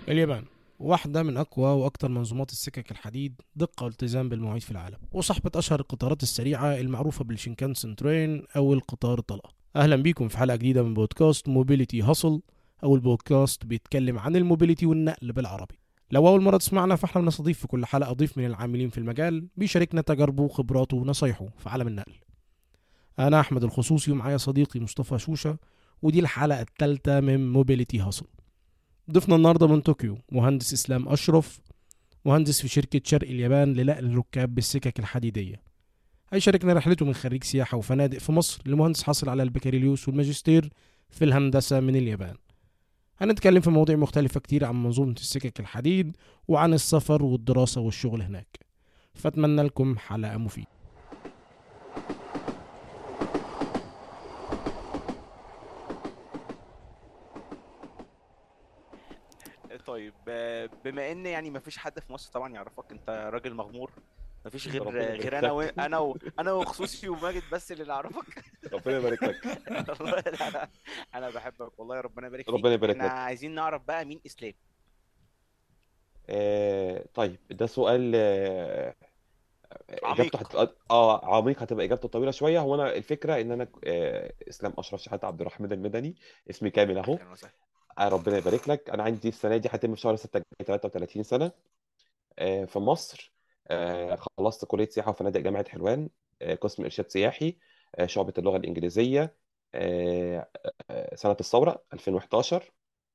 اليابان واحدة من أقوى وأكثر منظومات السكك الحديد دقة والتزام بالمواعيد في العالم، وصاحبة أشهر القطارات السريعة المعروفة بالشينكانسن ترين أو القطار الطلق. أهلا بيكم في حلقة جديدة من بودكاست موبيليتي هاسل، أو البودكاست بيتكلم عن الموبيليتي والنقل بالعربي. لو أول مرة تسمعنا فاحنا بنستضيف في كل حلقة ضيف من العاملين في المجال بيشاركنا تجاربه وخبراته ونصايحه في عالم النقل. أنا أحمد الخصوصي ومعايا صديقي مصطفى شوشة، ودي الحلقة الثالثة من موبيليتي هاسل. ضيفنا النهارده من طوكيو مهندس اسلام اشرف، مهندس في شركه شرق اليابان لنقل الركاب بالسكك الحديديه. هيشاركنا رحلته من خريج سياحه وفنادق في مصر لمهندس حاصل على البكالوريوس والماجستير في الهندسه من اليابان. هنتكلم في مواضيع مختلفه كتير عن منظومه السكك الحديد وعن السفر والدراسه والشغل هناك. فاتمنى لكم حلقه مفيده. طيب، بما ان يعني مفيش حد في مصر طبعا يعرفك، انت راجل مغمور. مفيش غير ربنا غير يبارك انا لك. انا وخصوصي وماجد بس اللي نعرفك. ربنا يبارك لك. والله انا بحبك والله، ربنا يبارك ربنا فيك. يبارك احنا لك. عايزين نعرف بقى مين اسلام. طيب ده سؤال. اجابته عميق. هتبقى عميق، هتبقى اجابته طويله شويه. هو انا الفكره ان انا اسلام اشرف شحاته عبد الرحمن المدني، اسمي كامل اهو. اهلا وسهلا. ربنا يبارك لك. انا عندي السنه دي هتم في شهر 6 33 سنه. في مصر. خلصت كليه سياحه وفنادق جامعه حلوان. قسم ارشاد سياحي. شعبه اللغه الانجليزيه. آه، سنه الثوره 2011.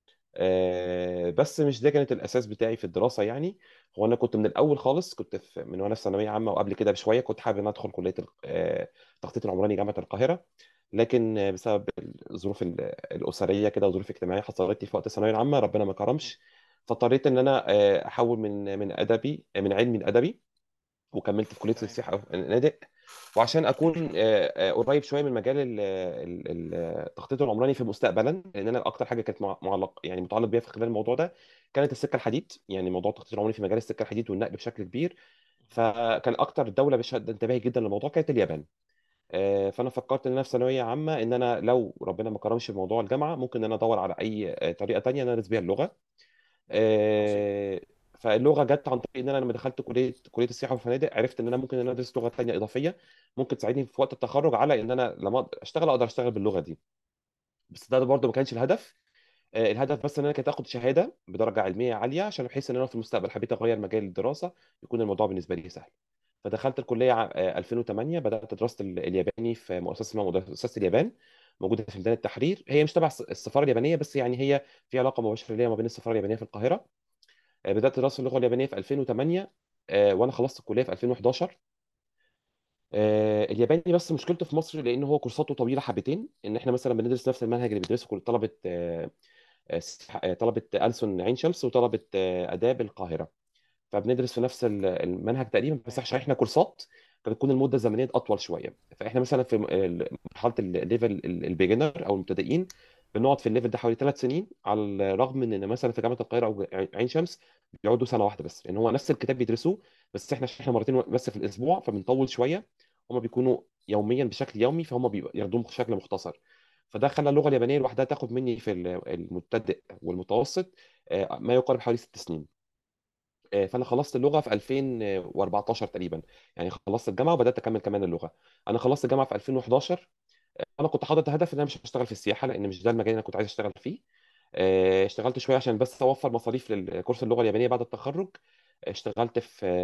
بس مش ده كانت الاساس بتاعي في الدراسه يعني. هو انا كنت من الاول خالص، كنت من وانا في ثانويه عامه وقبل كده بشويه كنت حابب ان ادخل كليه التخطيط العمراني جامعه القاهره. لكن بسبب الظروف الاسريه كده وظروف اجتماعيه حصلت لي في وقت الثانويه العامه، ربنا ما كرمش. فاضطريت ان انا احول من ادبي، من علمي لادبي، وكملت في كليه تمام. السياحه والفنادق. وعشان اكون قريب شويه من مجال التخطيط العمراني في مستقبلا، لان انا اكتر حاجه كانت معلق يعني متعلق بيها في خلال الموضوع ده كانت السكه الحديد، يعني موضوع التخطيط العمراني في مجال السكه الحديد والنقل بشكل كبير. فكان اكتر دوله بشد انتباهي جدا للموضوع كانت اليابان. فانا فكرت ان انا في ثانويه عامه ان انا لو ربنا ما كرمش في موضوع الجامعه ممكن ان انا ادور على اي طريقه تانية ان انا ادرس بيها اللغه. عظيم. آه، فاللغه جت عن طريق ان انا لما دخلت كليه السياحه والفنادق عرفت ان انا ممكن ان انا ادرس لغه تانية اضافيه ممكن تساعدني في وقت التخرج على ان انا لما اشتغل اقدر اشتغل باللغه دي. بس ده برضه ما كانش الهدف. الهدف بس ان انا كنت اخد شهاده بدرجه علميه عاليه، عشان بحيث ان انا في المستقبل حبيت اغير مجال الدراسه يكون الموضوع بالنسبه لي سهل. فدخلت الكليه 2008، بدات دراسه الياباني في مؤسسه اسمها مؤسسه اليابان، موجوده في ميدان التحرير. هي مش تبع السفاره اليابانيه، بس يعني هي في علاقه مباشره ليها ما بين السفاره اليابانيه في القاهره. بدات دراسه اللغه اليابانيه في 2008. وانا خلصت الكليه في 2011. الياباني بس مشكلته في مصر لان هو كورساته طويله حبتين، ان احنا مثلا بندرس نفس المنهج اللي بيدرسه كل طلبه طلبه ألسن عين شمس وطلبه آداب القاهره. فبندرس في نفس المنهج تقريبا، بس تمام. عشان احنا كورسات فبتكون المده الزمنيه اطول شويه. فاحنا مثلا في مرحله الليفل البيجنر او المبتدئين بنقعد في الليفل ده حوالي 3 سنين، على الرغم من ان مثلا في جامعه القاهره او عين شمس بيقعدوا سنه واحده بس، لان هو نفس الكتاب بيدرسوه. بس احنا عشان احنا مرتين بس في الاسبوع فبنطول شويه. هما بيكونوا يوميا بشكل يومي، فهم بياخدوهم بشكل مختصر. فده خلى اللغه اليابانيه لوحدها تاخد مني في المبتدئ والمتوسط ما يقارب حوالي 6 سنين. فانا خلصت اللغه في 2014 تقريبا، يعني خلصت الجامعه وبدات اكمل كمان اللغه. انا خلصت الجامعه في 2011. انا كنت حاطط هدف ان انا مش هشتغل في السياحه لان مش ده المجال اللي انا كنت عايز اشتغل فيه. اشتغلت شويه عشان بس اوفر مصاريف للكورس اللغه اليابانيه بعد التخرج. اشتغلت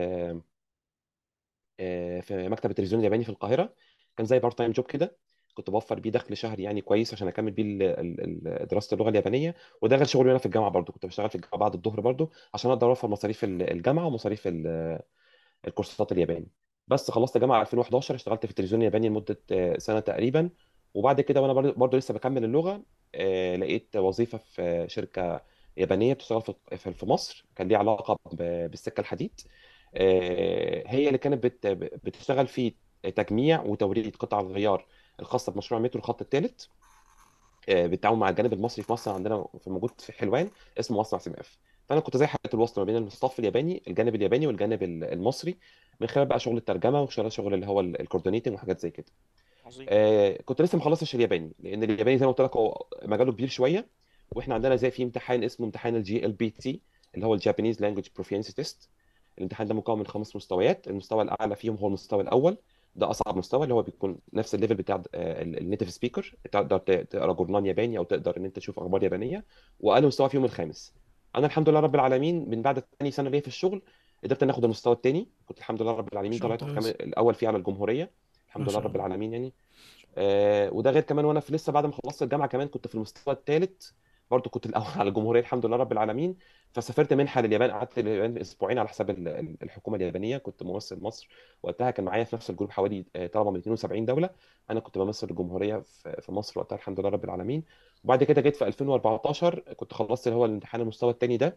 في مكتب التلفزيون الياباني في القاهره. كان زي بارت تايم جوب كده، كنت بوفر بيه دخل شهري يعني كويس عشان اكمل بيه دراسه اللغه اليابانيه. وده غير شغلي وانا في الجامعه برضو، كنت بشتغل في الجامعه بعد الظهر برضو عشان اقدر اوفر مصاريف الجامعه ومصاريف الكورسات الياباني. بس خلصت جامعه 2011، اشتغلت في التلفزيون الياباني لمده سنه تقريبا. وبعد كده وانا برضو لسه بكمل اللغه، لقيت وظيفه في شركه يابانيه بتشتغل في مصر، كان ليها علاقه بالسكه الحديد. هي اللي كانت بتشتغل في تجميع وتوريد قطع الغيار الخاصه بمشروع المترو الخط الثالث، بالتعاون مع الجانب المصري في مصر عندنا في موجود في حلوان اسمه مصنع سماف. فانا كنت زي حلقه الوصل ما بين الستاف الياباني، الجانب الياباني والجانب المصري، من خلال بقى شغل الترجمه وشغل اللي هو الكوردينيتنج وحاجات زي كده. عظيم. كنت لسه ما خلصتش الياباني، لان الياباني زي ما قلت لك هو مجاله كبير شويه. واحنا عندنا زي في امتحان اسمه امتحان الجي ال بي تي، اللي هو الجابانيز لانجوج بروفينسي تيست. الامتحان ده مكون من 5 مستويات. المستوى الاعلى فيهم هو المستوى الاول، ده اصعب مستوى، اللي هو بيكون نفس الليفل بتاع النيتيف سبيكر، تقدر تقرا جورنال ياباني او تقدر ان انت تشوف اخبار يابانيه. واقل مستوى فيهم الخامس. انا الحمد لله رب العالمين من بعد تاني سنه ليا في الشغل قدرت ان اخد المستوى الثاني. كنت الحمد لله رب العالمين مش طلعت كمان ممتاز. الاول فيه على الجمهوريه. ما الحمد لله شاء رب الله. العالمين يعني. وده غير كمان وانا في لسه بعد ما خلصت الجامعه كمان كنت في المستوى الثالث. برضه كنت الاول على الجمهوريه الحمد لله رب العالمين. فسافرت منحه لليابان، قعدت اليابان اسبوعين على حساب الحكومه اليابانيه. كنت ممثل مصر وقتها. كان معايا في نفس الجروب حوالي طلبه من 72 دوله. انا كنت بمثل الجمهوريه في مصر وقتها الحمد لله رب العالمين. وبعد كده جيت في 2014 كنت خلصت اللي هو الامتحان المستوى الثاني ده.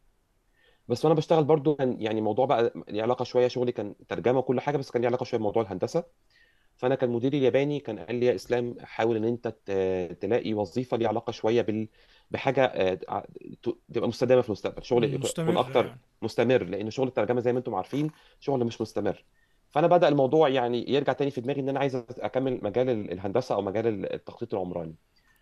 بس وانا بشتغل برضو كان يعني موضوع بقى ليه علاقه شويه، شغلي كان ترجمه وكل حاجه، بس كان ليه علاقه شويه بموضوع الهندسه. فانا كان مديري الياباني كان قال لي يا اسلام حاول ان انت تلاقي وظيفه ليها علاقه شويه بحاجه تبقى مستدامه في المستقبل، شغل يكون مستمر اكتر يعني. مستمر، لان شغل الترجمه زي ما انتم عارفين شغل مش مستمر. فانا بدا الموضوع يعني يرجع تاني في دماغي ان انا عايز اكمل مجال الهندسه او مجال التخطيط العمراني.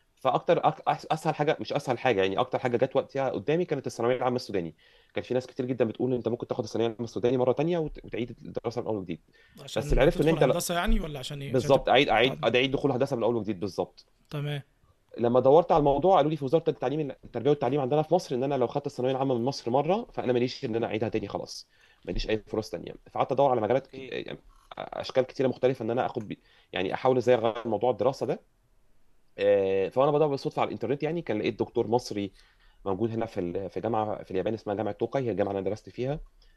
اسهل حاجه، مش اسهل حاجه يعني، اكتر حاجه جت وقتها قدامي كانت الثانويه العامه السوداني. كان في ناس كتير جدا بتقول انت ممكن تاخد الثانويه العامه السوداني مره تانيه وتعيد الدراسه من اول وجديد. بس اللي عشان عرفته ان تدخل انت هندسه يعني، ولا عشان ايه؟ عشان بالظبط تبقى اعيد اعيد بعد. اعيد دخول هندسه من اول وجديد بالظبط. تمام. لما دورت على الموضوع قالوا لي في وزاره التربيه والتعليم عندنا في مصر ان انا لو خدت الثانويه العامه من مصر مره فانا ماليش ان انا اعيدها تاني خلاص. ماليش اي فرص تانيه. فقعدت ادور على مجالات اوكي. يعني اشكال كتيره مختلفه ان انا يعني احاول ازاي اغير موضوع الدراسه ده. فانا بدور بالصدفه على الانترنت يعني كان لقيت دكتور مصري موجود هنا في جامعه في اليابان اسمها جامعه توكاي، هي الجامعه اللي انا درست فيها.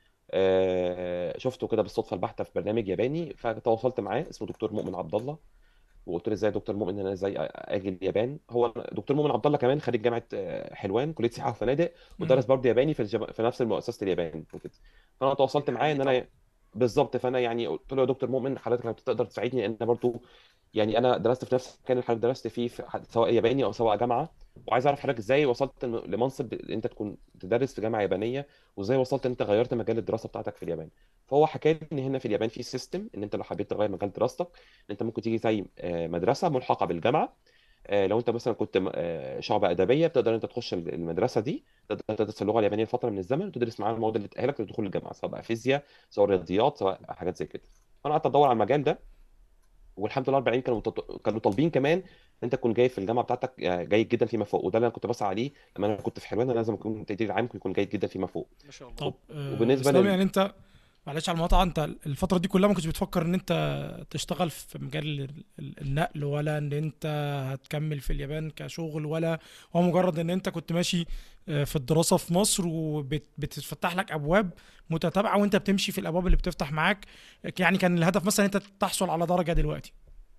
شفته كده بالصدفه البحته في برنامج ياباني فتواصلت معاه، اسمه دكتور مؤمن عبد الله. وقلت له ازاي يا دكتور مؤمن انا ازاي اجي اليابان. هو دكتور مؤمن عبد الله كمان خريج جامعه حلوان كليه سياحه وفنادق، ودرس امم. برضه ياباني في نفس مؤسسه اليابان وكده. فانا ايه تواصلت ده معاه حقيقي ان طبعا. انا بالظبط. فانا يعني قلت له يا دكتور مؤمن حضرتك لو تقدر تساعدني لان انا برضه يعني انا درست في نفس المكان اللي حضرتك درست فيه سواء ياباني او سواء جامعه. وعايز اعرف حضرتك ازاي وصلت لمنصب ان انت تكون تدرس في جامعه يابانيه، وازاي وصلت ان انت غيرت مجال الدراسه بتاعتك في اليابان. فهو حكى لي ان هنا في اليابان في سيستم ان انت لو حبيت تغير مجال دراستك ان انت ممكن تيجي زي مدرسه ملحقه بالجامعه. لو انت مثلا كنت شعبة ادبيه بتقدر انت تخش المدرسه دي، تقدر تدرس اللغه اليابانيه لفتره من الزمن وتدرس معاها المواد اللي تاهلك لدخول الجامعه، سواء بقى فيزياء سواء رياضيات سواء حاجات زي كده. فانا قعدت ادور على المجال ده. والحمد لله 40 كانوا طالبين كمان انت تكون جاي في الجامعه بتاعتك جيد جدا فيما فوق، وده اللي انا كنت بسعى عليه. لما انا كنت في حلوان انا لازم اكون تقديري العام يكون جيد جدا فيما فوق. ما شاء الله. طب وبالنسبه اسلام، يعني انت، معلش على المقاطعه، انت الفتره دي كلها ما كنتش بتفكر ان انت تشتغل في مجال النقل، ولا ان انت هتكمل في اليابان كشغل، ولا هو مجرد ان انت كنت ماشي في الدراسه في مصر وبتفتح لك ابواب متتابعه وانت بتمشي في الابواب اللي بتفتح معاك؟ يعني كان الهدف مثلا انت تحصل على درجه دلوقتي؟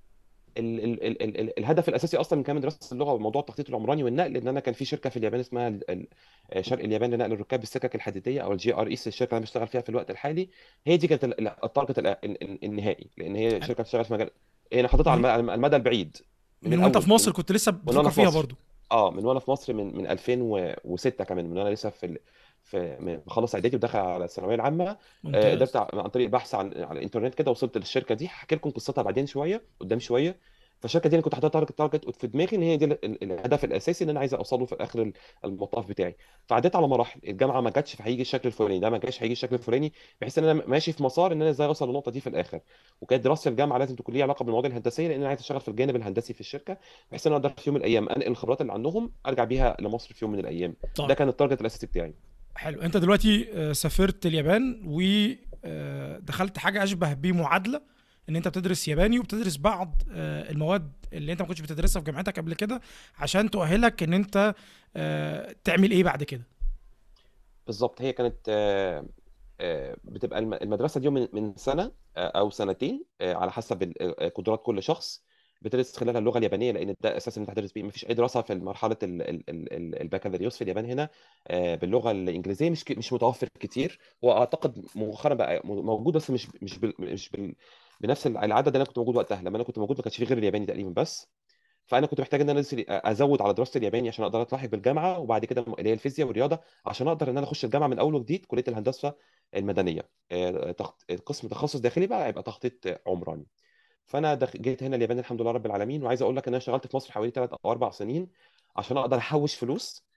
الهدف الاساسي اصلا من كمان دراسه اللغه وموضوع التخطيط العمراني والنقل ان انا كان في شركه في اليابان اسمها شرق اليابان لنقل الركاب بالسكك الحديديه او GREs، الشركه اللي انا بشتغل فيها في الوقت الحالي. هي دي كانت التارجت النهائي، لان هي شركه بتشتغل في مجال هنا حاططها من على المدى البعيد من من وانت الاول في مصر كنت لسه من وانا بتفكر في فيها مصر. برضو؟ اه من وانا في مصر من 2006 كمان، من وانا لسه بخلص اعدادي وداخل على الثانويه العامه. قدرت ممتاز. عن طريق البحث على الانترنت كده وصلت للشركه دي. هحكي لكم قصتها بعدين شويه قدام شويه. فالشركه دي انا كنت حاطط تارجت في دماغي ان هي دي الهدف الاساسي اللي انا عايز اوصله في اخر المطاف بتاعي. فعديت على مراحل، الجامعه ما جاتش فهيجي الشكل الفلاني، ده ما جاش هيجي الشكل الفلاني، بحيث ان انا ماشي في مسار ان انا ازاي اوصل للنقطه دي في الاخر. وكانت دراسه الجامعه لازم تكون ليها علاقه بالمواضيع الهندسيه لان انا عايز اشتغل في الجانب الهندسي في الشركه، بحيث ان انا اقدر في يوم من الايام انقل الخبرات اللي عندهم ارجع بيها لمصر في يوم من الايام. ده طيب، كان التارجت الاساسي بتاعي. حلو. انت دلوقتي سافرت اليابان ودخلت حاجه اشبه بمعادله، ان انت بتدرس ياباني وبتدرس بعض المواد اللي انت ما كنتش بتدرسها في جامعتك قبل كده، عشان تؤهلك ان انت تعمل ايه بعد كده. بالظبط. هي كانت بتبقى المدرسه دي من سنه او سنتين على حسب قدرات كل شخص. بتدرس خلالها اللغه اليابانيه لان ده اساس ان انت هتدرس بيه. مفيش اي دراسه في مرحله البكالوريوس في اليابان هنا باللغه الانجليزيه مش متوفر كتير. واعتقد مؤخرا بقى موجود بس مش بنفس العدد اللي انا كنت موجود وقتها. لما انا كنت موجود ما كانش فيه غير الياباني تقريبا بس. فانا كنت محتاج ان انا ازود على دراسه الياباني عشان اقدر اتلاحق بالجامعه، وبعد كده اللي هي الفيزياء والرياضه عشان اقدر ان انا اخش الجامعه من اول وجديد كليه الهندسه المدنيه. قسم تخصص داخلي بقى هيبقى تخطيط عمراني. فانا جيت هنا اليابان الحمد لله رب العالمين. وعايز اقول لك ان انا اشتغلت في مصر حوالي 3 او 4 سنين عشان اقدر احوش فلوس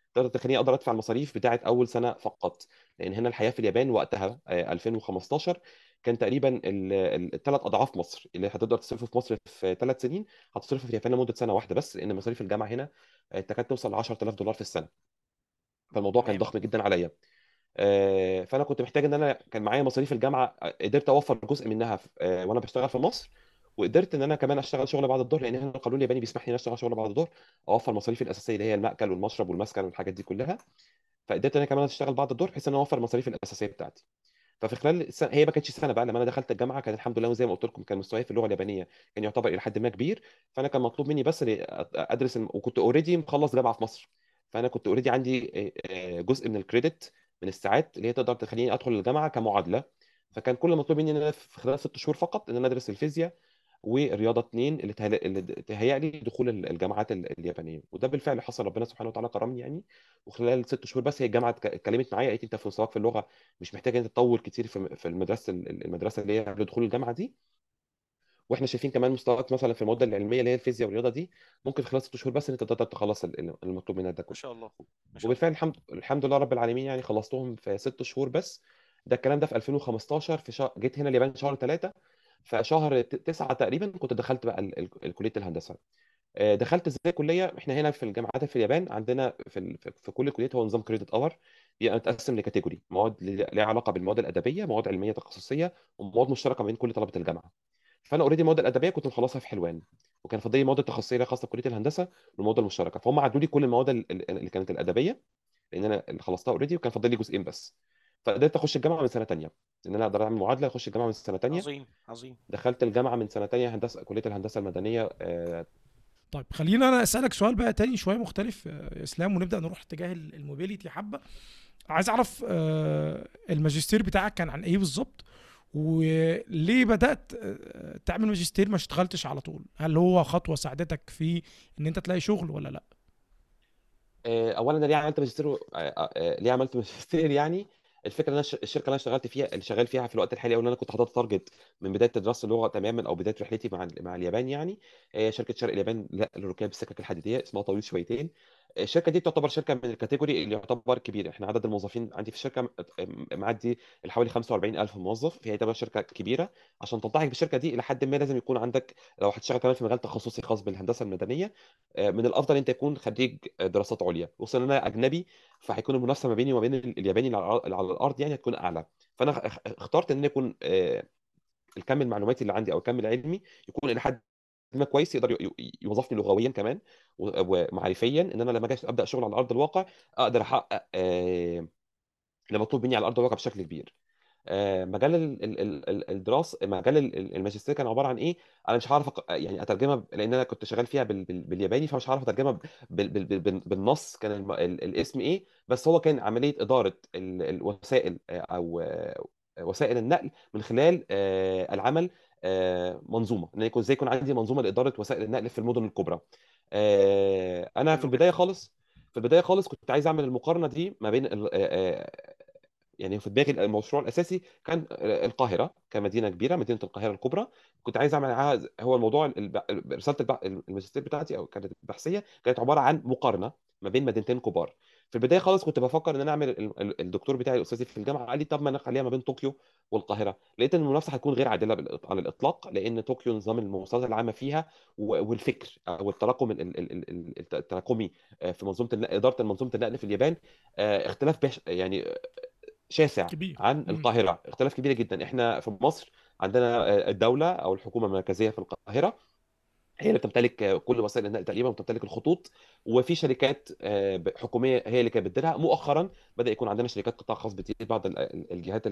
تقدر تخليني اقدر ادفع المصاريف بتاعه اول سنه فقط. لان هنا الحياه في اليابان وقتها 2015 كان تقريبا الثلاث اضعاف مصر. اللي هتقدر تصرفه في مصر في 3 سنين هتصرفه في اليابان لمده سنه واحده بس، لان مصاريف الجامعه هنا تكاد توصل ل $10,000 في السنه. فالموضوع كان تمام. ضخم جدا عليا. فانا كنت محتاج ان انا كان معايا مصاريف الجامعه، قدرت اوفر جزء منها وانا بشتغل في مصر. وقدرت ان انا كمان اشتغل شغل بعد الظهر، لان هنا القانون الياباني بيسمح لي ان أنا اشتغل شغل بعد الظهر، اوفر مصاريفي الاساسيه اللي هي المأكل والمشرب والمسكن والحاجات دي كلها. فقدرت انا كمان اشتغل بعد الظهر بحيث ان انا اوفر المصاريف الاساسيه بتاعتي. ففي خلال السنة، هي ما كانتش سنه بقى، لما انا دخلت الجامعه كان الحمد لله زي ما قلت لكم كان مستواي في اللغه اليابانيه كان يعتبر الى حد ما كبير. فانا كان مطلوب مني بس ادرس وكنت اوريدي مخلص جامعه في مصر. فانا كنت اوريدي عندي جزء من الكريدت من الساعات اللي هي تقدر تخليني ادخل الجامعه كمعادله. فكان كل المطلوب مني ان انا في خلال 6 شهور فقط ان انا ادرس الفيزياء والرياضه اتنين اللي تهيأ لي دخول الجامعات اليابانيه. وده بالفعل حصل، ربنا سبحانه وتعالى كرمني يعني. وخلال 6 شهور بس هي الجامعه اتكلمت معايا، قالت لي انت في مستواك في اللغه مش محتاج انت تطول كتير في المدرسه اللي هي قبل دخول الجامعه دي. واحنا شايفين كمان مستواك مثلا في المواد العلميه اللي هي الفيزياء والرياضه دي ممكن في خلال 6 شهور بس ان انت تقدر تخلص المطلوب منك ده ما كله. شاء الله. ما شاء الله. وبالفعل الحمد لله رب العالمين يعني خلصتهم في 6 شهور بس. ده الكلام ده في 2015 في جيت هنا اليابان شهر 3. فشهر 9 تقريبا كنت دخلت بقى كليه الهندسه. دخلت ازاي كليه؟ احنا هنا في الجامعات في اليابان عندنا في كل كليه هو نظام كريدت اور. يعني متقسم لكاتيجوري مواد ليها علاقه بالمواد الادبيه، مواد علميه تخصصيه، ومواد مشتركه بين كل طلبه الجامعه. فانا اوريدي المواد الادبيه كنت مخلصها في حلوان، وكان فاضل لي المواد التخصصيه اللي خاصه بكليه الهندسه والمواد المشتركه. فهم عدوا لي كل المواد اللي كانت الادبيه، لان انا اللي خلصتها اوريدي، وكان فاضل لي جزئين بس. فقدرت اخش الجامعه من سنه تانيه، لان انا اقدر اعمل معادله اخش الجامعه من سنه تانيه. عظيم عظيم. دخلت الجامعه من سنه تانيه هندسه، كليه الهندسه المدنيه طيب خلينا انا اسالك سؤال بقى تاني شويه مختلف يا اسلام، ونبدا نروح اتجاه الموبيليتي حبه. عايز اعرف الماجستير بتاعك كان عن ايه بالظبط؟ وليه بدات تعمل ماجستير ما اشتغلتش على طول؟ هل هو خطوه ساعدتك في ان انت تلاقي شغل ولا لا؟ اولا انا ليه عملت ماجستير ليه عملت ماجستير يعني. الفكره ان انا الشركه اللي انا اشتغلت فيها اللي شغال فيها في الوقت الحالي، او ان انا كنت حاطط تارجت من بدايه دراسه اللغه تماما او بدايه رحلتي مع اليابان يعني. شركه شرق اليابان للركاب بالسكك الحديديه، اسمها طويل شويتين. الشركه دي تعتبر شركه من الكاتيجوري اللي يعتبر كبير. احنا عدد الموظفين عندي في الشركه معدي حوالي 45,000 موظف، فهي تعتبر شركه كبيره. عشان تلتحق بالشركه دي الى حد ما لازم يكون عندك، لو هتشتغل كمان في مجال تخصصي خاص بالهندسه المدنيه، من الافضل انت تكون خريج دراسات عليا، خصوصا ان انا اجنبي. فهيكون المنافسه ما بيني وما بين الياباني اللي على الارض يعني هتكون اعلى. فانا اخترت ان يكون الكم المعلوماتي اللي عندي او الكم العلمي يكون الى حد ما كويس، يقدر يوظفني لغويا كمان ومعرفيا، ان انا لما اجي ابدا شغل على ارض الواقع اقدر احقق اللي مطلوب مني على ارض الواقع بشكل كبير. مجال الدراسه، مجال الماجستير كان عباره عن ايه؟ انا مش هعرف يعني اترجمها لان انا كنت شغال فيها بالياباني، فمش هعرف اترجمها بالنص كان الاسم ايه. بس هو كان عمليه اداره الوسائل او وسائل النقل من خلال العمل منظومه، ان يكون ازاي يكون عندي منظومه لاداره وسائل النقل في المدن الكبرى. انا في حلو البدايه جدا. خالص في البدايه خالص كنت عايز اعمل المقارنه دي ما بين يعني في دماغي المشروع الاساسي كان القاهره كمدينه كبيره، مدينه القاهره الكبرى. كنت عايز اعمل معاها هو الموضوع رساله الماجستير بتاعتي او كانت البحثيه كانت عباره عن مقارنه ما بين مدينتين كبار. في البدايه خالص كنت بفكر ان انا اعمل الدكتور بتاعي الاستاذي في الجامعه قال لي طب ما نخليها ما بين طوكيو والقاهره. لقيت ان المنافسه هتكون غير عادله على الاطلاق، لان طوكيو نظام المواصلات العامه فيها والفكر او التراكم التراكمي في منظومه اداره منظومه النقل في اليابان اختلاف يعني شاسع كبير. عن مم. القاهرة، اختلاف كبير جدا. احنا في مصر عندنا الدولة أو الحكومة المركزية في القاهرة هي اللي بتمتلك كل وسائل النقل تقريبا، وبتمتلك الخطوط. وفي شركات حكومية هي اللي كانت بتديرها. مؤخرا بدأ يكون عندنا شركات قطاع خاص بتدير بعض الجهات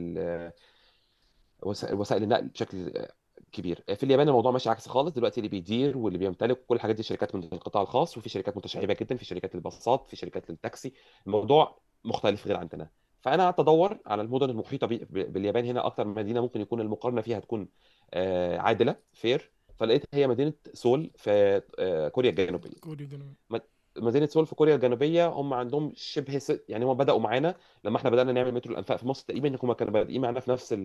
وسائل النقل بشكل كبير. في اليابان الموضوع ماشي عكس خالص، دلوقتي اللي بيدير واللي بيمتلك كل الحاجات دي شركات من القطاع الخاص، وفي شركات متشعبه جدا، في شركات الباصات، في شركات التاكسي. الموضوع مختلف غير عندنا. فانا قعدت ادور على المدن المحيطه باليابان هنا، اكتر مدينه ممكن يكون المقارنه فيها تكون عادله فير. فلقيت هي مدينه سول في كوريا الجنوبيه. كوري جنوبي. مدينه سول في كوريا الجنوبيه هم عندهم شبه يعني هم بداوا معانا لما احنا بدانا نعمل مترو الانفاق في مصر تقريبا، ان هم كانوا بادئين معانا في نفس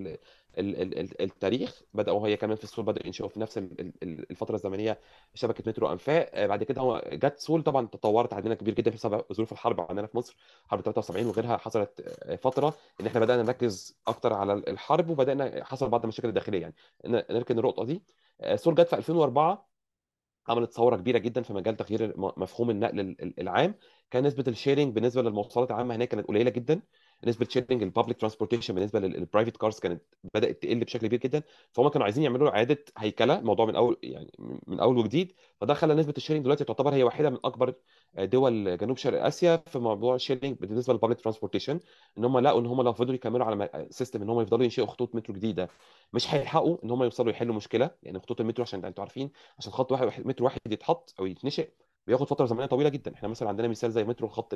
التاريخ. بداوا هي كمان في سول بداوا ينشئوا في نفس الفتره الزمنيه شبكه مترو انفاق. بعد كده هو جت سول طبعا تطورت عندنا كبير جدا بسبب ظروف الحرب عندنا في مصر، حرب 73 وغيرها. حصلت فتره ان احنا بدانا نركز اكتر على الحرب، وبدانا حصل بعض المشاكل الداخليه يعني. نركن النقطه دي. سول جت في 2004، عملت ثوره كبيره جدا في مجال تغيير مفهوم النقل العام. كان نسبه الشيرنج بالنسبه للمواصلات العامه هناك كانت قليله جدا. نسبه شيرنج البابليك ترانسبورتيشن بالنسبه للبرايفت كارز كانت بدات تقل بشكل كبير جدا. فهم كانوا عايزين يعملوا اعاده هيكله الموضوع من اول، يعني من اول وجديد. فده خلى نسبه الشيرنج دلوقتي تعتبر هي واحده من اكبر دول جنوب شرق اسيا في موضوع الشيرنج بالنسبه للبابليك ترانسبورتيشن. ان هم لقوا ان هم لو فضلوا يكملوا على سيستم ان هم يفضلوا ينشئوا خطوط مترو جديده، مش هيلحقوا ان هم يوصلوا يحلوا مشكله. يعني خطوط المترو عشان انتوا عارفين، عشان خط متر واحد يتحط او يتنشئ بياخد فتره زمنيه طويله جدا. احنا مثلا عندنا مثال زي مترو الخط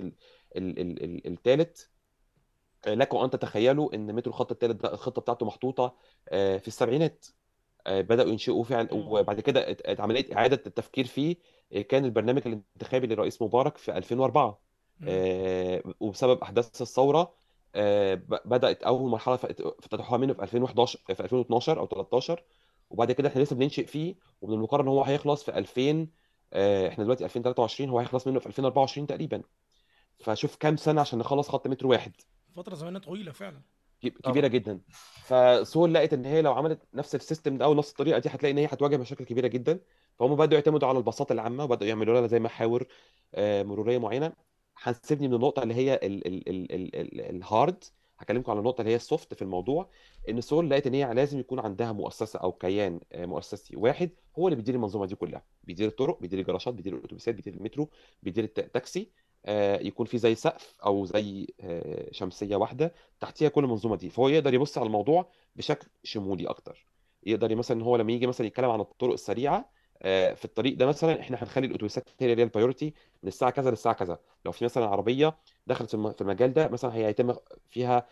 الثالث. لكم ان تتخيلوا ان مترو الخط الثالث ده الخطه بتاعته محطوطه في السبعينات. بداوا ينشئوا فعلا، وبعد كده عمليه اعاده التفكير فيه كان البرنامج الانتخابي للرئيس مبارك في 2004. مم. وبسبب احداث الثوره بدات اول مرحله افتتحوها منه في 2011 في 2012 او 13. وبعد كده احنا لسه بننشئ فيه، ومن المقرر ان هو هيخلص في 2000. احنا دلوقتي 2023، هو هيخلص منه في 2024 تقريبا. فشوف كام سنه عشان نخلص خط متر واحد. فتره زمنيه طويله فعلا. كبيره طبعا. جدا. فسول لقت ان هي لو عملت نفس السيستم ده او نفس الطريقه دي هتلاقي ان هي هتواجه مشاكل كبيره جدا. فهم بداوا يعتمدوا على البساطه العامه، وبداوا يعملوا لها زي محاور مروريه معينه. هنسيبني من النقطه اللي هي الهارد، هكلمكم على النقطه اللي هي السوفت في الموضوع. ان سول لقت ان هي لازم يكون عندها مؤسسه او كيان مؤسسي واحد هو اللي بيدير المنظومه دي كلها، بيدير الطرق، بيدير الجراشات، بيدير الاتوبيسات، بيدير المترو، بيدير التاكسي. يكون في زي سقف او زي شمسيه واحده تحتيها كل المنظومه دي. فهو يقدر يبص على الموضوع بشكل شمولي اكتر. يقدر مثلا ان هو لما يجي مثلا يتكلم عن الطرق السريعه، في الطريق ده مثلا احنا هنخلي الاتوبيسات هي اللي هي البايورتي من الساعه كذا للساعه كذا. لو في مثلا عربيه دخلت في المجال ده مثلا هي هيتم فيها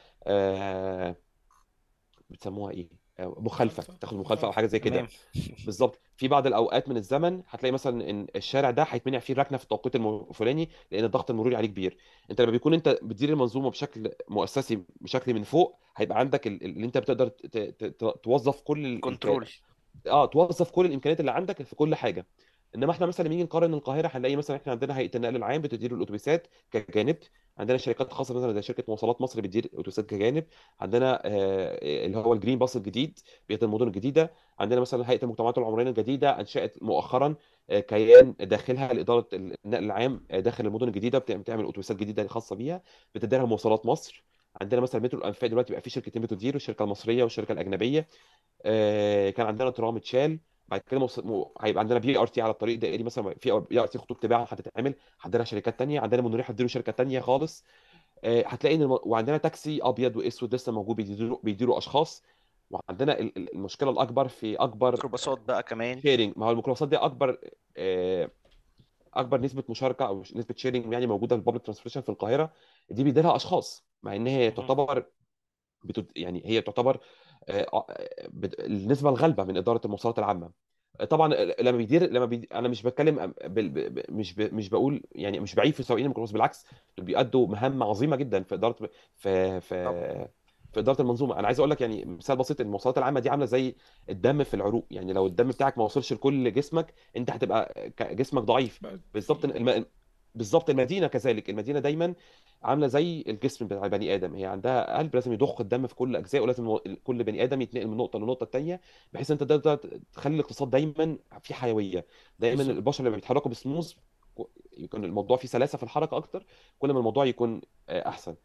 بتسموها ايه، مخالفه، مخالفه تاخد مخالفه او مخالفه. حاجه زي كده. تمام. بالظبط. في بعض الاوقات من الزمن هتلاقي مثلا ان الشارع ده هيتمنع فيه الركنه في التوقيت الفلاني لان الضغط المروري عليه كبير. انت لما بيكون انت بتدير المنظومه بشكل مؤسسي بشكل من فوق، هيبقى عندك اللي انت بتقدر توظف كل كنترول. توظف كل الامكانيات اللي عندك في كل حاجه. انما احنا مثلا لما نيجي نقارن القاهره هنلاقي مثلا احنا عندنا هيئه النقل العام بتدير الاتوبيسات كجانب. عندنا شركات خاصه مثلا زي شركه مواصلات مصر بتدير الاتوبيسات كجانب. عندنا اللي هو الجرين باص الجديد بيدير المدن الجديده. عندنا مثلا هيئه المجتمعات العمرانيه الجديده انشات مؤخرا كيان داخلها لاداره النقل العام داخل المدن الجديده، بتعمل اتوبيسات جديده خاصه بيها بتديرها مواصلات مصر. عندنا مثلا مترو الانفاق دلوقتي بقى في شركتين بتديره، الشركه المصريه والشركه الاجنبيه. كان عندنا ترام اتشال. بعد كده هيبقى عندنا بي ار تي على الطريق الدائري مثلا، في بي ار تي خطوط تباعه هتتعمل عندنا شركات تانية. عندنا مونوريل هتديره شركه تانية خالص. هتلاقي ان وعندنا تاكسي ابيض واسود لسه موجود بيديروا اشخاص. وعندنا المشكله الاكبر في اكبر ميكروباصات بقى كمان. شيرنج. ما هو الميكروباصات دي اكبر اكبر نسبه مشاركه او نسبه شيرنج يعني موجوده في البابليك ترانسبورتيشن في القاهره. دي بيديرها اشخاص، مع ان هي مهم. تعتبر يعني هي تعتبر النسبه الغالبه من اداره المواصلات العامه. طبعا انا مش بتكلم مش بقول يعني مش بعيب في سواقين الميكروباص، بالعكس دول بيأدوا مهام عظيمه جدا في اداره طبعا. في اداره المنظومه. انا عايز اقول لك يعني مثال بسيط، المواصلات العامه دي عامله زي الدم في العروق. يعني لو الدم بتاعك ما وصلش لكل جسمك انت هتبقى جسمك ضعيف. بقى بالظبط في. بالظبط المدينه كذلك. المدينه دايما عامله زي الجسم بتاع البني ادم، هي عندها قلب لازم يضخ الدم في كل اجزائه، ولازم كل بني ادم يتنقل من نقطه للنقطه الثانيه، بحيث انت تقدر تخلي الاقتصاد دايما في حيويه. دايما بالظبط. البشر لما بيتحركوا بسموث يكون الموضوع فيه سلاسه في الحركه اكتر، كل ما الموضوع يكون احسن.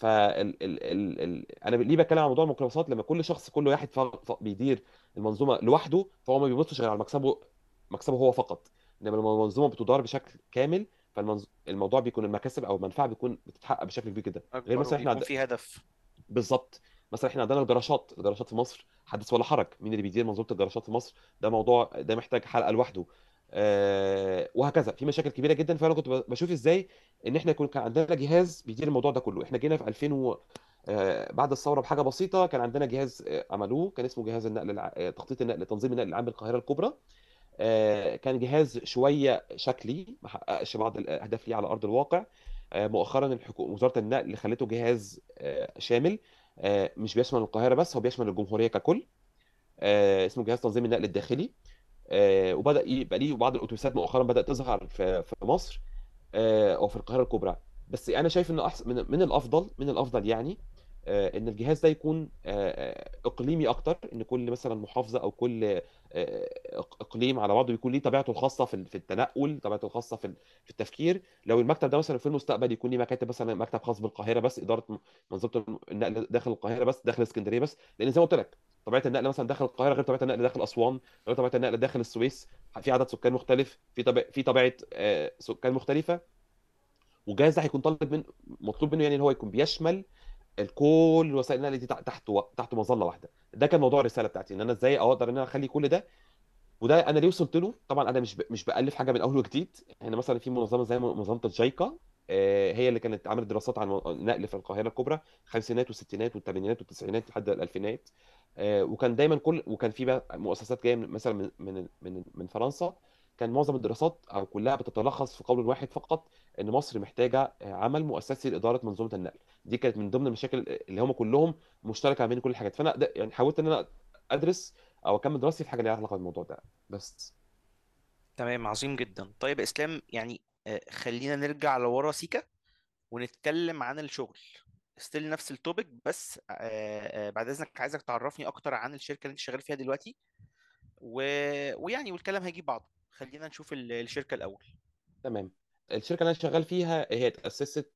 انا ليه بتكلم عن موضوع الميكروباصات؟ لما كل شخص كل واحد بيدير المنظومه لوحده فهو ما بيبصش غير على مكسبه هو فقط. انما لما المنظومه بتدار بشكل كامل فالموضوع بيكون المكاسب او المنفعه بيكون بتتحقق بشكل كبير جدا. غير اكبر مثلا احنا وبيكون في هدف. بالظبط. مثلا احنا عندنا الجراشات في مصر حدث ولا حرج. مين اللي بيدير منظومه الجراشات في مصر؟ ده موضوع ده محتاج حلقه لوحده. وهكذا في مشاكل كبيره جدا. فانا كنت بشوف ازاي ان احنا يكون كان عندنا جهاز بيدير الموضوع ده كله. احنا جينا في 2000 بعد الثوره بحاجه بسيطه كان عندنا جهاز عملوه كان اسمه جهاز تخطيط النقل تنظيم النقل العام بالقاهره الكبرى. كان جهاز شويه شكلي ما حققش بعض الاهداف ليه على ارض الواقع. مؤخرا وزاره النقل خلته جهاز شامل، مش بيشمل القاهره بس، هو بيشمل الجمهوريه ككل. اسمه جهاز تنظيم النقل الداخلي. وبدا يبقى ليه بعض الاتوبيسات مؤخرا بدات تظهر في مصر، او في القاهره الكبرى. بس انا شايف انه احسن من الافضل يعني ان الجهاز ده يكون اقليمي اكتر، ان كل مثلا محافظه او كل اقليم على بعضه يكون ليه طبيعته الخاصه في التنقل، طبيعته الخاصه في التفكير. لو المكتب ده مثلا في المستقبل يكون ليه مكاتب، مثلا مكتب خاص بالقاهره بس، اداره منظومه النقل داخل القاهره بس، داخل اسكندريه بس، لان زي ما قلت لك طبيعه النقل مثلا داخل القاهره غير طبيعه النقل داخل اسوان، غير طبيعه النقل داخل السويس. في عدد سكان مختلف، في طبيعه سكان مختلفه. والجهاز ده هيكون مطلوب منه يعني ان هو يكون بيشمل كل وسائل النقل دي تحت مظله واحده. ده كان موضوع الرساله بتاعتي، ان انا ازاي اقدر ان انا اخلي كل ده. وده انا ليه وصلت له. طبعا انا مش بالف حاجه من اول وجديد. احنا مثلا في منظمه زي منظمه الجايكا، هي اللي كانت عملت دراسات عن النقل في القاهره الكبرى، الخمسينات والستينات والثمانينات والتسعينات لحد الالفينات. وكان دايما وكان في بقى مؤسسات جايه مثلا من فرنسا. كان معظم الدراسات او كلها بتتلخص في قول واحد فقط، ان مصر محتاجه عمل مؤسسي لاداره منظومه النقل. دي كانت من ضمن المشاكل اللي هم كلهم مشتركه بين كل الحاجات. فانا يعني حاولت ان انا ادرس او اكمل دراستي في حاجه ليها علاقه بالموضوع ده بس. تمام، عظيم جدا. طيب يا اسلام، يعني خلينا نرجع لورا سيكا ونتكلم عن الشغل. ستيل نفس التوبيك، بس بعد اذنك عايزك تعرفني اكتر عن الشركه اللي انت شغال فيها دلوقتي و... ويعني والكلام هيجيب بعضه. خلينا نشوف الشركه الاول. تمام. الشركه اللي انا شغال فيها هي اتاسست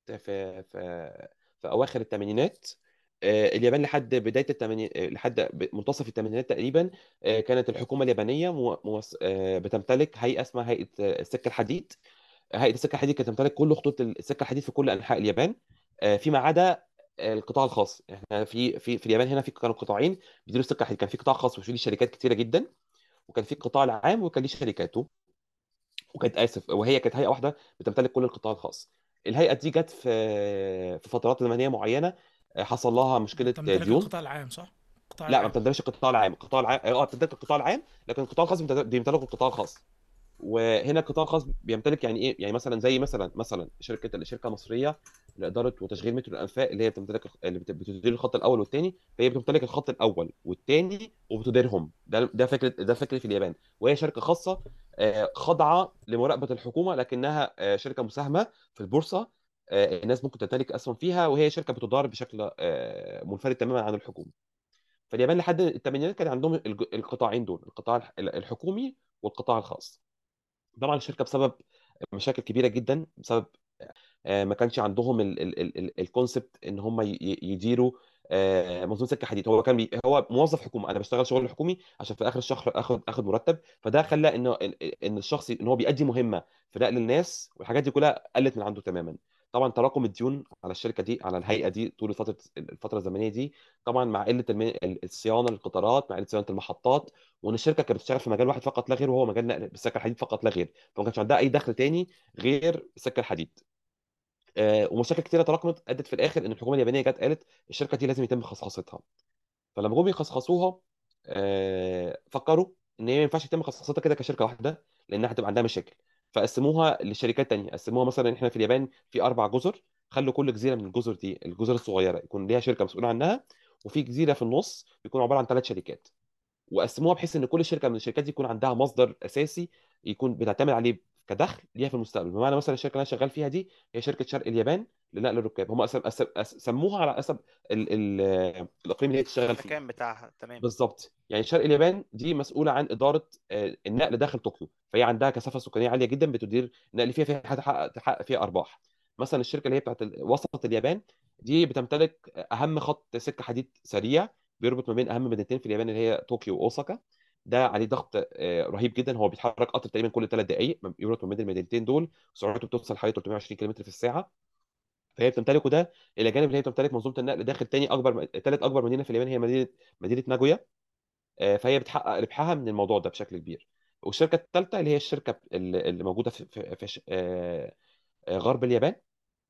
في اواخر الثمانينات. اليابان لحد بدايه لحد منتصف الثمانينات تقريبا. كانت الحكومه اليابانيه بتمتلك هيئه اسمها هيئه السكه الحديد. هيئه السكه الحديد كانت تمتلك كل خطوط السكه الحديد في كل انحاء اليابان، فيما عدا القطاع الخاص. احنا في اليابان هنا كانوا قطاعين بيديروا السكه الحديد. كان في قطاع خاص وفي شركات كتيره جدا، وكان في القطاع العام وكان ليه شركاته. وكانت اسف وهي كانت هيئه واحده بتمتلك كل القطاع الخاص. الهيئه دي جت في فترات زمنيه معينه حصل لها مشكله بتمتلك ديون. القطاع العام صح؟ القطاع لا، ما العام. بتمتلكش القطاع العام. القطاع العام بتمتلك القطاع العام، لكن القطاع الخاص بيمتلك القطاع الخاص. وهنا القطاع الخاص بيمتلك يعني ايه؟ يعني مثلا زي مثلا الشركه المصريه لاداره وتشغيل مترو الانفاق، اللي هي بتمتلك بتدير الخط الاول والثاني، فهي بتمتلك الخط الاول والثاني وبتديرهم. ده فكره في اليابان. وهي شركه خاصه خاضعه لمراقبه الحكومه، لكنها شركه مساهمه في البورصه. الناس ممكن تمتلك اسهم فيها، وهي شركه بتدار بشكل منفرد تماما عن الحكومه. فاليابان لحد الثمانينات كان عندهم القطاعين دول، القطاع الحكومي والقطاع الخاص. طبعا الشركه بسبب مشاكل كبيره جدا، بسبب ما كانش عندهم الكونسبت ان هم يديروا منظومه سكه حديد. هو كان هو موظف حكومه، انا بشتغل شغل حكومي عشان في اخر الشهر اخد مرتب. فده خلى ان الشخص ان هو بيأدي مهمه في نقل الناس والحاجات دي كلها قلت من عنده تماما. طبعا تراكم الديون على الشركه دي، على الهيئه دي طول الفتره الزمنيه دي، طبعا مع قله الصيانه للقطارات، مع قله صيانه المحطات. وان الشركه كانت بتشتغل في مجال واحد فقط لا غير، وهو مجال نقل بالسكه الحديد فقط لا غير. فما كانش عندها اي دخل تاني غير السكه الحديد. ومشاكل كتيره تراكمت ادت في الاخر ان الحكومه اليابانيه جت قالت الشركه دي لازم يتم خصخصتها. فلما جم يخصخصوها فكروا ان هي ما ينفعش يتم خصخصتها كده كشركه واحده، لانها هتبقى عندها مشاكل. فقسموها لشركات تانية. قسموها مثلا احنا في اليابان في 4 جزر، خلوا كل جزيره من الجزر دي، الجزر الصغيره، يكون ليها شركه مسؤوله عنها. وفي جزيره في النص يكون عباره عن 3 شركات. وقسموها بحيث ان كل شركه من الشركات دي يكون عندها مصدر اساسي يكون بتعتمد عليه كدخل ليها في المستقبل. بمعنى مثلا الشركه اللي انا شغال فيها دي هي شركه شرق اليابان لنقل الركاب. هم سموها على حسب الاقليم اللي هي بتشتغل فيه. المكان بتاعها، تمام. بالظبط. يعني شرق اليابان دي مسؤوله عن اداره النقل داخل طوكيو، فهي عندها كثافه سكانيه عاليه جدا، بتدير النقل فيها تحقق فيها ارباح. مثلا الشركه اللي هي بتاعت وسط اليابان دي بتمتلك اهم خط سكه حديد سريع بيربط ما بين اهم مدينتين في اليابان اللي هي طوكيو واوساكا. ده عليه ضغط رهيب جدا. هو بيتحرك قطر تقريبا كل 3 دقائق يربط ما بين المدينتين دول، سرعته بتوصل حوالي 320 كم في الساعه. فهي بتمتلكه ده، الى جانب اللي هي بتمتلك منظومه النقل داخل تاني اكبر ثالث اكبر مدينه في اليابان، هي مدينه ناجويا. فهي بتحقق ربحها من الموضوع ده بشكل كبير. والشركه الثالثه اللي هي الشركه اللي موجوده في غرب اليابان،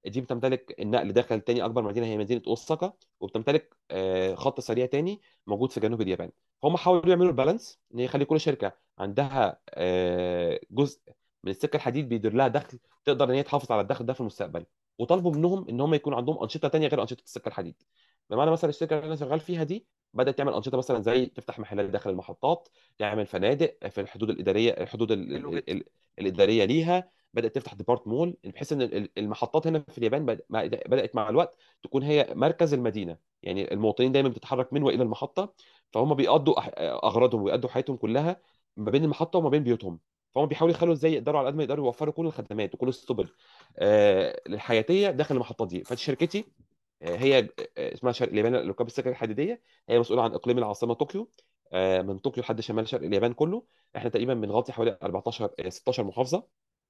دي بتمتلك النقل داخل تاني اكبر مدينه هي مدينه اوساكا، وبتمتلك خط سريع تاني موجود في جنوب اليابان. فهم حاولوا يعملوا البالانس ان يخلي كل شركه عندها جزء من السكه الحديد بيدير لها دخل، تقدر ان هي تحافظ على الدخل ده في المستقبل. وطلبوا منهم ان هم يكون عندهم انشطه تانيه غير انشطه السكه الحديد. بمعنى مثلا الشركه اللي انا شغال فيها دي بدات تعمل انشطه مثلا زي تفتح محلات داخل المحطات، تعمل فنادق في الحدود الاداريه، الحدود حلو جدا. الاداريه ليها. بدات تفتح ديبارت مول، بحيث ان المحطات هنا في اليابان بدات مع الوقت تكون هي مركز المدينه. يعني المواطنين دايما بتتحرك من والى المحطه، فهم بيقضوا اغراضهم ويقضوا حياتهم كلها ما بين المحطه وما بين بيوتهم. فهم بيحاولوا يخلوا ازاي يقدروا على قد ما يقدروا يوفروا كل الخدمات وكل السبل الحياتيه داخل المحطات دي. فشركتي هي اسمها شرق اليابان لركاب السكك الحديديه، هي مسؤوله عن اقليم العاصمه طوكيو. من طوكيو لحد شمال شرق اليابان كله. احنا تقريبا بنغطي حوالي 14 16 محافظه.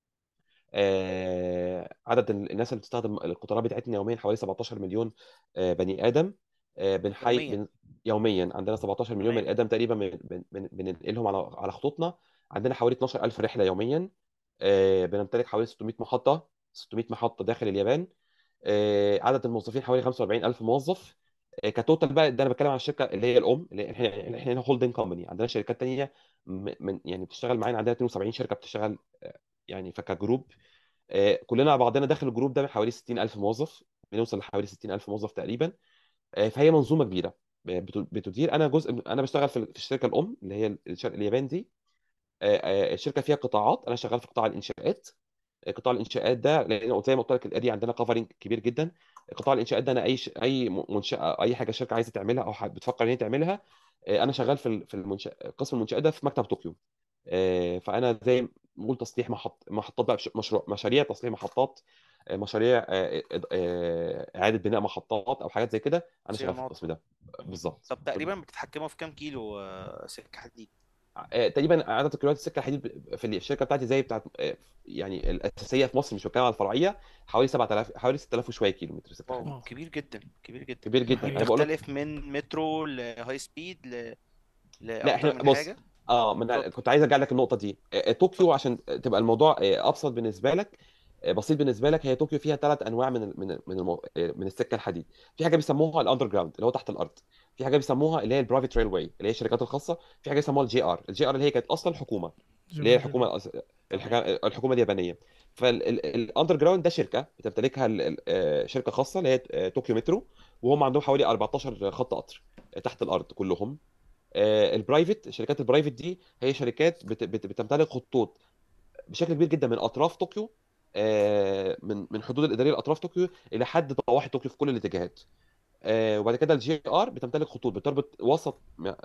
عدد الناس اللي بتستخدم القطارات بتاعتنا يوميا حوالي 17 مليون بني ادم. يوميا. يوميا عندنا 17 مليون تمام. بني ادم تقريبا بننقلهم على خطوطنا. عندنا حوالي 12,000 رحله يوميا. بنمتلك حوالي 600 محطه، 600 محطه داخل اليابان. عدد الموظفين حوالي 45,000 موظف. كتوتال بقى ده انا بتكلم عن الشركه اللي هي الام، اللي احنا هنا هولدنج كومباني. عندنا شركات تانيه من يعني بتشتغل معانا، عندنا 72 شركه بتشتغل يعني فكجروب. كلنا على بعضنا داخل الجروب ده حوالي 60,000 موظف، بنوصل لحوالي 60,000 موظف تقريبا. فهي منظومه كبيره بتدير. انا جزء انا بشتغل في الشركه الام اللي هي اليابان دي. الشركه فيها قطاعات، انا شغال في قطاع الانشاءات. قطاع الانشاءات ده لان زي ما قلت لك الاريا عندنا كفرنج كبير جدا. قطاع الانشاءات ده انا اي منشاه، اي حاجه الشركه عايزه تعملها او بتفكر ان هي تعملها. انا شغال في قسم المنشاه ده في مكتب طوكيو. فانا زي ما بقول تصليح محطات بقى، مشاريع تصليح محطات، مشاريع اعاده بناء محطات او حاجات زي كده، انا شغال في صيانات. القسم ده بالظبط. طب تقريبا بتتحكموا في كام كيلو سكة حديد؟ تقريبا عدد كيلوات السكه الحديد في الشركه بتاعتي زي بتاعت يعني الاساسيه في مصر، مش بتكلم على الفرعيه، حوالي 7,000 حوالي 6,000 وشويه كيلو متر سكه واو، حديد. اه كبير جدا كبير جدا. كبير ده جدا، دي انا حقيقة. بقول لك. بتختلف من مترو لهاي سبيد لا لأكتر احنا من بص، حاجة. من اتفضل. كنت عايز ارجع لك النقطه دي. طوكيو اتفضل. عشان تبقى الموضوع ابسط بالنسبه لك، بسيط بالنسبه لك. هي طوكيو فيها ثلاث انواع من السكه الحديد. في حاجه بيسموها الاندر جراوند اللي هو تحت الارض. في حاجه بيسموها اللي هي البرايفت ريل واي اللي هي الشركات الخاصه. في حاجه بيسموها الجي ار اللي هي كانت اصلا حكومه، اللي هي جمال جدا. الحكومه تمام. الحكومه اليابانيه. فالاندر جراوند ده شركه بتمتلكها شركه خاصه اللي هي طوكيو مترو. وهم عندهم حوالي 14 خط قطر تحت الارض كلهم. البرايفت، شركات البرايفت دي هي شركات بتمتلك خطوط بشكل كبير جدا من اطراف طوكيو، من حدود الاداريه لاطراف طوكيو الى حد ضواحي طوكيو في كل الاتجاهات. وبعد كده الجي ار بتمتلك خطوط بتربط وسط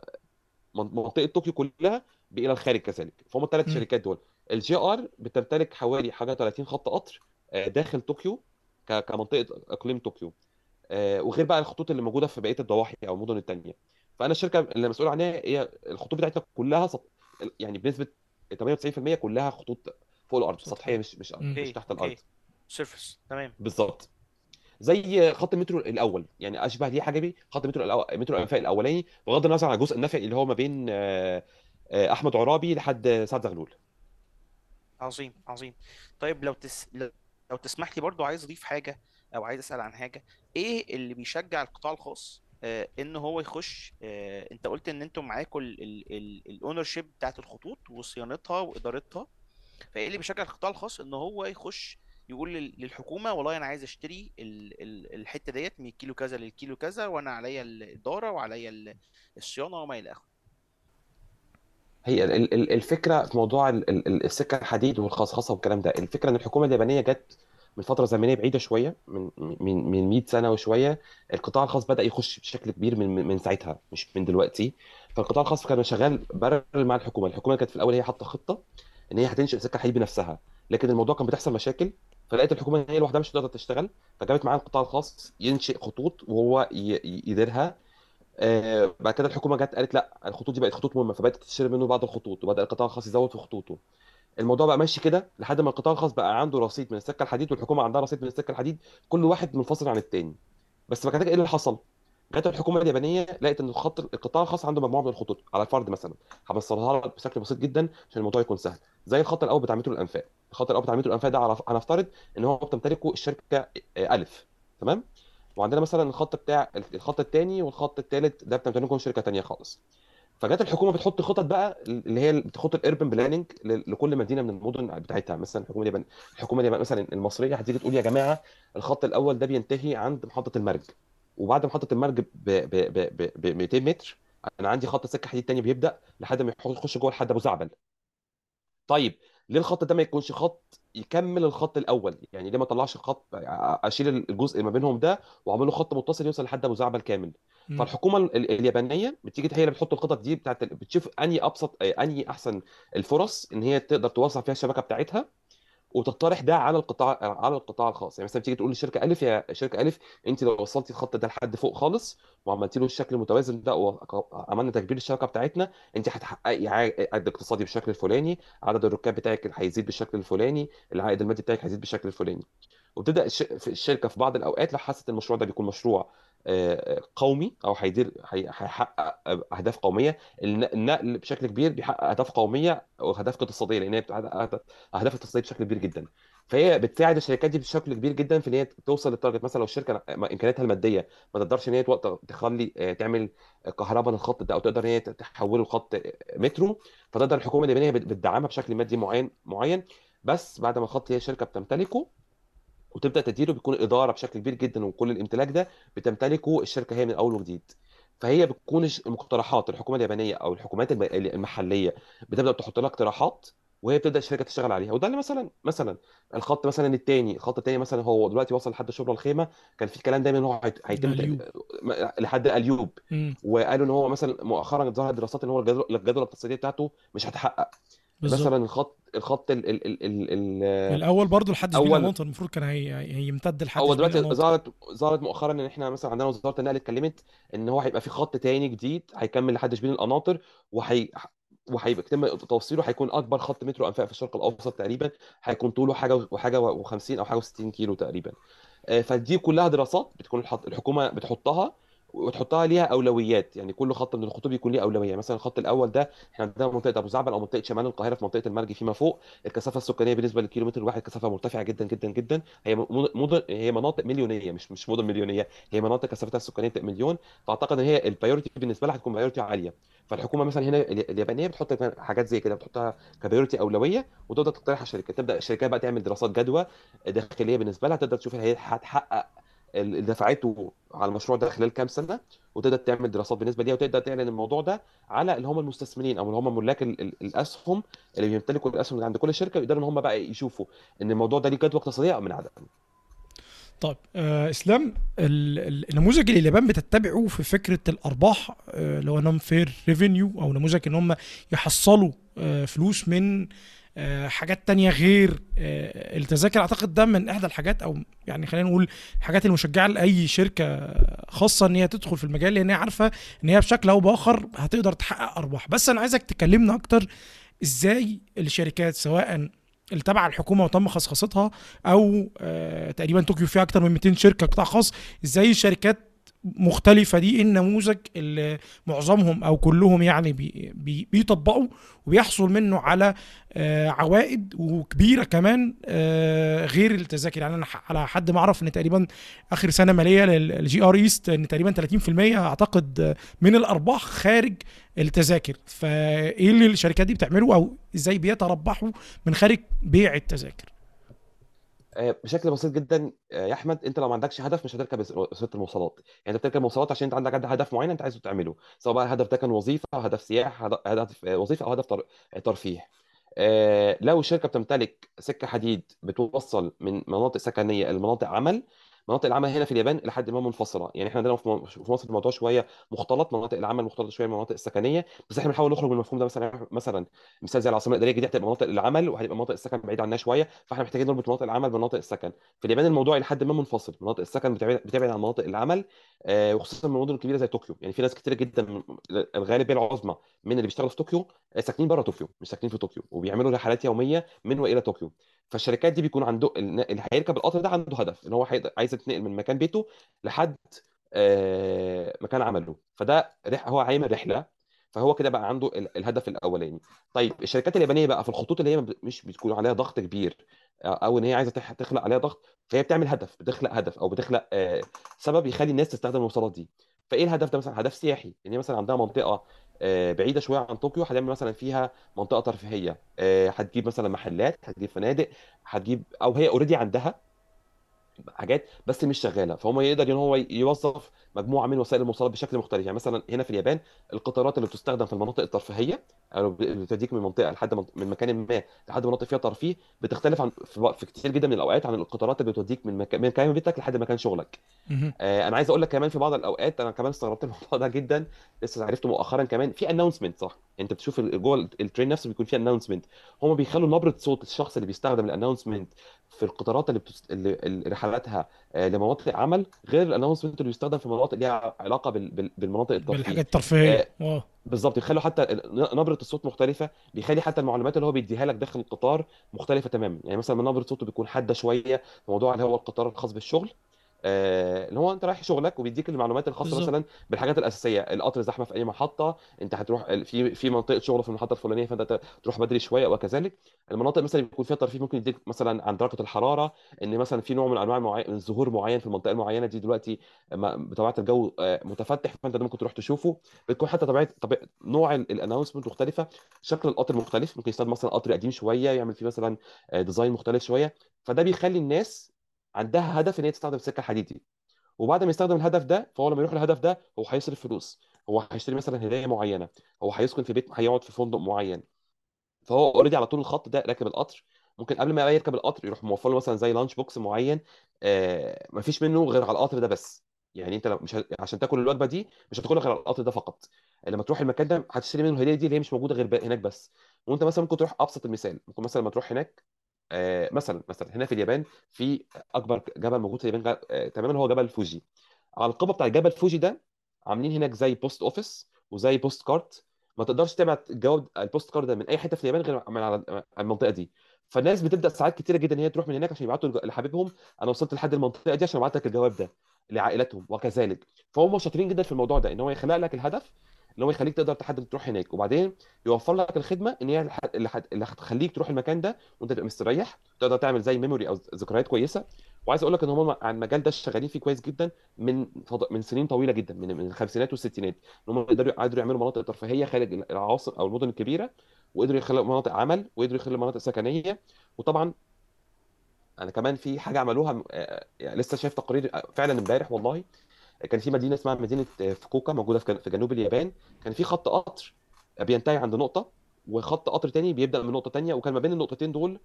منطقه طوكيو كلها الى الخارج كذلك. فهم الثلاث مم. شركات دول. الجي ار بتمتلك حوالي حاجه 30 خط قطر داخل طوكيو كمنطقه اقليم طوكيو. وغير بقى الخطوط اللي موجوده في بقيه الضواحي او المدن التانيه. فانا الشركه اللي مسؤول عنها هي الخطوط بتاعتنا كلها يعني بنسبه 98% كلها خطوط فوق الارض سطحيه، سطحية. مش اوكي تحت الارض. اوكي. سيرفس. تمام. بالظبط. زي خط المترو الاول، يعني اشبه ليه حاجه بيه خط المترو مترو الانفاق الاولاني، بغض النظر عن الجزء النفقي اللي هو ما بين احمد عرابي لحد سعد زغلول. عظيم عظيم. طيب لو تسمح لي برضو عايز اضيف حاجه، او عايز اسال عن حاجه. ايه اللي بيشجع القطاع الخاص ان هو يخش؟ انت قلت ان انتم معاكم الاونر شيب بتاعت الخطوط وصيانتها وادارتها. فايه اللي بيشجع القطاع الخاص ان هو يخش يقول للحكومه والله انا عايز اشتري الحته ديت من الكيلو كذا للكيلو كذا، وانا عليا الاداره وعليا الصيانه وما الى اخره؟ هي الفكره في موضوع السكه الحديد والخصخصه والكلام ده. الفكره ان الحكومه اليابانيه جت من فتره زمنيه بعيده شويه، من 100 سنه وشويه. القطاع الخاص بدا يخش بشكل كبير من ساعتها، مش من دلوقتي. فالقطاع الخاص كان شغال بارل مع الحكومه. الحكومه كانت في الاول هي حاطه خطه ان هي هتنشئ سكه حديد بنفسها، لكن الموضوع كان بتحصل مشاكل. فلقيت الحكومه ان هي لوحدها مش هتقدر تشتغل، فجابت معاها القطاع الخاص ينشئ خطوط وهو يديرها. بعد كده الحكومه جت قالت لا، الخطوط دي بقت خطوط مهمه، فبقت تشتري منه بعض الخطوط، وبدا القطاع الخاص يزود في خطوطه. الموضوع بقى ماشي كده لحد ما القطاع الخاص بقى عنده رصيد من السكه الحديد والحكومه عندها رصيد من السكه الحديد، كل واحد منفصل عن التاني. بس بعد كده ايه اللي حصل؟ جت الحكومه اليابانيه لقيت ان القطاع الخاص عنده مجموعه من الخطوط على الفرد مثلا. هبصرها لك بشكل بسيط جدا عشان الموضوع يكون سهل. زي الخط الاول بتاع مترو الانفاق، الخط الاول بتاع المترو الانفاق ده هنفترض ان هو بتمتلكه الشركه الف. تمام. وعندنا مثلا الخط الثاني والخط الثالث ده بتمتلكهم شركه ثانيه خالص. فجت الحكومه بتحط خطط بقى اللي هي خطه الاربن بلاننج لكل مدينه من المدن بتاعتها. مثلا الحكومه اليابان مثلا المصريه هتيجي تقول يا جماعه الخط الاول ده بينتهي عند محطه المرج، وبعد محطه المرج ب 200 متر انا عندي خط سكه حديد تاني بيبدا لحد ما يخش جوه لحد ابو زعبل. طيب ليه الخط ده ما يكونش خط يكمل الخط الاول؟ يعني ليه ما اطلعش خط اشيل الجزء ما بينهم ده واعمل له خط متصل يوصل لحد ابو زعبل كامل؟ مم. فالحكومه اليابانيه بتيجي هي اللي بتحط الخطط دي بتشوف انهي ابسط انهي احسن الفرص ان هي تقدر توسع فيها الشبكه بتاعتها، وتقترح ده على القطاع الخاص. يعني مثلا تيجي تقول لشركه الف يا شركه الف انت لو وصلتي الخط ده لحد فوق خالص وعملتي له الشكل المتوازن ده وعملنا تكبير الشبكه بتاعتنا، انت هتحققي عائد اقتصادي بالشكل الفلاني، عدد الركاب بتاعك هيزيد بالشكل الفلاني، العائد المادي بتاعك هيزيد بالشكل الفلاني. وبتبدا الشركه في بعض الاوقات لو حست المشروع ده بيكون مشروع قومي او هيحقق اهداف قوميه. النقل بشكل كبير بيحقق اهداف قوميه واهداف اقتصاديه لان هي بتحقق اهداف اقتصاديه بشكل كبير جدا. فهي بتساعد الشركات دي بشكل كبير جدا في ان هي توصل للتارجت. مثلا لو الشركه امكانياتها الماديه ما تقدرش ان هي تخلي تعمل كهرباء للخط ده او تقدر ان هي تحوله لخط مترو، فتقدر الحكومه اليابانيه بتدعمها بشكل مادي معين. بس بعد ما الخط هي الشركه بتمتلكه وتبدا تديره بيكون الاداره بشكل كبير جدا وكل الامتلاك ده بتمتلكه الشركه هي من اول وجديد. فهي بتكون المقترحات الحكومه اليابانيه او الحكومات المحليه بتبدا تحط لها اقتراحات وهي بتبدا الشركه تشتغل عليها. وده اللي مثلا الخط الثاني مثلا هو دلوقتي وصل لحد شبرا الخيمه. كان في كلام دايما ان هو هيتم اليوب. لحد اليوب. مم. وقالوا ان هو مثلا مؤخرا ظهرت دراسات ان هو الجدول الاقتصاديه بتاعته مش هتحقق. بالظبط. مثلا الخط الاول برضو لحد شبين الاول. قناطر المفروض كان هيمتد لحد هو شبين دلوقتي قناطر. ظهرت مؤخرا ان احنا مثلا عندنا وزاره النقل اتكلمت ان هو هيبقى في خط تاني جديد هيكمل لحد شبين القناطر، وهيبقى يتم توصيله، هيكون اكبر خط مترو انفاق في الشرق الاوسط تقريبا. هيكون طوله حاجه و50 او حاجه و60 كيلو تقريبا. فدي كلها دراسات بتكون الحكومه بتحطها وتحطها ليها اولويات. يعني كل خط من الخطوط بيكون ليه اولويه. مثلا الخط الاول ده احنا عندنا منطقه ابو زعبل او منطقه شمال القاهره في منطقه المرج فيما فوق. الكثافه السكانيه بالنسبه للكيلومتر الواحد كثافه مرتفعه جدا جدا جدا. هي مناطق مليونيه مش مدن مليونيه. هي مناطق كثافتها السكانيه مليون. فاعتقد ان هي البايورتي بالنسبه لها هتكون بايورتي عاليه. فالحكومه مثلا هنا اليابانيه بتحط حاجات زي كده بتحطها كبايورتي اولويه وتقدر تقترحها الشركات. تبدا الشركات بقى تعمل دراسات جدوى داخليه بالنسبه لها تقدر تشوف هي هتحقق اللي دفعته على المشروع ده خلال كام سنه، وتقدر تعمل دراسات بالنسبه ليها وتقدر تعلن الموضوع ده على اللي هم المستثمرين او اللي هم ملاك الاسهم اللي بيمتلكوا الاسهم اللي عند كل شركه، يقدروا ان هم بقى يشوفوا ان الموضوع ده ليه جدوى اقتصاديه او من عدم. طيب اسلام، النموذج اللي اليابان بتتبعه في فكره الارباح، اللي هو نون فير ريفينيو، او نموذج ان هم يحصلوا فلوس من حاجات تانية غير التذاكر. اعتقد ده من احدى الحاجات، او يعني خلينا نقول الحاجات المشجعه لاي شركه خاصه ان هي تدخل في المجال، لان هي عارفه ان هي بشكل او باخر هتقدر تحقق ارباح. بس انا عايزك تكلمنا اكتر ازاي الشركات، سواء اللي تبع الحكومه وتم خصخصتها، او تقريبا طوكيو فيها اكتر من 200 شركه قطاع خاص، ازاي الشركات مختلفه دي، إيه النموذج اللي معظمهم او كلهم يعني بيطبقوا وبيحصل منه على عوائد وكبيره كمان غير التذاكر. يعني انا على حد ما اعرف ان تقريبا اخر سنه ماليه للجي ار ايست ان تقريبا 30% اعتقد من الارباح خارج التذاكر. فايه اللي الشركات دي بتعمله، او ازاي بيتربحوا من خارج بيع التذاكر؟ بشكل بسيط جدا يا احمد، انت لو ما عندكش هدف مش هتركب وسيله المواصلات. يعني انت بتركب مواصلات عشان انت عندك هدف معين انت عايزه تعمله، سواء بقى الهدف ده كان وظيفه او هدف سياحه، هدف وظيفه او هدف ترفيه. لو الشركه بتمتلك سكه حديد بتوصل من مناطق سكنيه لمناطق عمل، مناطق العمل هنا في اليابان لحد ما منفصله. يعني احنا عندنا في مصر الموضوع شويه مختلط، مناطق العمل مختلطه شويه من المناطق السكنيه. بس احنا بنحاول نخرج من المفهوم ده. مثلا مثال زي العاصمه الاداريه الجديده هتبقى مناطق العمل وهتبقى مناطق السكن بعيد عنها شويه، فاحنا محتاجين نربط مناطق العمل بمناطق السكن. في اليابان الموضوع لحد ما منفصل، مناطق السكن بتبعد عن مناطق العمل. وخصوصا من المدن الكبيره زي طوكيو. يعني في ناس كتير جدا الغالبيه العظمى من اللي بيشتغلوا في طوكيو ساكنين بره طوكيو مش ساكنين في طوكيو، وبيعملوا رحلات يوميه من والى طوكيو. فالشركات دي بيكون عنده اللي هيركب القطر ده عنده هدف ان هو عايز يتنقل من مكان بيته لحد مكان عمله. فده هو هيعمل رحله فهو كده بقى عنده الهدف الاولاني. طيب الشركات اليابانيه بقى في الخطوط اللي هي مش بتكون عليها ضغط كبير، او ان هي عايزه تخلق عليها ضغط، فهي بتعمل هدف، بتخلق هدف او بتخلق سبب يخلي الناس تستخدم المواصلات دي. فايه الهدف ده؟ مثلا هدف سياحي، ان هي مثلا عندها منطقه بعيده شويه عن طوكيو، هتعمل مثلا فيها منطقه ترفيهيه، هتجيب مثلا محلات، هتجيب فنادق، هتجيب، او هي اوريدي عندها حاجات بس مش شغاله، فهم يقدر ان هو يوظف مجموعه من وسائل المواصلات بشكل مختلف. يعني مثلا هنا في اليابان القطارات اللي بتستخدم في المناطق الترفيهيه، او اللي بتوديك من منطقه لحد من مكان ما لحد مناطق فيها ترفيه، بتختلف عن في كتير جدا من الاوقات عن القطارات اللي بتوديك من مكان بيتك لحد مكان شغلك. مهم. انا عايز اقول لك كمان في بعض الاوقات انا كمان استغربت الموضوع ده جدا، لسه عرفته مؤخرا كمان، في اناونسمنت، صح؟ انت بتشوف جوه الترين نفسه بيكون فيه اناونسمنت، هم بيخلوا نبره صوت الشخص اللي بيستخدم الاناونسمنت في القطارات اللي رحلاتها لمناطق عمل، غير الاناونسمنت اللي بيستخدم في مناطق ليها علاقه بالمناطق الترفيه. بالحاجات الترفيهيه. آه، اه. بالظبط، بيخلوا حتى نبره الصوت مختلفه، بيخلي حتى المعلومات اللي هو بيديها لك داخل القطار مختلفه تماما. يعني مثلا من نبره صوته بيكون حاده شويه في موضوع اللي هو القطار الخاص بالشغل، اللي هو انت رايح شغلك وبيديك المعلومات الخاصه بالظبط. مثلا بالحاجات الاساسيه، القطر زحمه في اي محطه، انت هتروح في منطقه شغل في المحطه الفلانيه فانت تروح بدري شويه، وكذلك المناطق مثلا بيكون فيها ترفيه ممكن يديك مثلا عن درجه الحراره، ان مثلا في نوع من انواع من الزهور معين في المنطقه المعينه دي دلوقتي بطبيعه الجو متفتح، فانت ده ممكن تروح تشوفه. بتكون حتى طبيعه نوع الاناونسمنت مختلفه، شكل القطر مختلف، ممكن يستخدم مثلا قطر قديم شويه يعمل فيه مثلا ديزاين مختلف شويه، فده بيخلي الناس عندها هدف ان هي تستخدم السكه الحديدي. وبعد ما يستخدم الهدف ده، فهو لما يروح الهدف ده هو هيصرف فلوس، هو هيشتري مثلا هدايا معينه، هو هيسكن في بيت، هيقعد في فندق معين، فهو اوريدي على طول الخط ده راكب القطر، ممكن قبل ما يركب القطر يروح موفر له مثلا زي لانش بوكس معين، ما فيش منه غير على القطر ده بس. يعني انت لو مش عشان تاكل الوجبه دي مش هتاكلها غير على القطر ده فقط، لما تروح المكان ده هتشتري منه الهديه دي اللي هي مش موجوده غير هناك بس. وانت مثلا ممكن تروح، ابسط المثال ممكن مثلا لما تروح هناك، مثلا هنا في اليابان في اكبر جبل موجود في اليابان تماما هو جبل فوجي. على القمه بتاع جبل فوجي ده عاملين هناك زي بوست اوفيس وزي بوست كارت، ما تقدرش تبعت الجواب البوست كارد ده من اي حته في اليابان غير من على المنطقه دي. فالناس بتبدا ساعات كتيره جدا ان هي تروح من هناك عشان يبعتوا لحبيبهم، انا وصلت لحد المنطقه دي عشان ابعت لك الجواب ده، لعائلتهم وكذلك. فهم شاطرين جدا في الموضوع ده، ان هو يخلق لك الهدف، ان هو يخليك تقدر تحدد تروح هناك، وبعدين يوفر لك الخدمه ان هي اللي هتخليك تروح المكان ده وانت تبقى مستريح، تقدر تعمل زي ميموري او ذكريات كويسه. وعايز اقول لك ان هم على المجال ده شغالين فيه كويس جدا من سنين طويله جدا، من الخمسينات والستينات، ان هم قدروا يعملوا مناطق ترفيهيه خارج العواصم او المدن الكبيره، وقدروا يخلقوا مناطق عمل، وقدروا يخلقوا مناطق سكنيه. وطبعا انا كمان في حاجه عملوها، يعني لسه شايف تقرير فعلا امبارح والله، كان في مدينه اسمها مدينه فوكوكا موجوده في جنوب اليابان، كان في خط قطر بينتهي عند نقطه، وخط قطر تاني بيبدا من نقطه تانيه، وكان ما بين النقطتين دول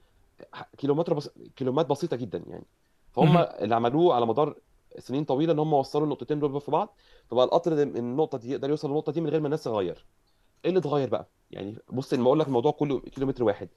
كيلومترات بسيطه جدا يعني. فهم مهم. اللي عملوه على مدار سنين طويله ان هم وصلوا النقطتين دول في بعض، فبقى القطر ده من النقطه دي يقدر يوصل للنقطه دي من غير ما الناس تغير. ايه اللي اتغير بقى؟ يعني بص، لما اقول لك الموضوع كله كيلومتر واحد،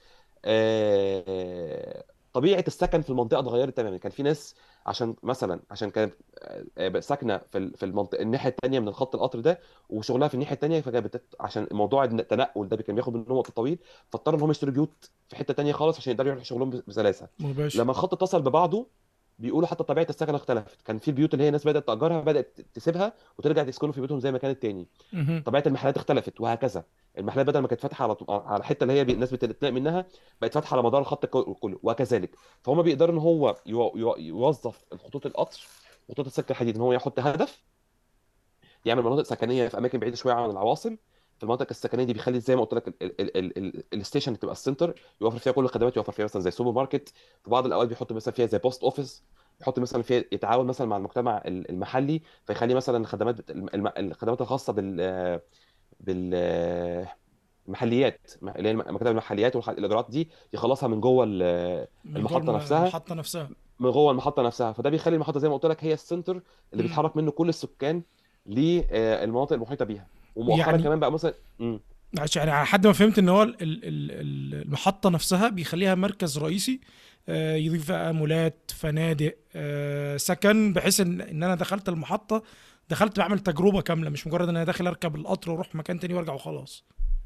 طبيعه السكن في المنطقه اتغيرت تماما. كان في ناس عشان كانت ساكنه في المنطقه الناحيه الثانيه من الخط القطر ده، وشغلها في الناحيه الثانيه، عشان موضوع التنقل ده كان بياخد منهم وقت طويل، فاضطروا ان هم يشتروا بيوت في حته ثانيه خالص عشان يقدروا يروحوا شغلهم بسلاسه. مباشر. لما الخط اتصل ببعضه، بيقولوا حتى طبيعه السكن اختلفت، كان في البيوت اللي هي الناس بدات تاجرها بدات تسيبها وترجع تسكنوا في بيوتهم زي ما كانت تاني، مهم. طبيعه المحلات اختلفت، وهكذا. المحلات بدل ما كانت فاتحه على الحته اللي هي الناس بتتنقل منها، بقت فاتحه على مدار الخط كله، وكذلك. فهم بيقدروا ان هو يوظف الخطوط القطر، خطوط السكه الحديد، ان هو يحط هدف يعمل مناطق سكنيه في اماكن بعيده شويه عن العواصم. في المناطق السكنيه دي بيخلي زي ما قلت لك الستيشن تبقى السنتر، يوفر فيها كل الخدمات، يوفر فيها مثلا زي سوبر ماركت، في بعض الاوقات بيحط مثلا فيها زي بوست اوفيس، يحط مثلا فيها يتعاون مثلا مع المجتمع المحلي، فيخلي مثلا الخدمات الخاصه بال اللي هي مكاتب المحليات والاجراءات دي يخلصها من جوه من جوه المحطه نفسها، المحطه نفسها. من جوه المحطه نفسها. فده بيخلي المحطه زي ما قلت لك هي السنتر اللي مم. بيتحرك منه كل السكان للمناطق المحيطه بيها. ومؤخرا يعني كمان بقى مثلا يعني على حد ما فهمت ان هو المحطه نفسها بيخليها مركز رئيسي، يضيف بقى مولات، فنادق، سكن، بحيث ان انا دخلت المحطه، دخلت بعمل تجربه كامله، مش مجرد ان انا داخل اركب القطر واروح مكان تاني وارجع وخلاص.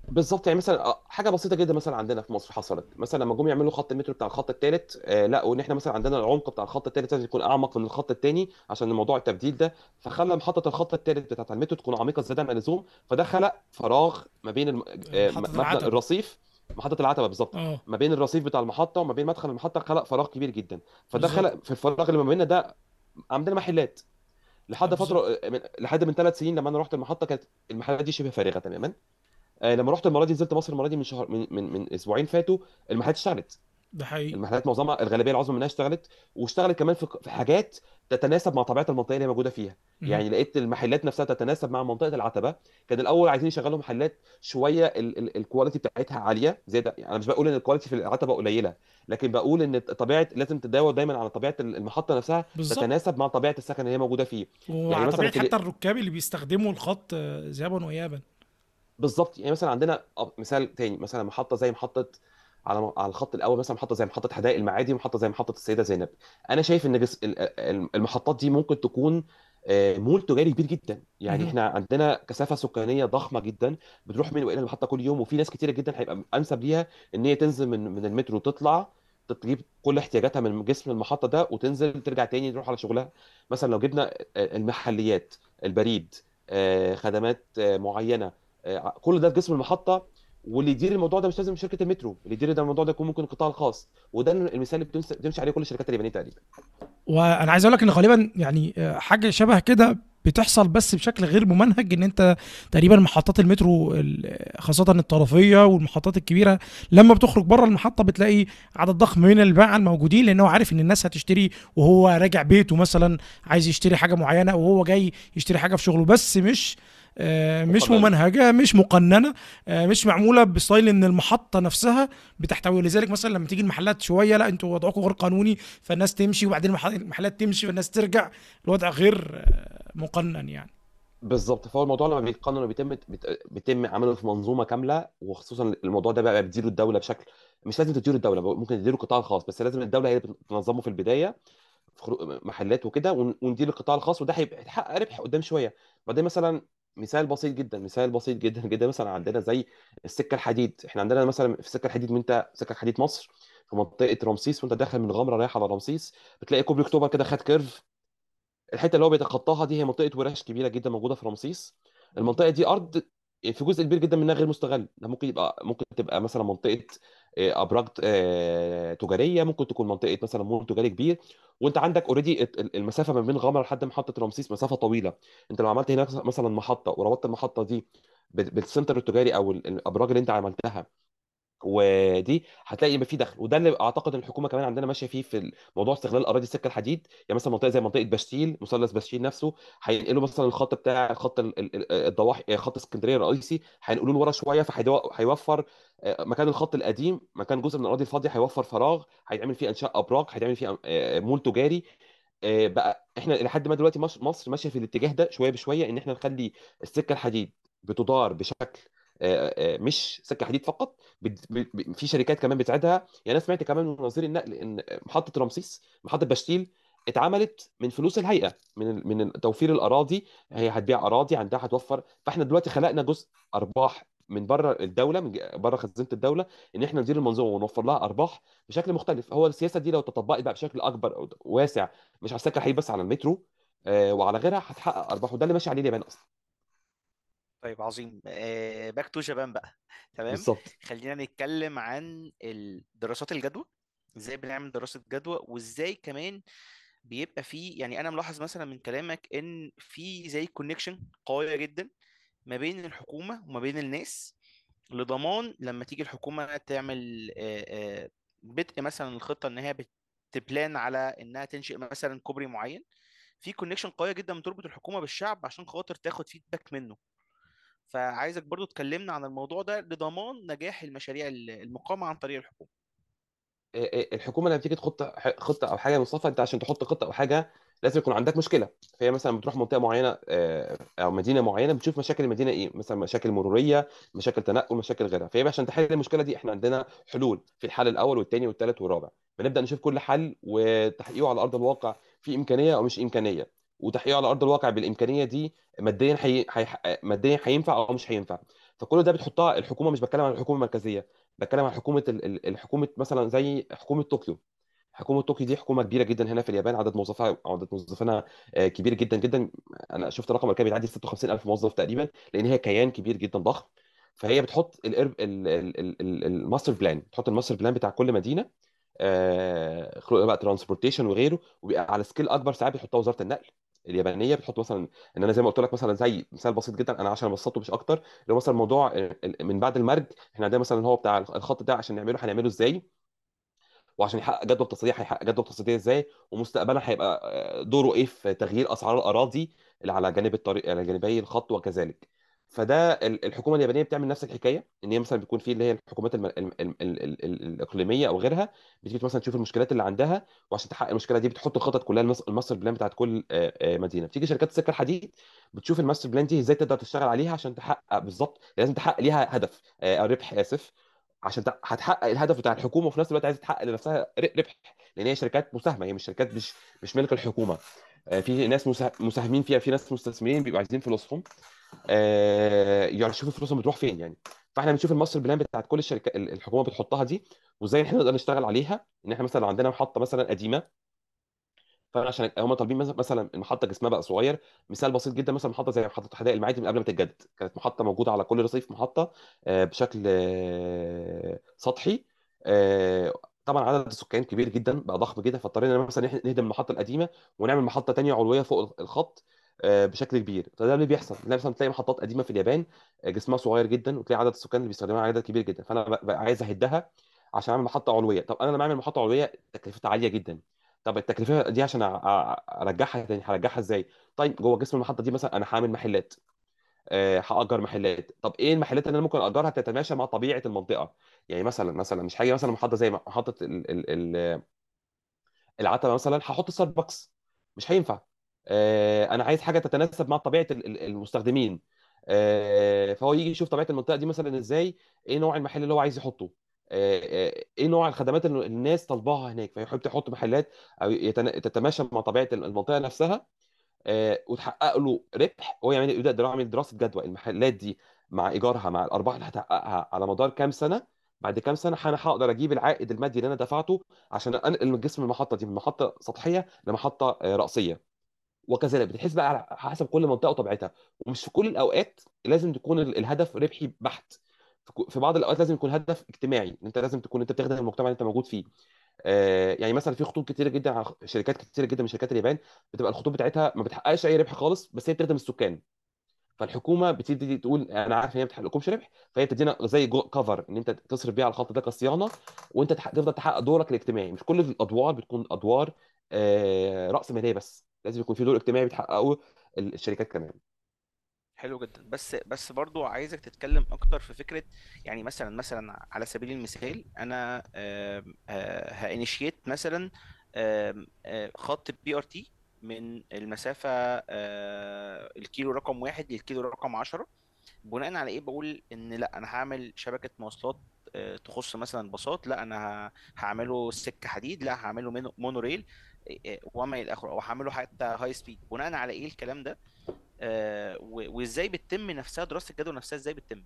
بالظبط. يعني مثلا حاجه بسيطه جدا مثلا عندنا في مصر حصلت، مثلا لما جم يعملوا خط المترو بتاع الخط الثالث، لقوا ان احنا مثلا عندنا العمق بتاع الخط الثالث لازم يكون اعمق من الخط الثاني عشان الموضوع التبديل ده. فخلى محطه الخط الثالث بتاعت المترو تكون عميقه زياده عن اللزوم، فده خلق فراغ ما بين محطه مبنى العتبه. الرصيف، محطه العتبه بالظبط، اه ما بين الرصيف بتاع المحطه وما بين مدخل المحطه، خلق فراغ كبير جدا. فده بالظبط. خلق في الفراغ اللي ما بيننا ده عندنا محلات. لحد فتره بالظبط. لحد من 3 سنين لما انا رحت المحطه كانت المحلات دي شبه فارغه تماما. لما رحت المره دي، نزلت مصر المره دي من شهر، من اسبوعين فاتوا، المحلات اشتغلت. ده حقيقي. المحلات معظمها، الغالبيه العظمى منها اشتغلت، واشتغلت كمان في حاجات تتناسب مع طبيعه المنطقه اللي هي موجوده فيها. مهم. يعني لقيت المحلات نفسها تتناسب مع منطقه العتبه. كان الاول عايزين يشغلوا محلات شويه الكواليتي بتاعتها عاليه زياده. يعني انا مش بقول ان الكواليتي في العتبه قليله، لكن بقول ان طبيعه لازم تداول دايما على طبيعه المحطه نفسها بالظبط. تتناسب مع طبيعه السكن اللي هي موجوده فيه. يعني ومع مثلا طبيعه في حتى الركاب اللي بيستخدموا الخط ذهابا وايابا. بالظبط. يعني مثلا عندنا مثال تاني، مثلا محطه زي محطه، على الخط الاول مثلا محطه زي محطه حدائق المعادي ومحطه زي محطه السيده زينب. انا شايف ان المحطات دي ممكن تكون مول تجاري كبير جدا. يعني مهم. احنا عندنا كثافه سكانيه ضخمه جدا بتروح من والى المحطه كل يوم، وفي ناس كتيره جدا هيبقى انسب ليها ان هي تنزل من المترو، تطلع تجيب كل احتياجاتها من جسم المحطه ده وتنزل ترجع تاني تروح على شغلها. مثلا لو جبنا المحليات، البريد، خدمات معينه، كل ده في جسم المحطه. واللي يدير الموضوع ده مش لازم شركه المترو، اللي يدير ده الموضوع ده يكون ممكن القطاع الخاص. وده المثال اللي بتمشي عليه كل الشركات اليابانيه تقريبا. وانا عايز اقول لك ان غالبا يعني حاجه شبه كده بتحصل بس بشكل غير ممنهج، ان انت تقريبا محطات المترو خاصه الطرفيه والمحطات الكبيره لما بتخرج بره المحطه بتلاقي عدد ضخم من الباعة الموجودين، لان هو عارف ان الناس هتشتري وهو راجع بيته مثلا، عايز يشتري حاجه معينه وهو جاي يشتري حاجه في شغله، بس مش مقننه. ممنهجه، مش مقننه، مش معموله بستايل ان المحطه نفسها بتحتوي. لذلك مثلا لما تيجي المحلات شويه، لا انتوا وضعكم غير قانوني، فالناس تمشي، وبعدين المحلات تمشي فالناس ترجع، الوضع غير مقنن يعني. بالظبط. فهو الموضوع لما بيتقنن وبيتم بيتم عمله في منظومه كامله، وخصوصا الموضوع ده بقى بتديره الدوله بشكل، مش لازم تديره الدوله، ممكن تديره القطاع الخاص، بس لازم الدوله هي اللي بتنظمه في البدايه، في محلات وكده، وندير القطاع الخاص، وده هيحقق ربح قدام شويه. بعدين مثلا مثال بسيط جدا، مثال بسيط جدا جدا، مثلا عندنا زي السكه الحديد. احنا عندنا مثلا في السكه الحديد، وانت سكه حديد مصر في منطقه رمسيس وانت داخل من غمره رايح على رمسيس، بتلاقي كوبري اكتوبر كده خد كيرف. الحته اللي هو بيتخطاها دي هي منطقه ورش كبيره جدا موجوده في رمسيس. المنطقه دي ارض في جزء كبير جدا منها غير مستغل. ده ممكن تبقى مثلا منطقه ابراج تجاريه، ممكن تكون منطقه مثلا مول تجاري كبير. وانت عندك اوريدي المسافه ما بين غمره لحد محطه رمسيس مسافه طويله. انت لو عملت هناك مثلا محطه وربطت المحطه دي بالسنتر التجاري او الابراج اللي انت عملتها، ودي هتلاقي يبقى في دخل. وده اللي اعتقد ان الحكومه كمان عندنا ماشيه فيه في موضوع استغلال اراضي السكه الحديد. يعني مثلا منطقه زي منطقه بشتيل، مثلث بشتيل نفسه، هينقلوا مثلا الخط بتاع خط الضواحي، خط اسكندريه الرئيسي، هينقلوه لورا شويه، فهيوفر مكان الخط القديم، مكان جزء من الاراضي الفاضيه، هيوفر فراغ هيتعمل فيه انشاء ابراج، هيتعمل فيه مول تجاري. بقى احنا لحد ما دلوقتي مصر ماشيه في الاتجاه ده شويه بشويه، ان احنا نخلي السكه الحديد بتدار بشكل مش سكه حديد فقط، في شركات كمان بتساعدها. يعني انا سمعت كمان من وزير النقل ان محطه رمسيس، محطه بشتيل، اتعملت من فلوس الهيئه، من توفير الاراضي. هي هتبيع اراضي عندها هتوفر. فاحنا دلوقتي خلقنا جزء ارباح من بره الدوله، من بره خزينه الدوله، ان احنا ندير المنظومه ونوفر لها ارباح بشكل مختلف. هو السياسه دي لو تطبقت بقى بشكل اكبر أو واسع، مش على السكه الحديد بس، على المترو وعلى غيرها، هتحقق ارباح. وده اللي ماشي عليه اليابان اصلا. طيب عظيم. باك تو جابان بقى. تمام. بالظبط. خلينا نتكلم عن دراسات الجدوى. ازاي بنعمل دراسة جدوى، وازاي كمان بيبقى فيه، يعني انا ملاحظ مثلا من كلامك ان في زي كونكشن قوية جدا ما بين الحكومة وما بين الناس، لضمان لما تيجي الحكومة تعمل بدء مثلا الخطة ان هي بتبلان على انها تنشئ مثلا كوبري معين، في كونكشن قوية جدا بتربط الحكومة بالشعب عشان خاطر تاخد فيدباك منه. فعايزك برضو تكلمنا عن الموضوع ده لضمان نجاح المشاريع المقامة عن طريق الحكومة. الحكومه لما بتيجي تحط خطه او حاجه مصطفى، انت عشان تحط خطه او حاجه لازم يكون عندك مشكله. فهي مثلا بتروح منطقه معينه او مدينه معينه، بتشوف مشاكل المدينه ايه، مثلا مشاكل مروريه، مشاكل تنقل، مشاكل غيرها. فهي عشان تحل المشكله دي احنا عندنا حلول في الحل الاول والثاني والثالث والرابع. بنبدا نشوف كل حل وتحقيقه على ارض الواقع في امكانيه او مش امكانيه، وتحقيقه على ارض الواقع بالامكانيه دي ماديا ماديا هينفع او مش هينفع. فكل ده بتحطها الحكومه. مش بتكلم عن الحكومه المركزيه، بتكلم عن حكومه الحكومه مثلا زي حكومه طوكيو. حكومه طوكيو دي حكومه كبيره جدا هنا في اليابان، عدد موظفينها كبير جدا جدا. انا شفت رقم كده بيعدي 56,000 موظف تقريبا، لان هي كيان كبير جدا ضخم. فهي بتحط الماستر بلان، بتحط الماستر بلان بتاع كل مدينه، خلق بقى ترانسبورتيشن وغيره. وبيبقى على سكيل اكبر ساعات بتحطها وزاره النقل اليابانيه. بتحط مثلا ان انا زي ما قلت لك مثلا، زي مثال بسيط جدا انا عشان ابسطه مش اكتر، لو مثلا موضوع من بعد المرج، احنا عندنا مثلا هو بتاع الخط ده عشان نعمله هنعمله ازاي، وعشان يحقق جدوى اقتصاديه هيحقق جدوى اقتصاديه ازاي، ومستقبلا هيبقى دوره ايه في تغيير اسعار الاراضي اللي على جانب الطريق، على جانبي الخط وكذلك. فده الحكومه اليابانيه بتعمل نفس الحكايه، ان هي مثلا بيكون في اللي هي الحكومات الاقليميه او غيرها، بتيجي مثلا تشوف المشكلات اللي عندها، وعشان تحقق المشكله دي بتحط الخطط كلها، الماستر بلان بتاعت كل مدينه. بتيجي شركات السكه الحديد بتشوف الماستر بلان دي ازاي تقدر تشتغل عليها عشان تحقق بالظبط، لازم تحقق ليها هدف ربح اسف، عشان هتحقق الهدف بتاع الحكومه، وفي نفس الوقت عايزه تحقق لنفسها ربح، لان هي شركات مساهمه، هي مش شركات مش ملك الحكومه. في ناس مساهمين فيها، في ناس مستثمرين بيبقوا عايزين فلوسهم يعني يشوفوا فلوسهم بتروح فين يعني. فاحنا بنشوف الماستر بلان بتاعت كل الشركات الحكومه بتحطها دي، وازاي احنا نقدر نشتغل عليها. ان احنا مثلا لو عندنا محطه مثلا قديمه، فانا عشان هم طالبين مثلا المحطه جسمها بقى صغير. مثال بسيط جدا، مثلا محطه زي محطه حدائق المعادي من قبل ما تتجدد، كانت محطه موجوده على كل رصيف محطه بشكل سطحي. طبعا عدد السكان كبير جدا بقى ضخم جدا، فاضطرينا مثلا نهدم المحطه القديمه ونعمل محطه تانية علويه فوق الخط بشكل كبير. فده اللي بيحصل، مثلا تلاقي محطات قديمه في اليابان جسمها صغير جدا، وتلاقي عدد السكان اللي بيستخدموها عدد كبير جدا. فانا بقى عايز اهدها عشان اعمل محطه علويه. طب انا لما اعمل محطه علويه تكلفتها عاليه جدا. طب التكلفه دي عشان ارجعها تاني هرجعها ازاي؟ طيب جوه جسم المحطه دي مثلا انا هعمل محلات، هاجر محلات. طب ايه المحلات اللي انا ممكن اجرها تتماشى مع طبيعه المنطقه؟ يعني مثلا مش حاجه مثلا محطه زي محطه العتبه مثلا هحط ستاربكس، مش هينفع. انا عايز حاجه تتناسب مع طبيعه المستخدمين. فهو يجي يشوف طبيعه المنطقه دي مثلا ازاي، ايه نوع المحل اللي هو عايز يحطه، ايه نوع الخدمات اللي الناس طالباها هناك، فيحب يحط محلات او تتماشى مع طبيعه المنطقه نفسها، وتحقق له ربح. هو يعمل دراسه جدوى المحلات دي مع ايجارها مع الارباح اللي هتحققها على مدار كام سنه. بعد كام سنه انا هقدر اجيب العائد المادي اللي انا دفعته عشان انقل من جسم المحطه دي من محطه سطحيه لمحطه راسيه. وكذلك بتحس بقى على حسب كل منطقه وطبيعتها، ومش في كل الاوقات لازم تكون الهدف ربحي بحت. في بعض الاوقات لازم يكون هدف اجتماعي، ان انت لازم تكون انت بتخدم المجتمع اللي انت موجود فيه. يعني مثلا في خطوط كتيره جدا على شركات كتيره جدا من شركات اليابان، بتبقى الخطوط بتاعتها ما بتحققش اي ربح خالص، بس هي بتخدم السكان. فالحكومه بتبتدي تقول انا عارف ان هي ما بتحققلكمش ربح، فهي بتدينا زي كفر ان انت تصرف بيها على الخط ده كصيانه، وانت تفضل تحقق دورك الاجتماعي. مش كل الادوار بتكون ادوار راس ماليه بس، لازم يكون في دور اجتماعي بتحققه الشركات كمان. حلو جدا. بس برضو عايزك تتكلم اكتر في فكره، يعني مثلا على سبيل المثال انا هانيشيت مثلا خط بي ار تي من المسافه الكيلو رقم 1 للكيلو رقم 10. بناء على ايه بقول ان لا انا هعمل شبكه مواصلات تخص مثلا باصات، لا انا هعمله سكه حديد، لا هعمله مونوريل وما الى اخره، او هعمله حتى هاي سبيد؟ بناء على ايه الكلام ده؟ وازاي بتتم نفسها دراسه الجدوى نفسها، ازاي بتتم؟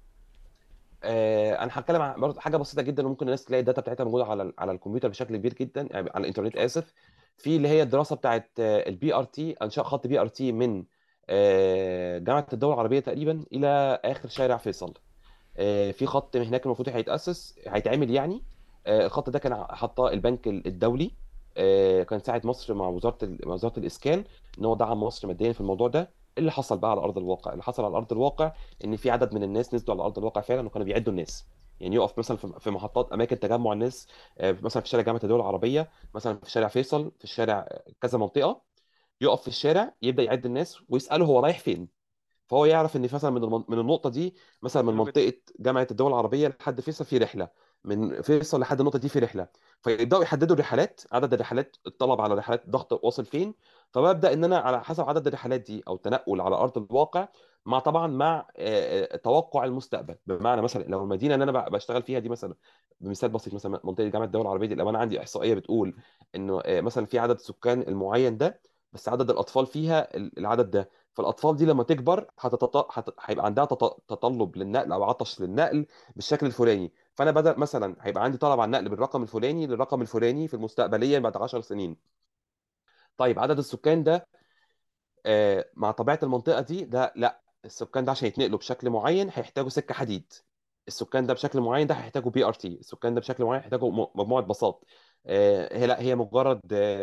انا هتكلم عن برضه حاجه بسيطه جدا، وممكن الناس تلاقي الداتا بتاعتها موجوده على الكمبيوتر بشكل كبير جدا، يعني على الانترنت اتفضل. اسف. في اللي هي الدراسه بتاعت البي ار تي، انشاء خط بي ار تي من جامعه الدول العربيه تقريبا الى اخر شارع فيصل. في خط هناك المفروض هيتاسس هيتعمل يعني. الخط ده كان حاطاه البنك الدولي، كان ساعد مصر مع وزاره الاسكان ان هو دعم مصر ماديا في الموضوع ده. اللي حصل بقى على ارض الواقع، اللي حصل على ارض الواقع ان في عدد من الناس نزلوا على ارض الواقع فعلا، وكانوا بيعدوا الناس. يعني يقف مثلا في محطات اماكن تجمع الناس، مثلا في شارع جامعه الدول العربيه، مثلا في شارع فيصل، في الشارع كذا منطقه، يقف في الشارع يبدا يعد الناس ويساله هو رايح فين. فهو يعرف ان مثلا من النقطه دي، مثلا من حلو جدا. منطقه جامعه الدول العربيه لحد فيصل في رحله، من فيصل لحد النقطه دي في رحله. فيبداوا يحددوا الرحلات، عدد الرحلات، الطلب على الرحلات، ضغط واصل فين. فببدا ان انا على حسب عدد الرحلات دي او التنقل على ارض الواقع، مع توقع المستقبل. بمعنى مثلا لو المدينه اللي انا بشتغل فيها دي مثلا، بمثال بسيط مثلا منطقه جامعه الدول العربيه دي، لو انا عندي احصائيه بتقول انه مثلا في عدد السكان المعين ده بس عدد الاطفال فيها العدد ده. فالاطفال دي لما تكبر هيبقى عندها تطلب للنقل او عطش للنقل بالشكل الفلاني. فانا بدل مثلا هيبقى عندي طلب على النقل بالرقم الفلاني للرقم الفلاني في المستقبليا بعد 10 سنين. طيب عدد السكان ده مع طبيعه المنطقه دي ده لا، السكان ده عشان يتنقلوا بشكل معين هيحتاجوا سكه حديد. السكان ده بشكل معين ده هيحتاجوا بي ار تي. السكان ده بشكل معين هيحتاجوا مجموعه باصات. هي لا، هي مجرد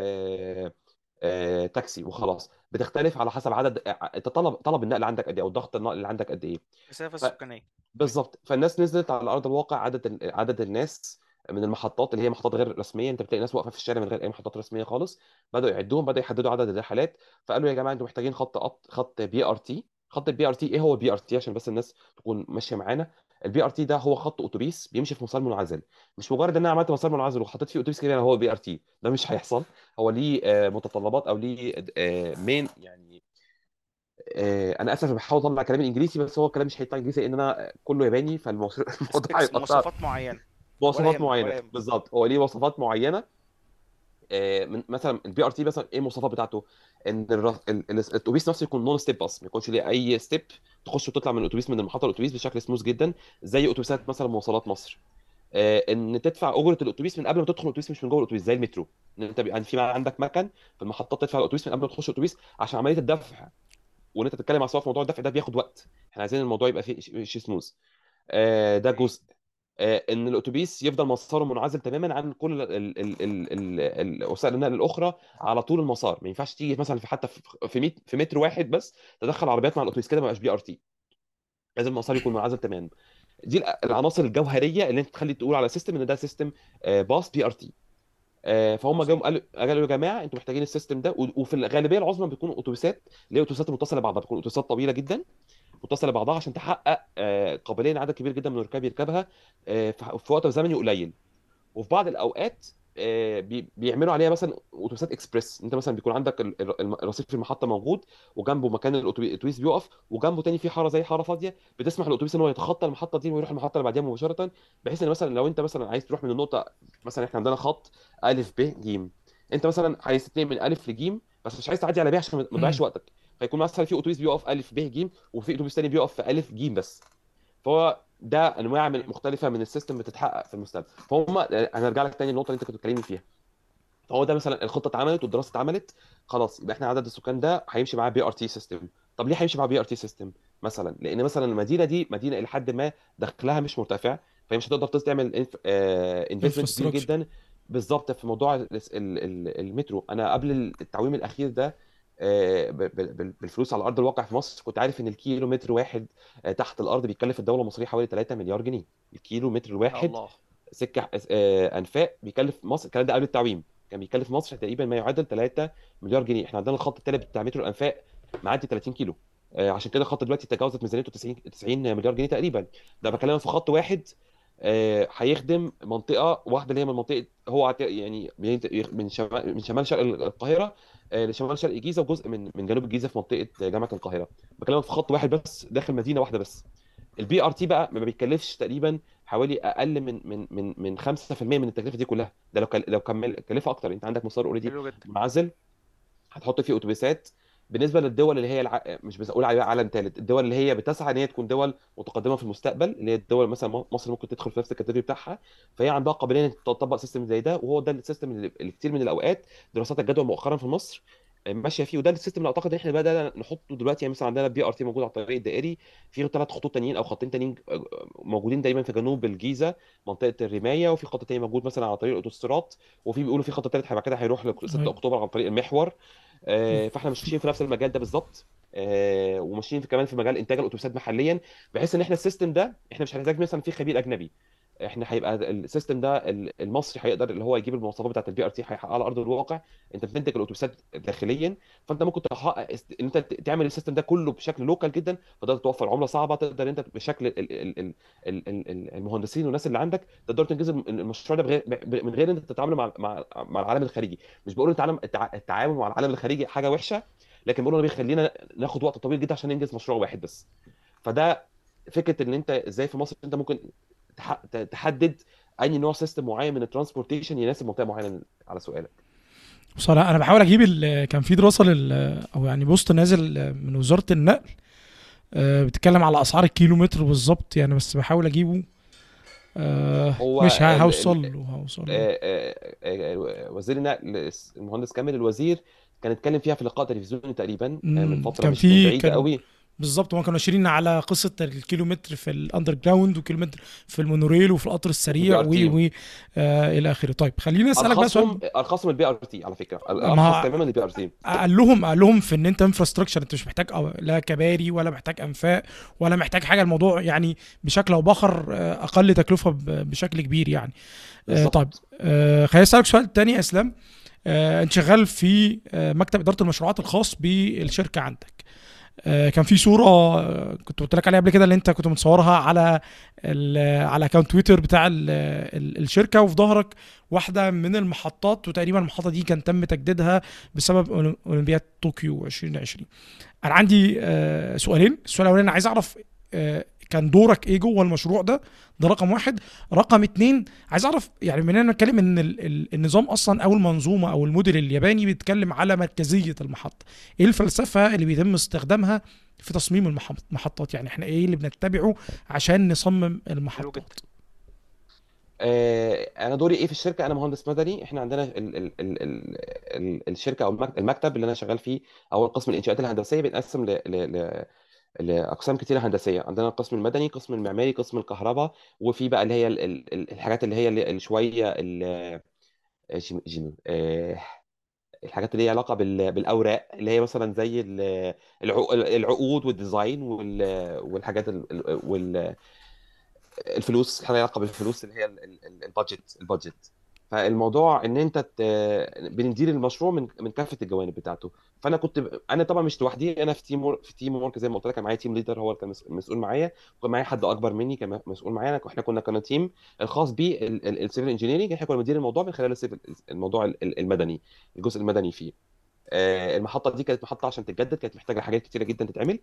تاكسي وخلاص. بتختلف على حسب عدد انت طلب النقل عندك قد ايه، او ضغط النقل اللي عندك قد ايه. الكثافة ف... السكانية. بالظبط. فالناس نزلت على ارض الواقع، عدد الناس من المحطات اللي هي محطات غير رسميه. انت بتلاقي ناس واقفه في الشارع من غير اي محطات رسميه خالص. بداوا يعدوهم، بداوا يحددوا عدد الرحلات. فقالوا يا جماعه انتوا محتاجين خط بي ار تي. خط البي ار تي ايه هو البي ار تي عشان بس الناس تكون ماشيه معانا؟ البي ار تي ده هو خط اتوبيس بيمشي في مسار منعزل. مش مجرد ان انا عملت مسار منعزل وحطيت فيه اتوبيس كده هو بي ار تي، ده مش هيحصل. هو ليه متطلبات او ليه مين يعني. انا اسف بحاول اطلع كلامي الانجليزي، بس هو الكلام مش هيطلع انجليزي لان انا كله ياباني، فالموضوع سبيكس، هيبقى صعب. مواصفات معينة. ولا مواصفات يهمك معينه ولا يهمك. بالظبط، هو ليه مواصفات معينه. من مثلا البي ار تي مثلا ايه المواصفات بتاعته؟ ان الاتوبيس نفسه يكون نون ستيب باص، ما يكونش ليه اي ستيب تخش وتطلع من الاتوبيس من المحطه للاتوبيس بشكل سموث جدا زي اتوبيسات مثلا مواصلات مصر. ان تدفع اجره الاتوبيس من قبل ما تدخل الاتوبيس، مش من جوه الاتوبيس زي المترو. ان انت يعني في عندك مكان في المحطات تدفع الاتوبيس من قبل ما تخش الاتوبيس عشان عمليه الدفع. وان انت تتكلم سوا في موضوع الدفع ده بياخد وقت. احنا عايزين الموضوع يبقى فيه شيء سموث. ده اوكي. جزء. ان الاتوبيس يفضل مساره منعزل تماما عن كل وسائل النقل الاخرى على طول المسار. ما ينفعش تيجي مثلا في حتى في متر واحد بس تدخل عربيات مع الاتوبيس، كده ما بقاش بي ار تي. لازم المسار يكون منعزل تماما. دي العناصر الجوهريه اللي انت تخلي تقول على سيستم ان ده سيستم باص بي ار تي. فهم جم عظيم. قالوا يا جماعه انتوا محتاجين السيستم ده. وفي الغالبيه العظمى بتكون اتوبيسات اللي هي اتوبيسات متصله ببعضها، بتكون اتوبيسات طويله جدا متصله ببعضها عشان تحقق قابليه ان عدد كبير جدا من الركاب يركبها في وقت زمني قليل. وفي بعض الاوقات بيعملوا عليها مثلا اتوبيسات اكسبريس. انت مثلا بيكون عندك الرصيف في المحطه موجود، وجنبه مكان الاتوبيس بيقف، وجنبه تاني في حاره زي حاره فاضيه بتسمح للاتوبيس ان هو يتخطى المحطه دي ويروح المحطه اللي بعديها مباشره. بحيث ان مثلا لو انت مثلا عايز تروح من النقطه، مثلا احنا عندنا خط الف ب ج، انت مثلا عايز تتنقل من الف لج بس مش عايز تعدي على ب عشان ما تضيعش مم. وقتك. فيكون مثلا في اتوبيس بيقف الف ب ج، وفي اتوبيس تاني بيقف في الف ج بس. فهو ده انواع تمام. مختلفه من السيستم بتتحقق في المستقبل. فهم انا ارجع لك تاني للنقطه اللي انت كنت بتكلمني فيها. فهو ده مثلا الخطه اتعملت والدراسه اتعملت، خلاص يبقى احنا عدد السكان ده هيمشي معاه بي ار تي سيستم. طب ليه هيمشي معاه بي ار تي سيستم؟ مثلا لان مثلا المدينه دي مدينه الى حد ما دخلها مش مرتفع، فهي مش هتقدر تعمل انفستمنت كبير انفراستراكشر. جدا. بالظبط. في موضوع المترو، انا قبل التعويم الاخير ده بالفلوس على ارض الواقع في مصر كنت عارف ان الكيلو متر واحد تحت الارض بيكلف الدوله المصريه حوالي 3 مليار جنيه. الكيلو متر يا الواحد الله. سكه انفاق بيكلف مصر، الكلام ده قبل التعويم، كان بيكلف مصر تقريبا ما يعادل 3 مليار جنيه. احنا عندنا الخط الثالث بتاع مترو الانفاق معدي 30 كيلو. عشان كده الخط دلوقتي تجاوزت ميزانيته 90 مليار جنيه تقريبا. ده بكلمك في خط واحد هيخدم منطقه واحده اللي هي من منطقه هو يعني من شمال شرق القاهره لشمال شرق الجيزه، وجزء من جنوب الجيزه في منطقه جامعه القاهره. بكلمك في خط واحد بس داخل مدينه واحده بس. البي ار تي بقى ما بيكلفش تقريبا حوالي اقل من 5% من التكلفه دي كلها. ده لو كمل كلفه اكتر. انت عندك مسار اوريدي حلو جدا. منعزل، هتحط فيه اتوبيسات. بالنسبه للدول اللي هي مش بقول عليها عالم ثالث، الدول اللي هي بتسعى ان هي تكون دول متقدمه في المستقبل، اللي هي الدول مثلا مصر ممكن تدخل في نفس الكاتيجوري بتاعها. فهي عندها قابليه ان تطبق سيستم زي ده، وهو ده السيستم اللي كتير من الاوقات دراسات الجدوى مؤخرا في مصر ماشيه فيه. وده السيستم اللي اعتقد ان احنا بدانا نحطه دلوقتي. يعني مثلا عندنا البي ار تي موجود على الطريق الدائري، في 3 خطوط تانيين او خطين تانيين موجودين دايما في جنوب الجيزه منطقه الرمايه، وفي خط تاني موجود مثلا على طريق الاوتوستراد، وفي بيقولوا في خط تالت هيبقى كده هيروح ل 6 أيوة. اكتوبر عن طريق المحور. فاحنا ماشيين في نفس المجال ده بالظبط. وماشيين كمان في مجال انتاج الاتوبيسات محليا، بحيث ان احنا السيستم ده احنا مش هنحتاج مثلا في خبير اجنبي. احنا هيبقى السيستم ده المصري هيقدر اللي هو يجيب المواصفات بتاعت البي ار تي هيحققها على ارض الواقع. انت بتنتج الاتوبيسات داخليا، فانت ممكن تحقق ان انت تعمل السيستم ده كله بشكل لوكال جدا، فتقدر توفر عمله صعبه. تقدر انت بشكل المهندسين والناس اللي عندك تقدر تنجز المشروع ده من غير انت تتعامل مع العالم الخارجي. مش بقول التعامل مع العالم الخارجي حاجه وحشه، لكن بقول انه بيخلينا ناخد وقت طويل جدا عشان ننجز مشروع واحد بس. فده فكره ان انت ازاي في مصر انت ممكن تحدد اي نوع سيستم معين من الترانسبورتيشن يناسب منطقه معينه على سؤالك. بصراحه انا بحاول اجيب كان في دراسه او يعني بوست نازل من وزاره النقل، بتتكلم على اسعار الكيلومتر بالظبط يعني، بس بحاول اجيبه. هو مش هوصل له. وزير النقل المهندس كامل الوزير كان اتكلم فيها في لقاء تلفزيوني تقريبا من فتره كان مش من في بعيده كان قوي. بالظبط، هم كانوا ناشرين على قصه الكيلومتر في الاندر جراوند، وكيلومتر في المونوريل وفي القطر وفي السريع البي ار تي الى اخره. طيب خليني اسالك بقى سؤال. ارخصهم البي ار تي على فكره، ارخص ما تماما البي ار تي. قال لهم في ان انت انفراستراكشر، انت مش محتاج لا كباري ولا محتاج انفاق ولا محتاج حاجه، الموضوع يعني بشكل او باخر اقل تكلفه بشكل كبير يعني. طيب، بالظبط. خليني اسالك سؤال تاني يا اسلام. انت شغال في مكتب اداره المشروعات الخاص بالشركه عندك. كان في صوره كنت قلت لك عليها قبل كده، اللي انت كنت متصورها على اكونت تويتر بتاع الشركه، وفي ظهرك واحده من المحطات، وتقريبا المحطه دي كان تم تجديدها بسبب اولمبياد طوكيو 2020. انا عندي سؤالين. السؤال الاولاني، انا عايز اعرف كان دورك ايه جوه المشروع ده؟ ده رقم واحد. رقم اتنين، عايز اعرف يعني، من هنا نتكلم ان النظام اصلا او المنظومه او الموديل الياباني بيتكلم على مركزيه المحطه. ايه الفلسفه اللي بيتم استخدامها في تصميم المحطات؟ يعني احنا ايه اللي بنتبعه عشان نصمم حلو المحطات؟ جدا. انا دوري ايه في الشركه؟ انا مهندس مدني. احنا عندنا الشركه او المكتب اللي انا شغال فيه، او القسم الانشاءات الهندسيه، بيتقسم لاقسام كتيره هندسيه. عندنا القسم المدني، قسم المعماري، قسم الكهرباء، وفي بقى اللي هي الحاجات اللي هي شويه الحاجات اللي هي علاقه بالاوراق، اللي هي مثلا زي العقود والديزاين والحاجات الفلوس، الحاجه علاقه بالفلوس اللي هي البادجت. فالموضوع ان انت بندير المشروع من كافه الجوانب بتاعته. فانا انا طبعا مش لوحدي، انا في تيم ورك زي ما قلت لك. كان معايا تيم ليدر، هو اللي كان مسؤول معايا، وكان معايا حد اكبر مني كان مسؤول معايا. احنا كنا تيم الخاص بالسيفل انجينيرنج. احنا كنا بندير الموضوع من خلال الموضوع المدني، الجزء المدني فيه. المحطه دي كانت محطه عشان تتجدد، كانت محتاجه حاجات كتيره جدا تتعمل.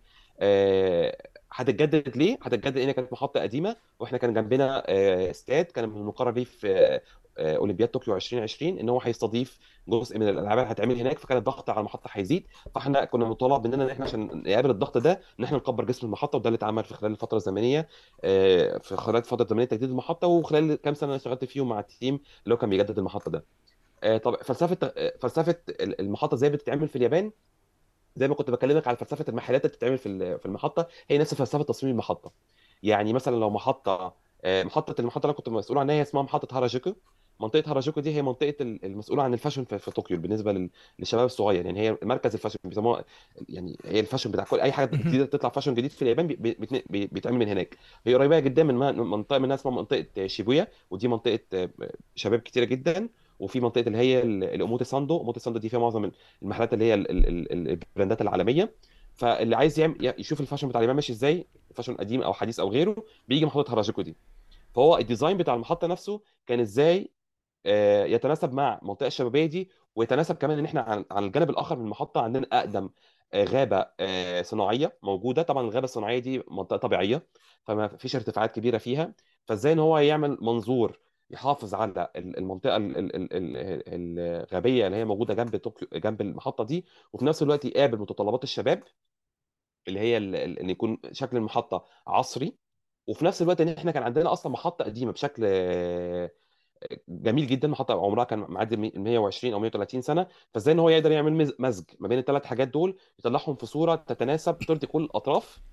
هتتجدد ليه؟ هتتجدد لان كانت محطه قديمه، واحنا كان جنبنا استاد كان من المقرر ليه في اولمبياد طوكيو 2020 ان هو هيستضيف جزء من الالعاب اللي هتعمل هناك. فكان الضغط على المحطه هيزيد، فاحنا كنا مطالب مننا ان احنا عشان نقابل الضغط ده ان احنا نكبر جسم المحطه. وده اللي اتعمل في خلال الفتره الزمنيه، في خلال فتره زمنيه تجديد المحطه، وخلال كام سنه انا اشتغلت فيهم مع التيم اللي هو كان بيجدد المحطه ده. طب فلسفه المحطه ازاي بتتعمل في اليابان؟ زي ما كنت بكلمك على فلسفه المحلات اللي بتتعمل في المحطه، هي نفس فلسفه تصميم المحطه. يعني مثلا لو المحطه اللي انا كنت مسؤول عنها هي اسمها محطه هاراجوكو. منطقه هاراجوكو دي هي منطقه المسؤوله عن الفاشن في طوكيو بالنسبه للشباب الصغير. يعني هي مركز الفاشن بيسموها، يعني هي الفاشن بتاع كل اي حاجه جديده تطلع، فاشن جديد في اليابان بيتعمل من هناك. هي قريبه جدا من منطقه منها اسمها منطقه شيبويا، ودي منطقه شباب كتيره جدا. وفي منطقه اللي هي الاوموتي ساندو. اوموتي ساندو دي فيها معظم المحلات اللي هي البراندات العالميه. فاللي عايز يشوف الفاشن بتاع اليابان ماشي ازاي، فاشن قديم او حديث او غيره، بيجي محطه هاراجوكو دي. فهو الديزاين بتاع المحطه نفسه كان ازاي يتناسب مع المنطقه الشبابيه دي، ويتناسب كمان ان احنا على الجانب الاخر من المحطه عندنا اقدم غابه صناعيه موجوده. طبعا الغابه الصناعيه دي منطقه طبيعيه، فما فيش ارتفاعات كبيره فيها. فازاي ان هو يعمل منظور يحافظ على المنطقه الغابيه اللي هي موجوده جنب طوكيو، جنب المحطه دي، وفي نفس الوقت يقابل متطلبات الشباب اللي هي ان يكون شكل المحطه عصري. وفي نفس الوقت ان احنا كان عندنا اصلا محطه قديمه بشكل جميل جدا، محطه عمرها كان معدي 120 او 130 سنه. فازاي ان هو يقدر يعمل مزج ما بين الثلاث حاجات دول، يطلعهم في صوره تتناسب، ترضي كل الاطراف،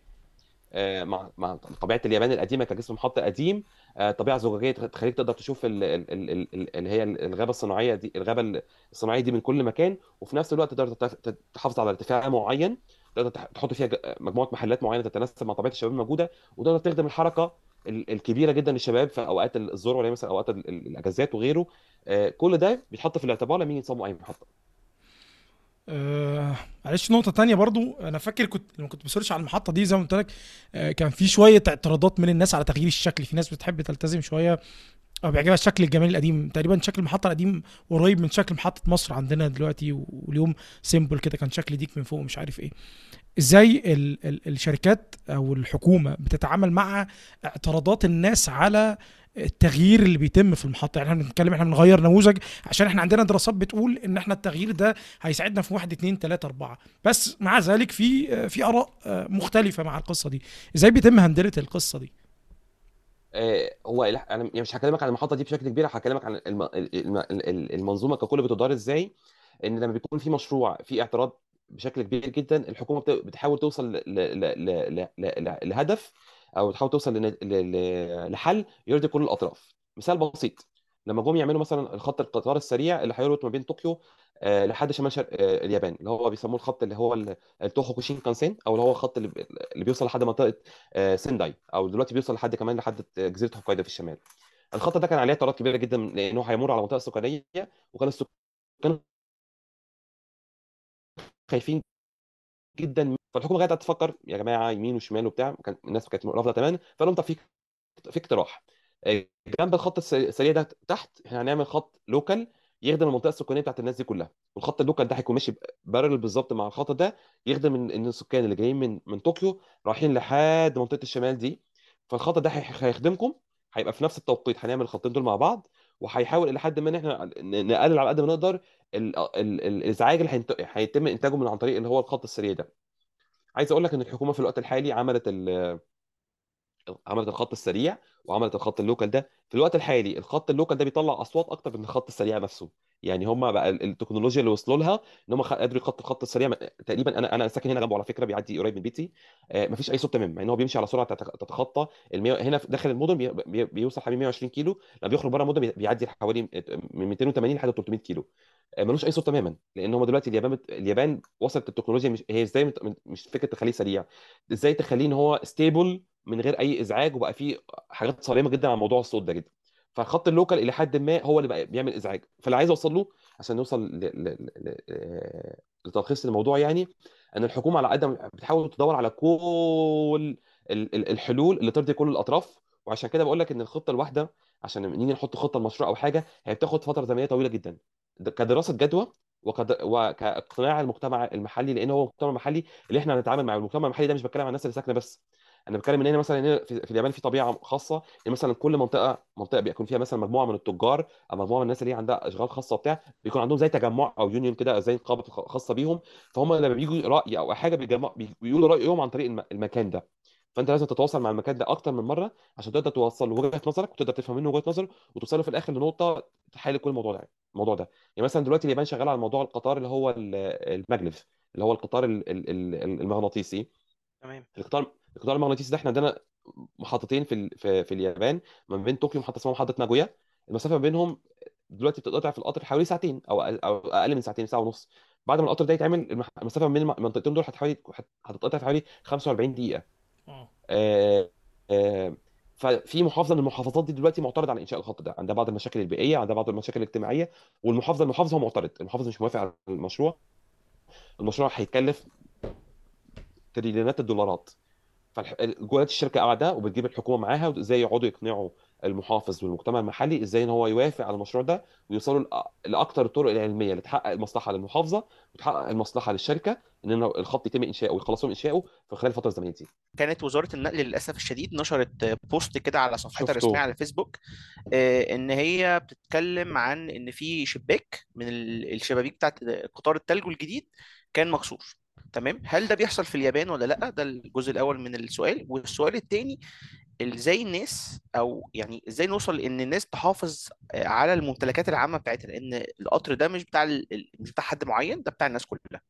مع طبيعه اليابان القديمه كجسم محطه قديم. طبيعه زجاجيه تخليك تقدر تشوف اللي هي الغابه الصناعيه دي، الغابه الصناعيه دي من كل مكان. وفي نفس الوقت تقدر تحافظ على ارتفاع معين، تقدر تحط فيها مجموعه محلات معينه تتناسب مع طبيعه الشباب الموجوده، وتقدر تخدم الحركه الكبيره جدا للشباب في اوقات الذروه، اللي هي مثلا اوقات الاجازات وغيره. كل ده بيتحط في الاعتبار لما يجي يصمم اي محطه. معلش، نقطة تانية برضو. أنا فاكر لما كنت بسيرش على المحطة دي زي ما قلت لك، كان في شوية اعتراضات من الناس على تغيير الشكل. في ناس بتحب تلتزم شوية أو بيعجبها الشكل الجمالي القديم. تقريبا شكل المحطة القديم قريب من شكل محطة مصر عندنا دلوقتي، واليوم سيمبل كده، كان شكل ديك من فوق مش عارف إيه. ازاي الشركات او الحكومه بتتعامل مع اعتراضات الناس على التغيير اللي بيتم في المحطه. يعني احنا بنتكلم، احنا بنغير نموذج عشان احنا عندنا دراسات بتقول ان احنا التغيير ده هيساعدنا في واحد اتنين تلاته اربعه، بس مع ذلك في اراء مختلفه مع القصه دي. ازاي بيتم هندله القصه دي؟ انا يعني مش هكلمك عن المحطه دي بشكل كبير، هكلمك عن المنظومه ككل بتدار ازاي. ان لما بيكون في مشروع في اعتراض بشكل كبير جدا، الحكومه بتحاول توصل لهدف، او بتحاول توصل لحل يرضي كل الاطراف. مثال بسيط: لما جم يعملوا مثلا الخط القطار السريع اللي هيربط ما بين طوكيو لحد شمال شرق اليابان، اللي هو بيسموه الخط اللي هو التوهوكو شينكانسين، او اللي هو الخط اللي بيوصل لحد منطقه سينداي، او دلوقتي بيوصل لحد كمان لحد جزيره هوكايدو في الشمال. الخط ده كان عليه اعتراض كبيره جدا لانه هيمر على منطقه سكانيه، وكان السكان خايفين جدا. فالحكومه قاعده تفكر يا جماعه يمين وشمال وبتاع، الناس كانت رافضه تماما. فقال لهم طب في اقتراح: جنب الخط السريع ده تحت احنا هنعمل خط لوكال يخدم المنطقه السكانيه بتاعت الناس دي كلها. والخط اللوكال ده هيكون ماشي بارل بالظبط مع الخط ده، يخدم ان السكان اللي جايين من طوكيو رايحين لحد منطقه الشمال دي. فالخط ده هيخدمكم، هيبقى في نفس التوقيت هنعمل الخطين دول مع بعض. وهيحاول الى حد ما ان احنا نقلل على قد ما نقدر الازعاج اللي هيتم انتاجه من عن طريق اللي هو الخط السريع ده. عايز اقول لك ان الحكومه في الوقت الحالي عملت الخط السريع وعملت الخط اللوكال ده. في الوقت الحالي الخط اللوكال ده بيطلع اصوات اكتر من الخط السريع نفسه. يعني هم بقى التكنولوجيا اللي وصلوا لها ان هم قدروا يخطوا الخط السريع. تقريبا انا ساكن هنا جنبه على فكره، بيعدي قريب من بيتي. مفيش اي صوت تمام، مع ان هو بيمشي على سرعه تتخطى ال 100. هنا داخل المدن بيوصل حوالي 120 كيلو، لما بيخرج بره المدن بيعدي حوالي من 280 لحد 300 كيلو. ملوش اي صوت تماما، لان هم دلوقتي اليابان وصلت التكنولوجيا، مش هي ازاي مش فكره تخليه سريع، ازاي تخليه ان هو ستيبل من غير اي ازعاج. وبقى فيه حاجات صارمه جدا عن موضوع الصوت ده جدا. فخط اللوكال الى حد ما هو اللي بقى بيعمل ازعاج. فاللي عايز اوصل له عشان نوصل لتلخيص الموضوع، يعني ان الحكومه على قد ما بتحاول تدور على كل الحلول اللي ترضي كل الاطراف. وعشان كده بقول لك ان الخطه الواحده عشان نيجي نحط خطه لمشروع او حاجه هي بتاخد فتره زمنيه طويله جدا، كدراسه جدوى وكاقناع المجتمع المحلي. لان هو المجتمع المحلي اللي احنا هنتعامل معاه، المجتمع المحلي ده مش بتكلم عن الناس اللي ساكنه بس. انا بتكلم ان هنا مثلا هنا في اليابان في طبيعه خاصه. يعني مثلا كل منطقه بيكون فيها مثلا مجموعه من التجار او مجموعه من الناس اللي هي عندها اشغال خاصه وبتاع، بيكون عندهم زي تجمع او يونيون كده، زي نقابه خاصه بيهم. فهم لما بيجوا راي او حاجه بيقولوا رايهم عن طريق المكان ده. فانت لازم تتواصل مع المكان ده اكتر من مره عشان تقدر توصل وجهه نظرك وتقدر تفهم منه وجهه نظره، وتوصلوا في الاخر لنقطه تحل كل الموضوع ده. يعني مثلا دلوقتي اليابان شغاله على موضوع القطار اللي هو الماجليف، اللي هو القطار المغناطيسي. تمام. القطار المغناطيسي ده احنا عندنا محطتين في اليابان، ما بين طوكيو محطه اسمها محطه ناجويا. المسافه ما بينهم دلوقتي بتتقطع في القطر حوالي ساعتين او اقل من ساعتين، ساعه ونص. بعد ما القطر ده يتعمل المسافه ما بين المنطقتين دول هتتقطع في حوالي 45 دقيقه. اه. آه، آه، ففي محافظه من المحافظات دي دلوقتي معترض على انشاء الخط ده، عندها بعض المشاكل البيئيه، عندها بعض المشاكل الاجتماعيه. المحافظ هو معترض، المحافظ مش موافق على المشروع. المشروع هيكلف تريليونات الدولارات. فجوات الشركه قاعده وبتجيب الحكومه معاها، وازاي يقعدوا يقنعوا المحافظ والمجتمع المحلي ازاي ان هو يوافق على المشروع ده، ويوصلوا لاكثر الطرق العلميه اللي تحقق المصلحه للمحافظه وتحقق المصلحه للشركه، ان الخط يتم انشاؤه ويخلصوا من انشائه في خلال الفتره الزمنيه دي. كانت وزارة النقل للأسف الشديد نشرت بوست كده على صفحتها الرسمية شفته. على فيسبوك، إن هي بتتكلم عن إن في شباك من الشبابيك بتاعت قطار التلج الجديد كان مكسور. تمام، هل ده بيحصل في اليابان ولا لا؟ ده الجزء الأول من السؤال. والسؤال التاني، ازاي الناس، او يعني ازاي نوصل ان الناس تحافظ على الممتلكات العامة بتاعتها، لأن القطر ده مش بتاع مش بتاع حد معين، ده بتاع الناس كلها.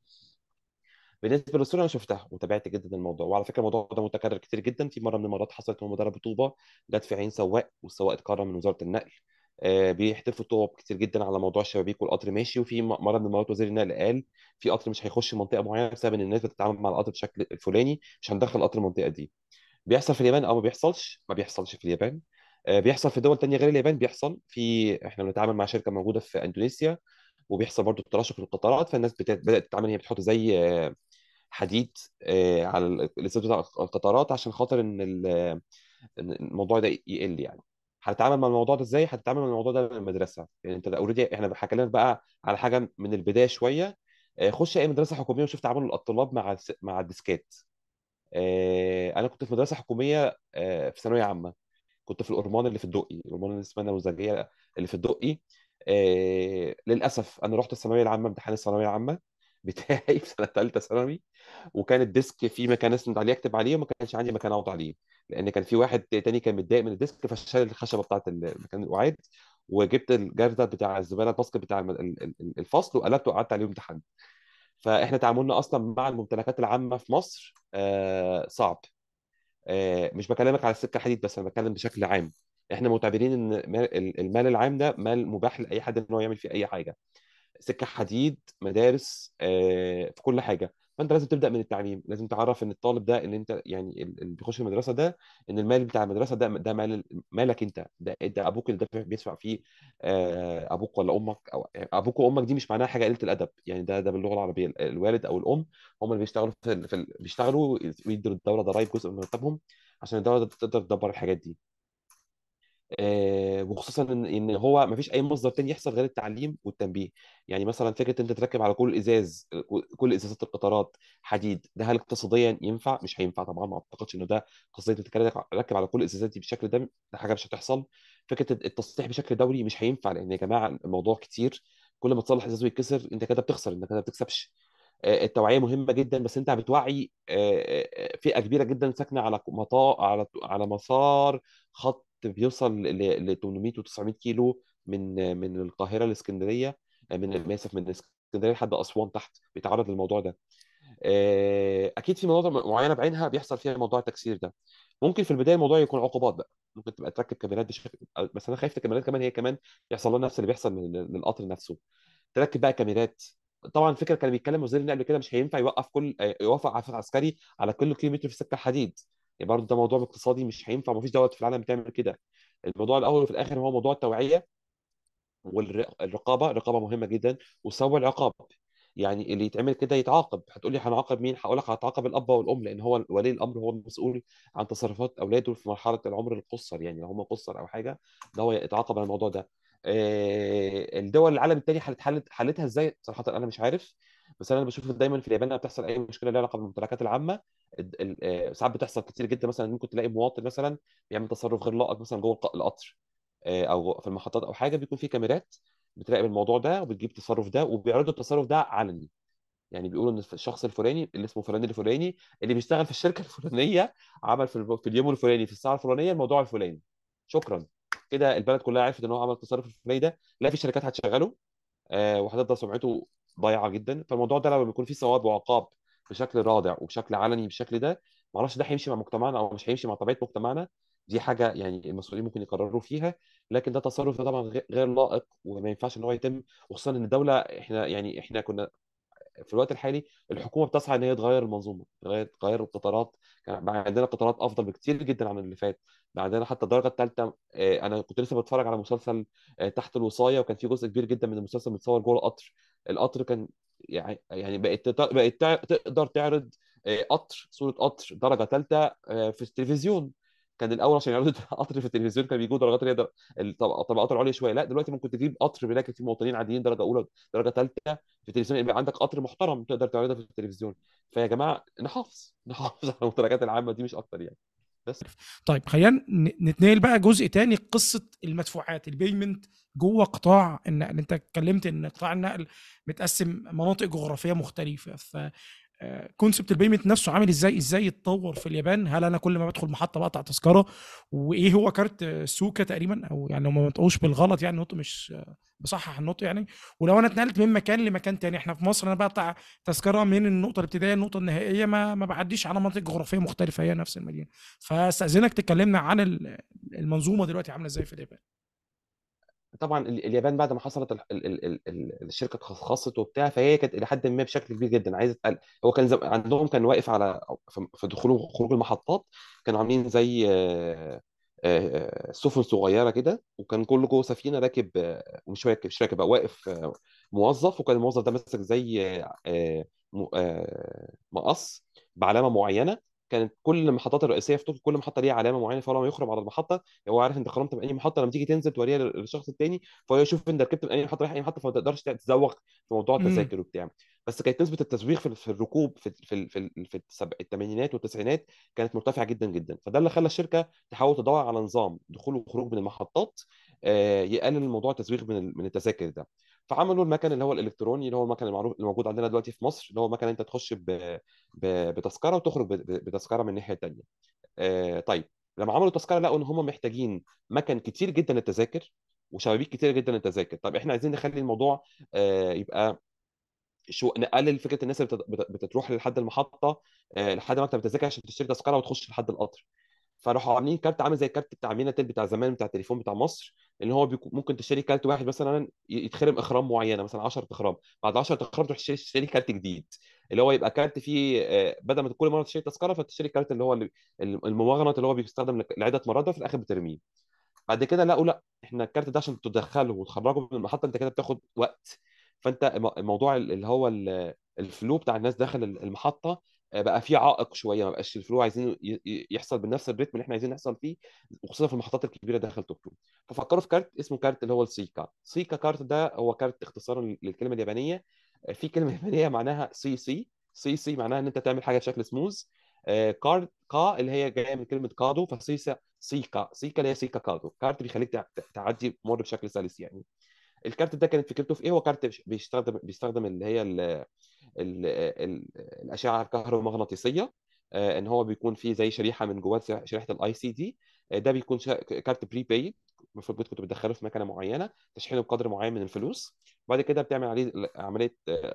بالنسبه للصوره انا شفتها وتابعت جدا الموضوع. وعلى فكره الموضوع ده متكرر كتير جدا. في مره من المرات حصلت ان مدرب طوبه جت في عين سواق، والسواق اتكرم من وزاره النقل. بيحتفوا طوب كتير جدا على موضوع الشبابيك والقطر ماشي. وفي مره من المرات وزير النقل قال في قطر مش هيخش منطقه معينه بسبب ان الناس بتتعامل مع القطر بالشكل الفلاني، مش هندخل قطر المنطقه دي. بيحصل في اليابان او ما بيحصلش؟ ما بيحصلش في اليابان. بيحصل في دول تانية غير اليابان. بيحصل احنا بنتعامل مع شركه موجوده في اندونيسيا، وبيحصل برضو التراشق في القطارات. فالناس بدات تتعامل، هي بتحط زي حديد على الازاز بتاع القطارات عشان خاطر إن الموضوع ده يقل يعني. هتتعامل مع الموضوع ده ازاي؟ هتتعامل مع الموضوع ده من المدرسه. يعني انت اوريدي احنا هكلمك بقى على حاجه من البدايه شويه. خش اي مدرسه حكوميه وشوف تعامل الطلاب مع الديسكات. انا كنت في مدرسه حكوميه في ثانويه عامه. كنت في الأورمان اللي في الدقي، الأورمان اللي اسمها نموذجية اللي في الدقي. للأسف أنا رحت الثانوية العامة، امتحان الثانوية العامة بتاعي في سنة ثالثة ثانوي، وكان الديسك فيه مكان اسند عليه اكتب عليه، وما كانش عندي مكان اقعد عليه، لان كان في واحد تاني كان متضايق من الديسك فشال الخشبه بتاعت مكان القعاد، وجبت الجردل بتاع الزباله الباسكت بتاع الفصل وقلبته وقعدت عليه امتحان. فاحنا تعاملنا اصلا مع الممتلكات العامه في مصر صعب. مش بكلمك على السكه الحديد بس، انا بتكلم بشكل عام. احنا معتبرين ان المال العام ده مال مباح لاي حد ان هو يعمل فيه اي حاجه. سكه حديد، مدارس، في كل حاجه. فانت لازم تبدا من التعليم، لازم تعرف ان الطالب ده اللي انت يعني اللي بيخش المدرسه ده، ان المال بتاع المدرسه ده مالك انت، ده ابوك اللي دافع بيدفع فيه. ابوك ولا امك، او ابوك وامك دي مش معناها حاجه قله الادب يعني، ده باللغه العربيه الوالد او الام هم اللي بيشتغلوا بيشتغلوا ويدوا للدوله ضرائب جزء من مرتبهم عشان الدوله تقدر تدبر الحاجات دي. وخصوصا ان هو ما فيش اي مصدر تاني يحصل غير التعليم والتنبيه. يعني مثلا فكره انت تركب على كل ازاز، كل ازازات القطارات حديد، ده هل اقتصاديا ينفع؟ مش هينفع طبعا، ما اعتقدش انه ده اقتصاديا تركب على كل الازازات دي بالشكل ده، ده حاجه مش هتحصل. فكره التصليح بشكل دوري مش هينفع، لان يا جماعه الموضوع كتير، كل ما تصلح ازاز ويتكسر انت كده بتخسر، انت كده ما بتكسبش. التوعيه مهمه جدا، بس انت بتوعي فئه كبيره جدا ساكنه على على مسار خط بيوصل ل 800 و900 كيلو من القاهره لاسكندريه، من اسف من اسكندريه لحد اسوان تحت، بيتعرض للموضوع ده. اكيد في مناطق معينه بعينها بيحصل فيها موضوع التكسير ده. ممكن في البدايه الموضوع يكون عقوبات بقى، ممكن تبقى تركب كاميرات بشكل، بس انا خايف الكاميرات كمان هي كمان يحصل لها نفس اللي بيحصل من القطر نفسه. تركب بقى كاميرات. طبعا الفكره كان بيتكلم وزير النقل قبل كده، مش هينفع يوقف كل يوافق عسكري على كل كيلومتر في سكه حديد. يعني برضه ده موضوع اقتصادي مش هينفع، مفيش دوله في العالم بتعمل كده. الموضوع الاول وفي الاخر هو موضوع التوعيه والرقابه، الرقابه مهمه جدا، وسوى العقاب. يعني اللي يتعمل كده يتعاقب. هتقول لي هنعاقب مين؟ هقول لك هتعاقب الاب والام، لان هو ولي الامر هو المسؤول عن تصرفات اولاده في مرحله العمر القصر، يعني لو هم قصر او حاجه ده هو يتعاقب على الموضوع ده. الدول العالم الثاني حلتها ازاي؟ صراحه انا مش عارف، بس انا بشوف دايما في اليابان لما بتحصل اي مشكله لها علاقه بالممتلكات العامه، ساعات بتحصل كتير جدا، مثلا ممكن تلاقي مواطن مثلا بيعمل تصرف غير لائق مثلا جوه القطر، او في المحطات او حاجه، بيكون في كاميرات بتراقب الموضوع ده وبتجيب التصرف ده وبيعرضوا التصرف ده علني. يعني بيقولوا ان الشخص الفلاني اللي اسمه فلان الفلاني اللي بيشتغل في الشركه الفلانيه عمل في اليوم الفلاني في الساعه الفلانيه الموضوع الفلاني. شكرا، كده البلد كلها عرفت ان هو عمل التصرف الفلاني ده، لا في شركات هتشغله وهتفضل سمعته ضايعه جدا. فالموضوع ده لما بيكون فيه ثواب وعقاب بشكل رادع وبشكل علني بالشكل ده، معرفش ده هيمشي مع مجتمعنا او مش هيمشي مع طبيعه مجتمعنا. دي حاجه يعني المسؤولين ممكن يقرروا فيها، لكن ده تصرف ده طبعا غير لائق وما ينفعش ان هو يتم. وخصوصا ان الدوله، احنا كنا في الوقت الحالي الحكومه بتسعى ان هي تغير المنظومه، تغير القطارات. كان بقى عندنا قطارات افضل بكتير جدا عن اللي فات. بقى عندنا حتى الدرجه الثالثه. انا كنت لسه بتفرج على مسلسل تحت الوصايه، وكان في جزء كبير جدا من المسلسل متصور جوه القطر. القطر كان يعني تقدر تعرض قطر، صوره قطر درجه ثالثه في التلفزيون. كان الاول عشان يعرضوا قطر في التلفزيون كان بيجوا درجات اللي هي الطبقات العليا شويه، لا دلوقتي ممكن تجيب قطر بيلاقي فيه مواطنين عاديين درجه اولى درجه ثالثه في التلفزيون، يبقى عندك قطر محترم تقدر تعرضها في التلفزيون. فيا جماعه نحافظ على الممتلكات العامه دي مش اكتر يعني. بس طيب خلينا نتنقل بقى جزء تاني، قصه المدفوعات البيمنت جوه قطاع النقل. انت اتكلمت ان قطاع النقل متقسم مناطق جغرافيه مختلفه، ف كونسبت البيمنت نفسه عامل ازاي يتطور في اليابان؟ هل انا كل ما بدخل محطه بقطع تذكره؟ وايه هو كارت سوكا تقريبا، او يعني لو ما منطقوش بالغلط يعني النطق مش بصحح النطق يعني. ولو انا اتنقلت من مكان لمكان تاني، احنا في مصر انا بقطع تذكره من النقطه الابتدائيه للنقطه النهائيه، ما بعديش على مناطق جغرافيه مختلفه، هي نفس المدينه. فاستاذنك تكلمنا عن المنظومه دلوقتي عامله ازاي في اليابان. طبعا اليابان بعد ما حصلت الشركه اتخصصت وبتاع، فهي كانت الى حد ما بشكل كبير جدا عايزه تقل. هو كان عندهم كان واقف على في دخول وخروج المحطات، كانوا عاملين زي سفن صغيره كده، وكان كل جوه سفينه راكب مش راكب بقى، واقف موظف، وكان الموظف ده ماسك زي مقص بعلامه معينه. كانت كل المحطات الرئيسيه في طوكيو كل محطه ليها علامه معينه، فهو لما يخرج على المحطه هو عارف انت خرمت من اي محطه، لما تيجي تنزل توريها للشخص الثاني فهو يشوف انت ركبت من اي محطه رايح اي محطه، فما تقدرش تزوق في موضوع امم. التذاكر وبتاع. بس كانت نسبه التزويق في الركوب في الثمانينات والتسعينات كانت مرتفعه جدا جدا، فده اللي خلى الشركه تحاول تدور على نظام دخول وخروج من المحطات يقلل موضوع التزويق من التذاكر ده. فعملوا المكن اللي هو الالكتروني، اللي هو المكن المعروف اللي موجود عندنا دلوقتي في مصر، اللي هو مكن انت تخش بتذكره وتخرج بتذكره من الناحيه الثانيه. طيب، لما عملوا تذكره لقوا ان هم محتاجين مكن كتير جدا للتذاكر وشبابيك كتير جدا للتذاكر. طب احنا عايزين نخلي الموضوع يبقى شو، نقلل فكره الناس اللي بتروح لحد المحطه لحد مكتب التذاكر عشان تشتري تذكره وتخش لحد القطر. فراحوا عاملين كارت عامل زي كارت بتاع ميناتيل بتاع زمان بتاع التليفون بتاع مصر، اللي هو ممكن تشتري كارت واحد مثلا يتخرم اخرام معينه، مثلا 10 اخرام، بعد 10 اخرام تروح تشتري كارت جديد، اللي هو يبقى كارت فيه بدل ما كل مره تشتري تذكره فتشتري كارت اللي هو الممغنط اللي هو بيستخدم لعده مرات وفي الاخر بترميه. بعد كده لقوا لا، احنا الكارت ده عشان تدخله وتخرجه من المحطه انت كده بتاخد وقت. فانت الموضوع اللي هو الفلو بتاع الناس داخل المحطه بقى فيه عائق شويه، ما بقاش الفلو عايزين يحصل بنفس الريتم اللي احنا عايزين يحصل فيه، وخصوصا في المحطات الكبيره داخل طوكيو. ففكروا في كارت اسمه كارت اللي هو السيكا. سيكا كارت ده هو كارت اختصارا للكلمه اليابانيه. في كلمه يابانيه معناها سي سي. سي سي معناها ان انت تعمل حاجه بشكل سموز. كارد كا اللي هي جايه من كلمه كادو، فسيسا سيكا. سيكا اللي هي سيكا كادو، كارت بيخليك تعدي مر بشكل سلس يعني. الكارت ده كانت فكرته في ايه؟ هو كارت بيستخدم اللي هي ال ال الاشعه الكهرومغناطيسيه. ان هو بيكون فيه زي شريحه من جواه شريحه الاي سي دي. ده بيكون كارت بري بايد، المفروض كنت بتدخله في مكنه معينه تشحنه بقدر معين من الفلوس. وبعد كده بتعمل عليه عمليه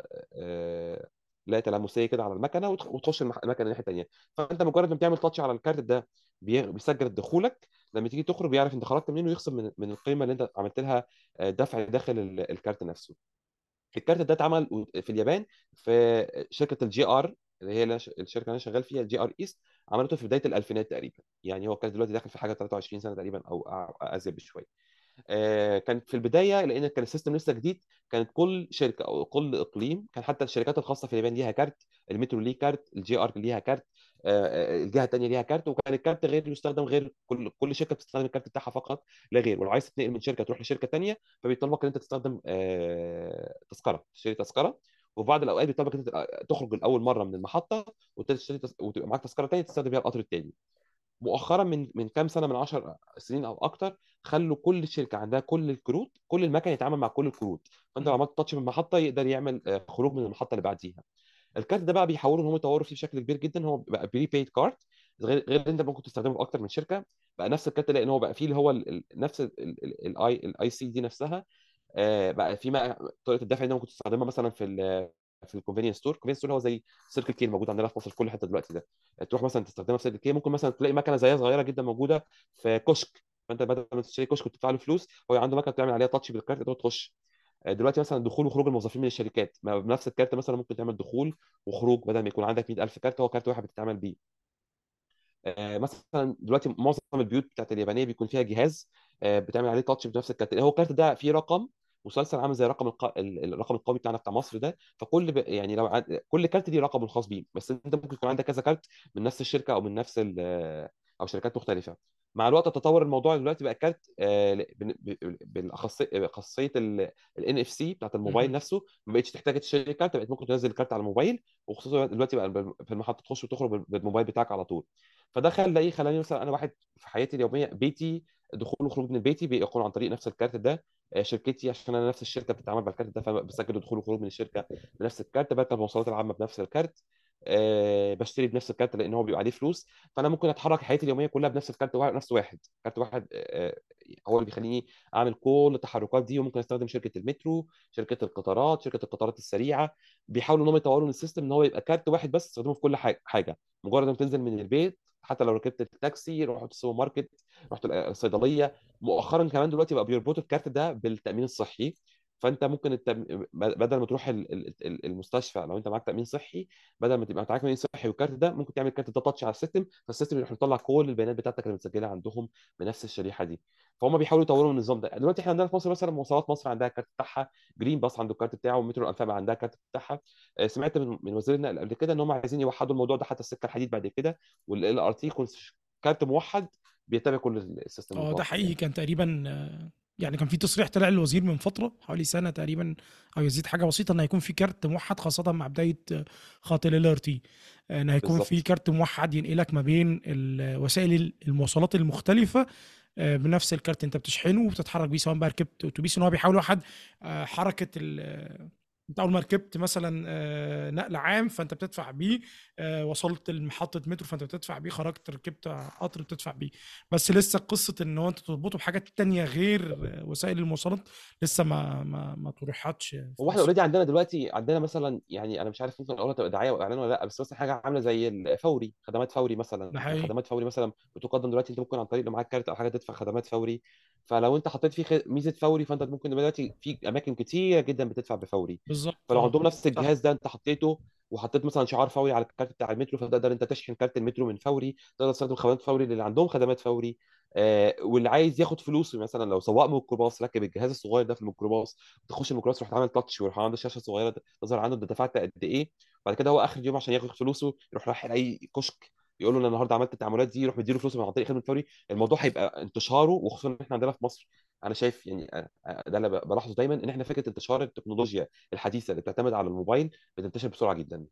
لا تلامسيه كده على المكنه وتخش المكنه الناحيه الثانيه. فانت مجرد ما بتعمل تاتش على الكارت ده بيسجل دخولك، لما تيجي تخرج بيعرف انت خرجت منين ويخصم من القيمه اللي انت عملت لها دفع داخل الكارت نفسه. الكارت ده اتعمل في اليابان في شركه الجي ار، اللي هي الشركه اللي انا شغال فيها الجي ار ايست. عملته في بدايه الالفينات تقريبا، يعني هو كان دلوقتي داخل في حاجه 23 سنه تقريبا او ازيد بشويه. كانت في البدايه لان كان السيستم لسه جديد، كانت كل شركه او كل اقليم، كان حتى الشركات الخاصه في اليابان ليها كارت، المترو ليه كارت، الجي ار ليها كارت، الجهه الثانيه ليها كارت، وكان الكارت غير يستخدم غير كل شركه بتستخدم الكارت بتاعها فقط لا غير. ولو عايز تنقل من شركه تروح لشركه ثانيه فبيطلبك ان انت تستخدم تذكره، تشتري تذكره. وفي بعض الاوقات بيطلبك ان انت تخرج لاول مره من المحطه وتشتري وتبقى معاك تذكره ثانيه تستخدم بيها القطر الثاني. مؤخرا من كام سنه، من 10 سنين او اكتر، خلوا كل شركه عندها كل الكروت، كل المكن يتعامل مع كل الكروت. فانت لو مم. عملت تاتش من المحطه يقدر يعمل خروج من المحطه اللي بعديها. الكارت ده بقى بيحاولوا ان هم يطوروا فيه بشكل كبير جدا، هو بقى بري بايد كارت، غير انت ممكن تستخدمه في اكتر من شركه. بقى نفس الكارت لان هو بقى فيه اللي هو نفس الاي سي دي نفسها. بقى في طريقه الدفع دي ممكن تستخدمها مثلا في الكونفينينس ستور. الكونفينينس ستور هو زي سيركل كي موجود عندنا في مصر في كل حته دلوقتي ده. تروح مثلا تستخدمها في سيركل كي، ممكن مثلا تلاقي مكنه زيها صغيره جدا موجوده في كشك، فانت بدل ما تشتري كشك وتدفع له فلوس هو عنده مكنه تعمل عليها تاتش بالكارت تقدر تخش. دلوقتي مثلا دخول وخروج الموظفين من الشركات بنفس الكارت، مثلا ممكن تعمل دخول وخروج بدل ما يكون عندك 100,000 كارت، هو كارت واحد بتتعامل بيه. مثلا دلوقتي معظم البيوت بتاعت اليابانيه بيكون فيها جهاز بتعمل عليه تاتش بنفس الكارت. هو الكارت ده فيه رقم مسلسل عامل زي الرقم القومي بتاعنا بتاع مصر ده. فكل يعني لو كل كارت ليه رقم الخاص بيه، بس انت ممكن يكون عندك كذا كارت من نفس الشركه او من نفس او شركات مختلفه. مع الوقت تطور الموضوع، دلوقتي بقى الكارت خاصيه الان اف سي بتاعت الموبايل مهم. نفسه، ما بقتش تحتاج تشتري كارت، بقيت ممكن تنزل الكارت على الموبايل. وخصوصا دلوقتي بقى في المحطه تخش وتخرج بالموبايل بتاعك على طول. فده خلاني مثلا انا واحد في حياتي اليوميه بيتي دخول وخروج من بيتي بيكون عن طريق نفس الكارت ده. شركتي عشان انا نفس الشركه بتتعامل بالكارت ده فبسجل دخول وخروج من الشركه بنفس الكارت. بركب المواصلات العامه بنفس الكارت. بشتري بنفس الكارت لان هو بيبقى عليه فلوس. فانا ممكن اتحرك حياتي اليوميه كلها بنفس الكارت واحد، نفس واحد كارت واحد. هو اللي بيخليني اعمل كل التحركات دي. وممكن استخدم شركه المترو، شركه القطارات، شركه القطارات السريعه. بيحاولوا انهم يطوروا من السيستم ان هو يبقى كارت واحد بس تستخدمه في كل حاجه. مجرد ما تنزل من البيت، حتى لو ركبت التاكسي، رحت السوبر ماركت، رحت الصيدليه. مؤخرا كمان دلوقتي بقى بيربطوا الكارت ده بالتامين الصحي. فانت ممكن بدل ما تروح المستشفى لو انت معاك تامين صحي، بدل ما تبقى معاك تامين صحي والكارت ده، ممكن تعمل الكارت ده تاتش على السيستم، فالسيستم يروح مطلع كل البيانات بتاعتك اللي متسجله عندهم بنفس الشريحه دي. فهم بيحاولوا يطوروا من النظام ده. دلوقتي احنا عندنا في مصر مثلا مواصلات مصر عندها الكارت بتاعها، جرين باص عنده الكارت بتاعه، ومترو الانفاق عندها الكارت بتاعها. سمعت من وزير النقل قبل كده ان هم عايزين يوحدوا الموضوع ده حتى السكه الحديد بعد كده، والال ار تي يكون كارت موحد بيتابع كل السيستم اه ده المتوفر حقيقي. يعني. كان تقريبا يعني كان في تصريح طلع للوزير من فتره حوالي سنه تقريبا او يزيد حاجه بسيطه ان هيكون في كارت موحد، خاصه مع بدايه خط ال ار تي، ان هيكون في بالظبط. كارت موحد ينقلك ما بين وسائل المواصلات المختلفه بنفس الكارت انت بتشحنه وبتتحرك بيه، سواء بقى ركبت اتوبيس ان هو بيحاول واحد حركه انت اول ما ركبت مثلا نقل عام فانت بتدفع بيه، وصلت لمحطه مترو فانت بتدفع بيه، خرجت ركبت قطر بتدفع بيه. بس لسه قصه ان هو انت تربطه بحاجات تانية غير وسائل المواصلات لسه ما طرحتش في هو احنا مصر. اوريدي عندنا دلوقتي، عندنا مثلا يعني انا مش عارف ممكن اقولها تبقى دعايه او اعلان ولا لا، بس مثلا حاجه عامله زي الفوري، خدمات فوري مثلا. ده حقيقي. خدمات فوري مثلا بتقدم دلوقتي، انت ممكن عن طريق لو معاك كارت او حاجه تدفع خدمات فوري. فلو انت حطيت فيه ميزه فوري، فانت ممكن دلوقتي في اماكن كتيره جدا بتدفع بفوري. بالظبط فلو اه. عندهم نفس صح. الجهاز ده انت حطيته وحطيت مثلا شعار فوري على الكارت بتاع المترو، فتقدر انت تشحن كارت المترو من فوري، تقدر تستخدم خدمات فوري اللي عندهم خدمات فوري. واللي عايز ياخد فلوس مثلا لو سواق ميكروباص ركب الجهاز الصغير ده في الميكروباص، تخش الميكروباص تروح تعمل تاتش ويروح عنده شاشه صغيره تظهر عنده انت دفعت قد ايه. بعد كده هو اخر اليوم عشان ياخد فلوسه يروح رايح لاي كشك يقول له انا النهارده عملت التعاملات دي، يروح مديله فلوسه من عن طريق خدمه فوري. الموضوع هيبقى انتشاره، وخصوصا ان احنا عندنا في مصر، انا شايف يعني ده اللي بلاحظه دايما، ان احنا فكره انتشار التكنولوجيا الحديثه اللي بتعتمد على الموبايل بتنتشر بسرعه جدا.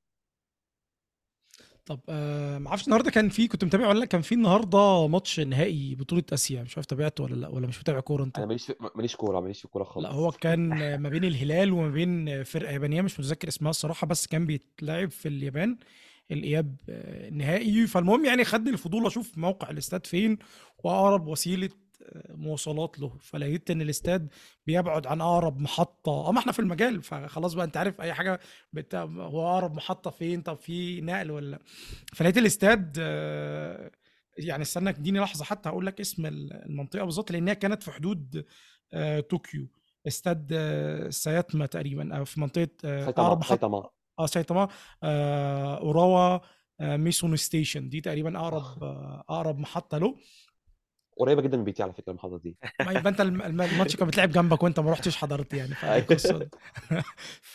طب ما اعرفش النهارده كان في، كنت متابع ولا لا، كان في النهارده ماتش نهائي بطوله اسيا، مش عارف تابعته ولا لا، ولا مش متابع كوره انت؟ انا ماليش في الكوره لا هو خالص. كان ما بين الهلال وما بين فرقه يابانيه مش متذكر اسمها الصراحه، بس كان بيتلعب في اليابان الاياب نهائي. فالمهم يعني خدني الفضول اشوف موقع الاستاد فين واقرب وسيله مواصلات له، فلقيت ان الاستاد بيبعد عن اقرب محطه. ما احنا في المجال فخلاص بقى انت عارف اي حاجه هو اقرب محطه فين، طب في نقل ولا. فلقيت الاستاد يعني استنى اديني لحظه حتى هقول لك اسم المنطقه بالظبط، لانها كانت في حدود طوكيو. استاد سايتاما تقريبا، او في منطقه سايتاما اقرب محطه. سايتاما. اه سايتاما. اوراوا ميسون ستيشن دي تقريبا اقرب اقرب محطه له. قريبه جدا من بيتي على فكره المحافظه دي. ما يبقى انت الماتش كان بيتلعب جنبك وانت ما رحتش حضرت يعني، فدي قصه. ف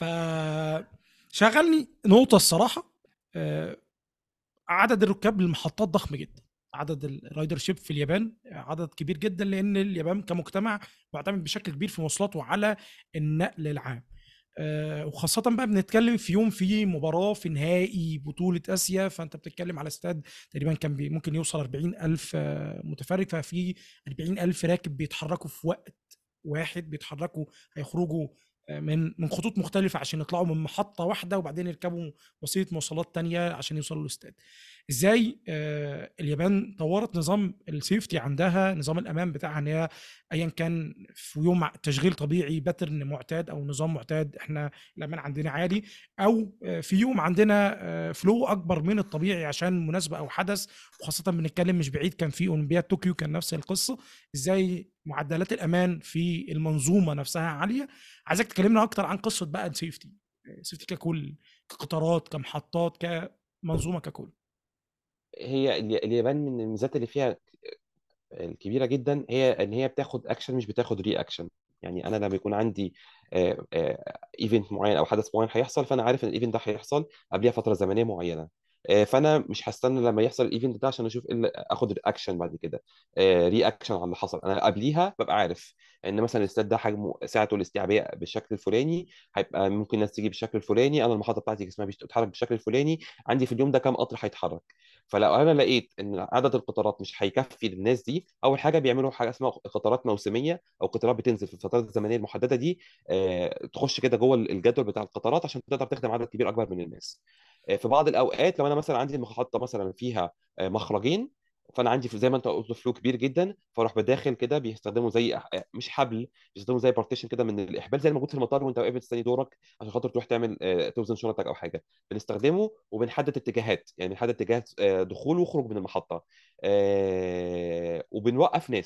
شغلني نقطه الصراحه، آه، عدد الركاب للمحطات ضخم جدا. عدد الرايدر شيب في اليابان عدد كبير جدا، لان اليابان كمجتمع معتمد بشكل كبير في مواصلاته على النقل العام. وخاصة بقى بنتكلم في يوم في مباراة في نهائي بطولة آسيا، فأنت بتتكلم على استاد تقريبا كان ممكن يوصل 40 ألف متفرج، ففي 40 ألف راكب بيتحركوا في وقت واحد، بيتحركوا هيخرجوا من خطوط مختلفة عشان يطلعوا من محطة واحدة وبعدين يركبوا وسيلة مواصلات تانية عشان يوصلوا للاستاد. ازاي اليابان طورت نظام السيفتي عندها، نظام الامان بتاعها، ان هي ايا كان في يوم تشغيل طبيعي باترن معتاد او نظام معتاد احنا الامان عندنا عالي، او في يوم عندنا فلو اكبر من الطبيعي عشان مناسبه او حدث. وخاصه بنتكلم مش بعيد كان في اولمبياد طوكيو كان نفس القصه. ازاي معدلات الامان في المنظومه نفسها عاليه. عايزك تكلمنا اكتر عن قصه بقى السيفتي، سيفتي ككل، كقطارات كمحطات كمنظومه ككل. هي اليابان من الميزات اللي فيها الكبيره جدا هي ان هي بتاخد اكشن مش بتاخد ري اكشن. يعني انا لما يكون عندي ايفنت معين او حدث معين هيحصل، فانا عارف ان الايفنت ده هيحصل قبلها فتره زمنيه معينه. فانا مش هستنى لما يحصل الايفنت ده عشان اشوف ايه اخد اكشن بعد كده، ري اكشن على اللي حصل. انا قبليها ببقى عارف ان مثلا الاستاد ده حجمه سعته الاستيعابيه بالشكل الفلاني، هيبقى ممكن الناس تيجي بالشكل الفلاني، انا المحطه بتاعتي جسمها بتتحرك بالشكل الفلاني، عندي في اليوم ده كام قطر هيتحرك. فلو انا لقيت ان عدد القطارات مش هيكفي للناس دي، اول حاجه بيعملوا حاجه اسمها قطارات موسميه، او قطارات بتنزل في الفترات الزمنيه المحدده دي، تخش كده جوه الجدول بتاع القطارات عشان تقدر تخدم عدد كبير اكبر من الناس. في بعض الاوقات لو انا مثلا عندي محطه مثلا فيها مخرجين، فانا عندي زي ما انت قلت فلو كبير جدا، فاروح بداخل كده بيستخدموا زي مش حبل، بيستخدموا زي بارتيشن كده من الاحبال زي الموجود في المطار وانت واقف مستني دورك عشان خاطر تروح تعمل توزن شنطك او حاجه. بنستخدمه وبنحدد اتجاهات، يعني بنحدد اتجاهات دخول وخروج من المحطه. وبنوقف ناس.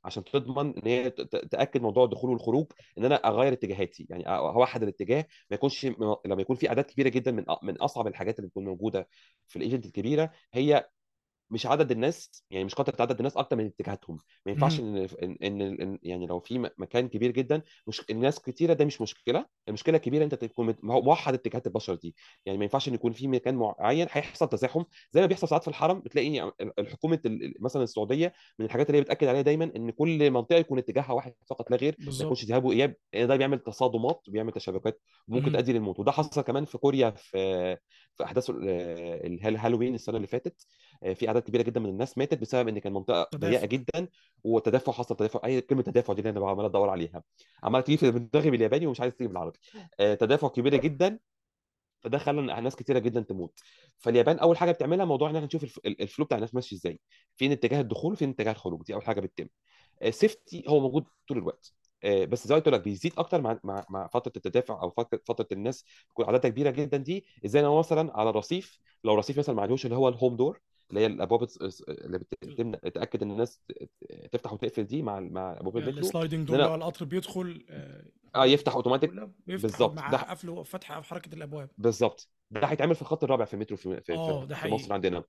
عشان تضمن ان هي تاكد موضوع الدخول والخروج، ان انا اغير اتجاهاتي، يعني اوحد الاتجاه، ما يكونش لما يكون في اعداد كبيره جدا من اصعب الحاجات اللي بتكون موجوده في الايجنت الكبيره هي مش عدد الناس، يعني مش كتره عدد الناس اكتر من اتجاهاتهم. ما ينفعش مهم. يعني لو في مكان كبير جدا مش الناس كتيره، ده مش مشكله. المشكله الكبيره انت تكون موحد اتجاهات البشر دي. يعني ما ينفعش ان يكون في مكان معين هيحصل تزاحم زي ما بيحصل ساعات في الحرم. بتلاقي الحكومه مثلا السعوديه من الحاجات اللي هي بتاكد عليها دايما ان كل منطقه يكون اتجاهها واحد فقط لا غير، ما بالظبط. يكونش ذهاب واياب، لأن ده بيعمل تصادمات وبيعمل تشابكات وممكن مهم. تؤدي للموت. وده حصل كمان في كوريا في احداث الهالوين السنه اللي فاتت. في اعداد كبيره جدا من الناس ماتت بسبب ان كان منطقه ضيقه تدافع. جدا، وتدافع حصل. تدافع، اي كلمه تدافع دي اللي انا عمال ادور عليها، عمال تيجي في دماغي بالياباني ومش عايز تيجي بالعربي. تدافع كبيره جدا، فده خلى ناس كتيره جدا تموت. فاليابان اول حاجه بتعملها موضوع ان احنا نشوف الفلو بتاع الناس ماشي ازاي، فين اتجاه الدخول وفين اتجاه الخروج. دي اول حاجه بتتم. السيفتي هو موجود طول الوقت، بس زي ما قلت لك بيزيد اكتر مع فتره التدافع او فتره الناس تكون عددها كبيره جدا دي. ازاي انا مثلا على الرصيف، لو رصيف مثلا ما عندوش اللي هو الهوم دور، اللي هي الابواب اللي تاكد ان الناس تفتح وتقفل دي مع ابواب المترو، السلايدنج ان دور اللي هو انا القطر بيدخل يفتح اوتوماتيك. مقفولة، بيفتح بالظبط مع ده، قفل وفتح او حركه الابواب. بالظبط ده هيتعمل في الخط الرابع في المترو اه ده في مصر حقيقي. عندنا.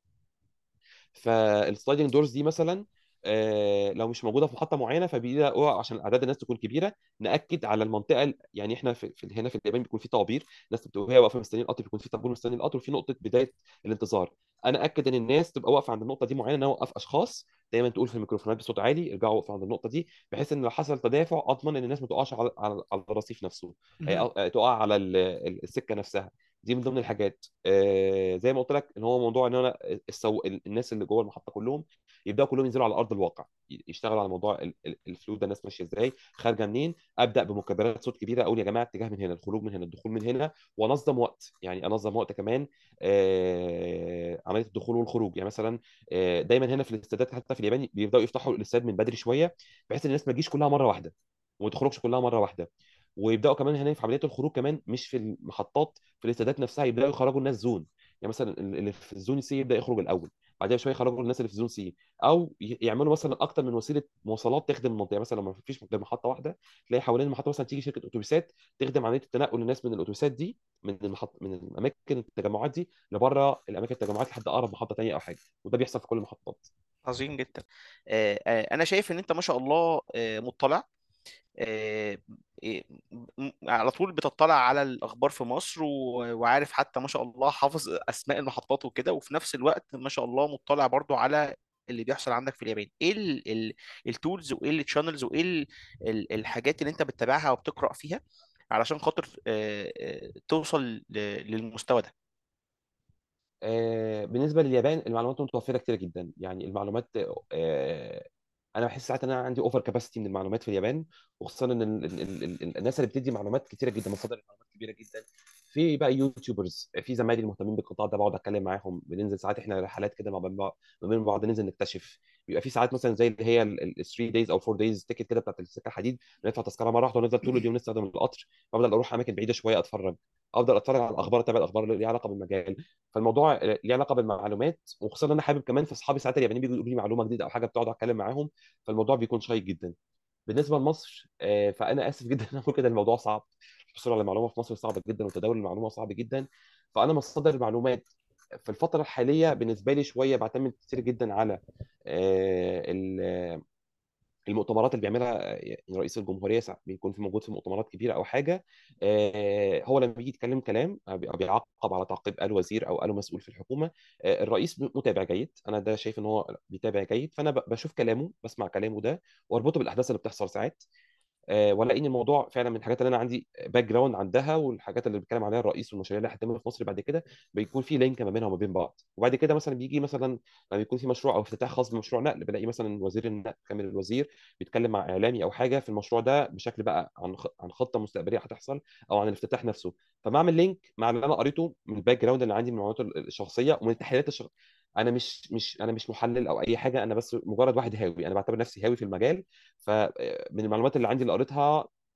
فالسلايدنج دورز دي مثلا لو مش موجوده في محطه معينه فبيلاقوا عشان اعداد الناس تكون كبيره ناكد على المنطقه يعني احنا هنا في اليابان بيكون في طوابير، الناس بتبقى وهي واقفه مستنيين القطر، بيكون في طابور مستني القطر وفي نقطه بدايه الانتظار. انا اكد ان الناس تبقى واقفه عند النقطه دي معينه، انا اوقف اشخاص دايما تقول في الميكروفونات بصوت عالي ارجعوا وقفوا عند النقطه دي، بحيث ان لو حصل تدافع اضمن ان الناس ما تقعش على الرصيف نفسه، مهم. تقع على السكه نفسها. دي من ضمن الحاجات. زي ما قلت لك ان هو موضوع ان انا الناس اللي جوه المحطه كلهم يبداوا كلهم ينزلوا على ارض الواقع، يشتغلوا على موضوع الفلو ده، الناس ماشيه ازاي، خارجه منين. ابدا بمكبرات صوت كبيره اقول يا جماعه اتجاه من هنا، الخروج من هنا، الدخول من هنا، وانظم وقت. يعني انظم وقت كمان عمليه الدخول والخروج. يعني مثلا دايما هنا في الاستادات حتى في اليابان بيبداوا يفتحوا الاستاد من بدري شويه، بحيث ان الناس ما تجيش كلها مره واحده وما تخرجش كلها مره واحده. ويبداوا كمان هنا في عمليه الخروج كمان مش في المحطات، في الاستادات نفسها يبداوا يخرجوا الناس زون. يعني مثلا اللي في الزون سي يبدا يخرج الاول، بعدها بشويه يخرجوا الناس اللي في زون سي، او يعملوا مثلا اكتر من وسيله مواصلات تخدم المنطقه. مثلا لو ما فيش غير محطه واحده تلاقي حوالين المحطه مثلا تيجي شركه اتوبيسات تخدم عمليه التنقل الناس من الاتوبيسات دي، من الاماكن التجمعات دي لبره الاماكن التجمعات لحد اقرب محطه ثانيه او حاجه. وده بيحصل في كل المحطات. عظيم جدا. انا شايف ان انت ما شاء الله مطلع، آه، على طول بتطلع على الأخبار في مصر، وعارف حتى ما شاء الله حافظ أسماء المحطات وكده، وفي نفس الوقت ما شاء الله مطلع برضو على اللي بيحصل عندك في اليابان. ايه التولز وايه التشانلز وايه الحاجات اللي انت بتتابعها وبتقرأ فيها علشان خاطر توصل للمستوى ده؟ بالنسبه لليابان المعلومات متوفره كتير جدا. يعني المعلومات انا بحس ساعات ان انا عندي اوفر كاباسيتي من المعلومات في اليابان، وخصوصا ان الناس اللي بتدي معلومات كتيره جدا، مصادر المعلومات كبيره جدا. في بقى يوتيوبرز، في زمايلي المهتمين بالقطاع ده بقعد اتكلم معاهم، بننزل ساعات احنا رحلات كده ما بين بعض ننزل نكتشف. بيبقى في ساعات مثلا زي اللي هي ال 3 دايز او 4 دايز تيكت كده بتاعت السكه الحديد، بندفع تذكره مره واحده ونفضل طول اليوم نستخدم القطر. بفضل اروح اماكن بعيده شويه اتفرج، افضل اتفرج على الاخبار، اتابع الاخبار اللي ليها علاقه بالمجال. فالموضوع ليه علاقه بالمعلومات، وخصوصا ان انا حابب كمان في اصحابي ساعات اليابانيين بيجوا يقولوا لي معلومه جديده او حاجه بتقعد اتكلم معاهم، فالموضوع بيكون شيق جدا. بالنسبه لمصر فانا اسف جدا ان اقول كده الموضوع صعب. الحصول على المعلومه في مصر صعب جدا وتداول المعلومه صعب جدا. فانا مصادر المعلومات في الفتره الحاليه بالنسبه لي شويه بعتمد كتير جدا على المؤتمرات اللي بيعملها يعني رئيس الجمهوريه ساعات بيكون في موجود في مؤتمرات كبيره او حاجه. هو لما بيجي يتكلم كلام أو بيعقب على تعقيب قاله وزير او قاله مسؤول في الحكومه، الرئيس متابع جيد. انا ده شايف ان هو بيتابع جيد، فانا بشوف كلامه، بسمع كلامه ده واربطه بالاحداث اللي بتحصل ساعات. ولا ان الموضوع فعلا من الحاجات اللي انا عندي باك جراوند عندها، والحاجات اللي بيتكلم عليها الرئيس والمشاريع اللي هتتم في مصر بعد كده بيكون في لينك ما بينها وما بين بعض. وبعد كده مثلا بيجي مثلا لما يكون في مشروع او افتتاح خاص بمشروع نقل، بلاقي مثلا وزير النقل كامل الوزير بيتكلم مع اعلامي او حاجه في المشروع ده بشكل بقى عن خطه مستقبليه هتحصل او عن الافتتاح نفسه. فبعمل لينك مع اللي انا قريته من الباك جراوند اللي عندي من المعلومات الشخصيه ومن التحليلات انا مش محلل او اي حاجه، انا بس مجرد واحد هاوي، انا بعتبر نفسي هاوي في المجال. فمن المعلومات اللي عندي اللي قريتها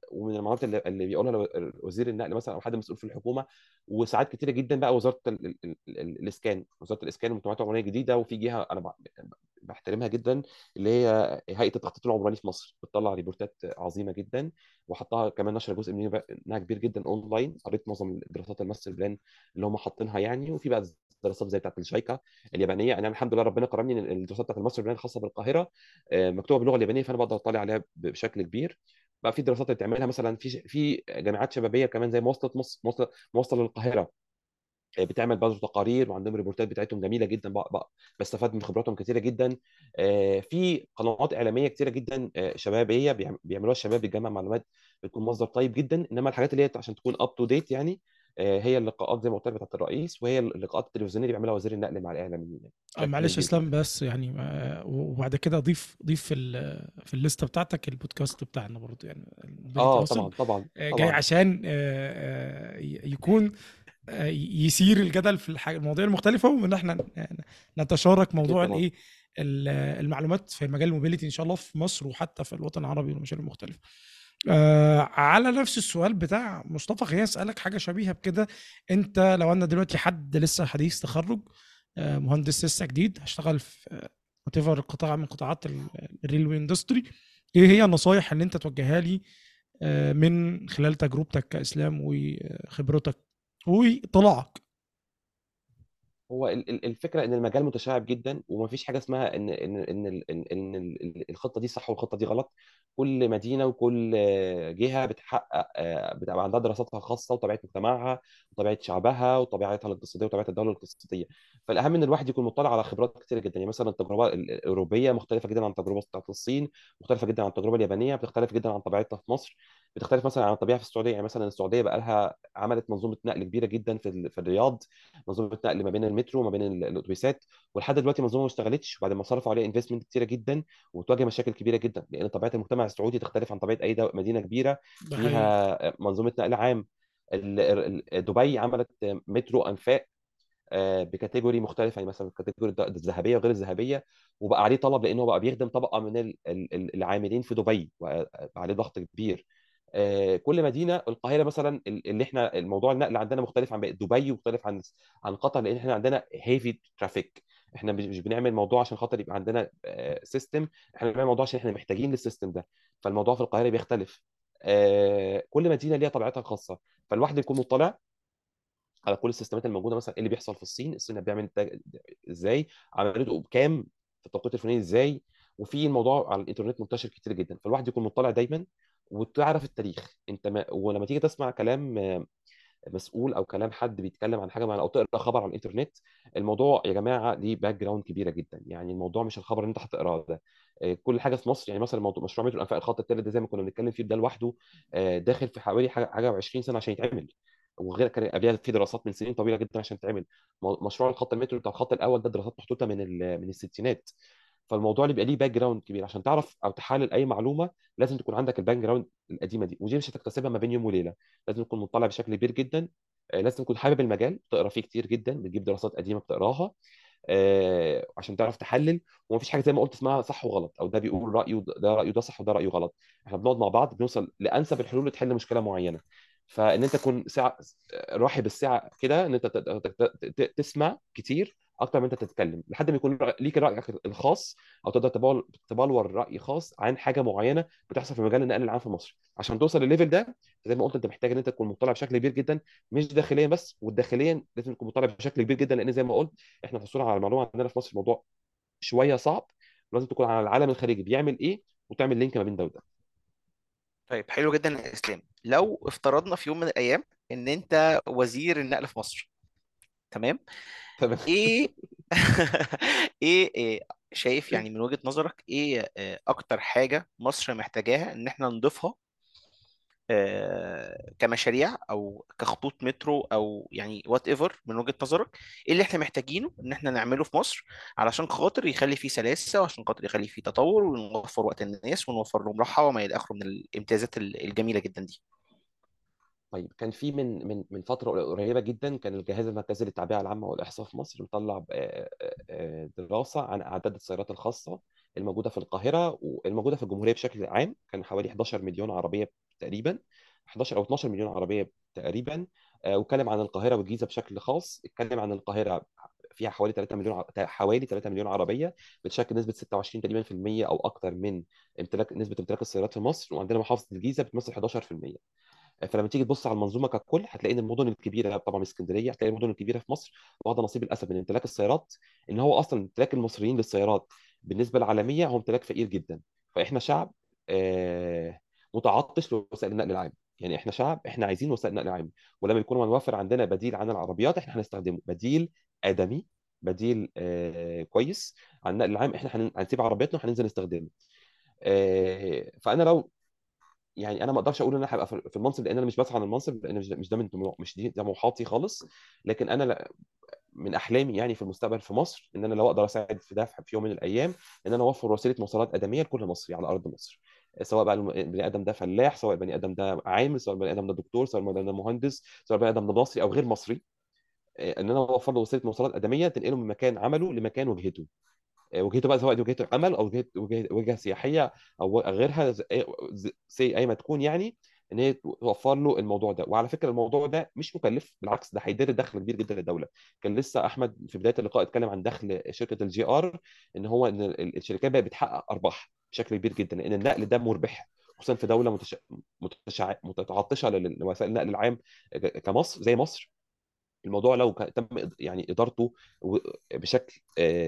ومن المعلومات اللي بيقولها وزير النقل مثلا او حد مسؤول في الحكومه. وساعات كتيره جدا بقى وزاره الاسكان، وزاره الاسكان والمجتمعات العمرانيه الجديده. وفي جهه انا بحترمها جدا، اللي هي هيئه التخطيط العمراني في مصر، بتطلع ريبورتات عظيمه جدا. وحطها كمان نشر جزء منها كبير جدا اونلاين. قريت معظم دراسات الماستر بلان اللي هم حاطينها يعني. وفي بقى دراسات زي بتاعت الجايكا اليابانيه. انا الحمد لله ربنا كرمني ان الدراسات بتاعت الماستر بلان الخاصه بالقاهره مكتوبه باللغه اليابانيه، فانا بقدر اطلع عليها بشكل كبير. بقى في دراسات اللي بتعملها مثلا في جامعات شبابيه كمان زي مواصله للقاهره، بتعمل برضه تقارير وعندهم ريبورتات بتاعتهم جميله جدا. بقى بستفاد من خبراتهم كتيره جدا. في قنوات اعلاميه كتيره جدا شبابيه بيعملوها الشباب، بيجمع معلومات، بتكون مصدر طيب جدا. انما الحاجات اللي هي عشان تكون اب تو ديت يعني هي اللقاءات زي ما قلت لك بتاعت الرئيس، وهي اللقاءات التلفزيونيه اللي بيعملها وزير النقل مع الاعلاميين يعني بشكل كبير معلش جدا. اسلام، بس يعني وبعد كده ضيف في الليسته بتاعتك البودكاست بتاعنا برضو، يعني الموبيليتي اه هاسل طبعا طبعا جاي طبعا. عشان يكون يثير الجدل في المواضيع المختلفه، وان احنا نتشارك اكيد موضوع طبعا. الايه المعلومات في مجال الموبيليتي ان شاء الله في مصر وحتى في الوطن العربي والمشاريع المختلفه. على نفس السؤال بتاع مصطفى، خليني اسالك حاجه شبيهه بكده. انت لو انا دلوقتي حد لسه حديث تخرج، مهندس لسه جديد هشتغل في whatever قطاع من قطاعات الريلوي اندستري، ايه هي النصايح اللي انت توجهها لي من خلال تجربتك كاسلام وخبرتك وطلعك؟ هو الفكره ان المجال متشعب جدا، ومفيش حاجه اسمها ان الخطه دي صح والخطه دي غلط. كل مدينه وكل جهه بتحقق بتبقى عندها دراساتها الخاصه وطبيعه مجتمعها وطبيعه شعبها وطبيعتها الاقتصاديه وطبيعه الدوله الاقتصاديه. فالاهم ان الواحد يكون مطلع على خبرات كتيره جدا. يعني مثلا التجربه الاوروبيه مختلفه جدا عن التجربه بتاعت الصين، مختلفه جدا عن التجربه اليابانيه، بتختلف جدا عن طبيعتها في مصر، بتختلف مثلا عن الطبيعه في السعوديه. يعني مثلا السعوديه بقى لها عملت منظومه نقل كبيره جدا في الرياض، منظومه نقل ما بين المترو وما بين الاتوبيسات، ولحد دلوقتي المنظومه ما اشتغلتش بعد ما صرفوا عليها انفستمنت كتيره جدا. وبتواجه مشاكل كبيره جدا لان طبيعه المجتمع السعودي تختلف عن طبيعه اي مدينه كبيره ده حقيقي. فيها منظومه نقل عام. دبي عملت مترو انفاق بكاتيجوري مختلفه، يعني مثلا الكاتيجوري الذهبيه وغير الذهبيه، وبقى عليه طلب لانه بقى بيخدم طبقه من العاملين في دبي، وبقى عليه ضغط كبير. كل مدينه، القاهره مثلا اللي احنا الموضوع النقل عندنا مختلف عن باقي دبي ومختلف عن قطر، لان احنا عندنا هيفي ترافيك. احنا مش بنعمل موضوع عشان خاطر يبقى عندنا سيستم، احنا بنعمل موضوع عشان احنا محتاجين للسيستم ده. فالموضوع في القاهره بيختلف. كل مدينه ليها طبيعتها الخاصه، فالواحد يكون مطلع على كل السيستمات الموجوده. مثلا ايه اللي بيحصل في الصين، الصين بيعمل انتاج ازاي، عملته بكام، في التوقيت الفلاني ازاي. وفي الموضوع على الانترنت منتشر كتير جدا، فالواحد يكون مطلع دايما وتعرف التاريخ. انت ما ولما تيجي تسمع كلام مسؤول او كلام حد بيتكلم عن حاجه معينه او تقرا خبر على الانترنت، الموضوع يا جماعه ليه باك جراوند كبيره جدا. يعني الموضوع مش الخبر اللي انت هتقراه ده. كل حاجه في مصر، يعني مثلا موضوع مشروع مترو الانفاق الخط الثالث ده زي ما كنا بنتكلم فيه، ده لوحده داخل في حوالي حاجه و20 سنه عشان يتعمل. وغير كان قبلها في دراسات من سنين طويله جدا عشان تعمل. مشروع الخط المترو بتاع الخط الاول ده دراسات محطوطه من الستينات. فالموضوع اللي بيبقى ليه باك جراوند كبير عشان تعرف او تحلل اي معلومه، لازم تكون عندك الباك جراوند القديمه دي، ودي مش هتكتسبها ما بين يوم وليله. لازم تكون مطلع بشكل كبير جدا، لازم تكون حابب المجال، بتقرا فيه كتير جدا، بتجيب دراسات قديمه بتقراها عشان تعرف تحلل. ومفيش حاجه زي ما قلت اسمها صح وغلط، او ده بيقول رايه ده رايه ده صح وده رايه غلط. احنا بنقعد مع بعض بنوصل لانسب الحلول اللي تحل مشكله معينه. فان انت تكون ساعه راحب الساعه كده، ان انت تسمع كتير اكتر من انت تتكلم، لحد ما يكون ليك رايك الخاص، او تقدر تبلور راي خاص عن حاجه معينه بتحصل في مجال النقل العام في مصر. عشان توصل للليفل ده زي ما قلت انت محتاج ان انت تكون مطلع بشكل كبير جدا، مش داخليا بس، والداخليا لازم تكون مطلع بشكل كبير جدا، لان زي ما قلت احنا الحصول على المعلومه عندنا في مصر الموضوع شويه صعب. لازم تكون على العالم الخارجي بيعمل ايه، وتعمل لينك ما بين ده وده. طيب حلو جدا يا اسلام. لو افترضنا في يوم من الايام ان انت وزير النقل في مصر، تمام، تمام. ايه إيه شايف يعني من وجهة نظرك ايه اكتر حاجة مصر محتاجاها ان احنا نضيفها كمشاريع او كخطوط مترو او يعني وات ايفر، من وجهة نظرك ايه اللي احنا محتاجينه ان احنا نعمله في مصر علشان خاطر يخلي فيه سلاسة وعشان خاطر يخلي فيه تطور ونوفر وقت الناس ونوفر لهم راحة وما الى اخره من الامتيازات الجميلة جدا دي؟ طيب كان في من فتره قريبه جدا، كان الجهاز المركزي للتعبئه العامه والاحصاء في مصر مطلع دراسه عن اعداد السيارات الخاصه الموجوده في القاهره والموجوده في الجمهوريه بشكل عام. كان حوالي 11 مليون عربيه تقريبا، 11 او 12 مليون عربيه تقريبا. واتكلم عن القاهره والجيزه بشكل خاص. اتكلم عن القاهره فيها حوالي 3 مليون حوالي 3 مليون عربيه، بتشكل نسبه 26 تقريبا في المية او اكتر من نسبه امتلاك السيارات في مصر. وعندنا محافظه الجيزه بتمثل 11%. فلما تيجي تبص على المنظومه ككل هتلاقي ان المدن الكبيره، طبعا اسكندريه، هتلاقي المدن الكبيره في مصر واخده نصيب الاسد من امتلاك السيارات. ان هو اصلا امتلاك المصريين للسيارات بالنسبه العالميه هو امتلاك فقير جدا. فاحنا شعب متعطش لوسائل النقل العام. يعني احنا شعب احنا عايزين وسائل نقل عام، ولما يكون متوفر عندنا بديل عن العربيات احنا هنستخدمه، بديل ادمي، بديل كويس عن النقل العام. احنا هنسيب عربياتنا وهننزل نستخدمه. فانا لو يعني انا ما اقدرش اقول ان انا هبقى في المنصب، لان انا مش بسعى للمنصب، لان مش ده من مش دي طموحاتي خالص. لكن انا من احلامي يعني في المستقبل في مصر ان انا لو اقدر اساعد في ده في يوم من الايام، ان انا اوفر وسيله مواصلات ادميه لكل مصري على ارض مصر. سواء بقى البني ادم ده فلاح، سواء البني ادم ده عامل، سواء البني ادم ده دكتور، سواء البني ادم ده مهندس، سواء البني ادم ده مصري او غير مصري. ان انا اوفر له وسيله مواصلات ادميه تنقله من مكان عمله لمكان وجهته. وجهته بقى، سواء دي وجهه عمل او وجهه سياحيه او غيرها، زي اي ما تكون يعني. ان هي توفر له الموضوع ده. وعلى فكره الموضوع ده مش مكلف، بالعكس ده هيدر دخل كبير جدا للدوله. كان لسه احمد في بدايه اللقاء اتكلم عن دخل شركه الجي ار، ان هو ان الشركات بقى بتحقق ارباح بشكل كبير جدا، لان النقل ده مربح، خصوصا في دوله متعطشه لوسائل النقل العام كمصر زي مصر. الموضوع لو تم يعني ادارته بشكل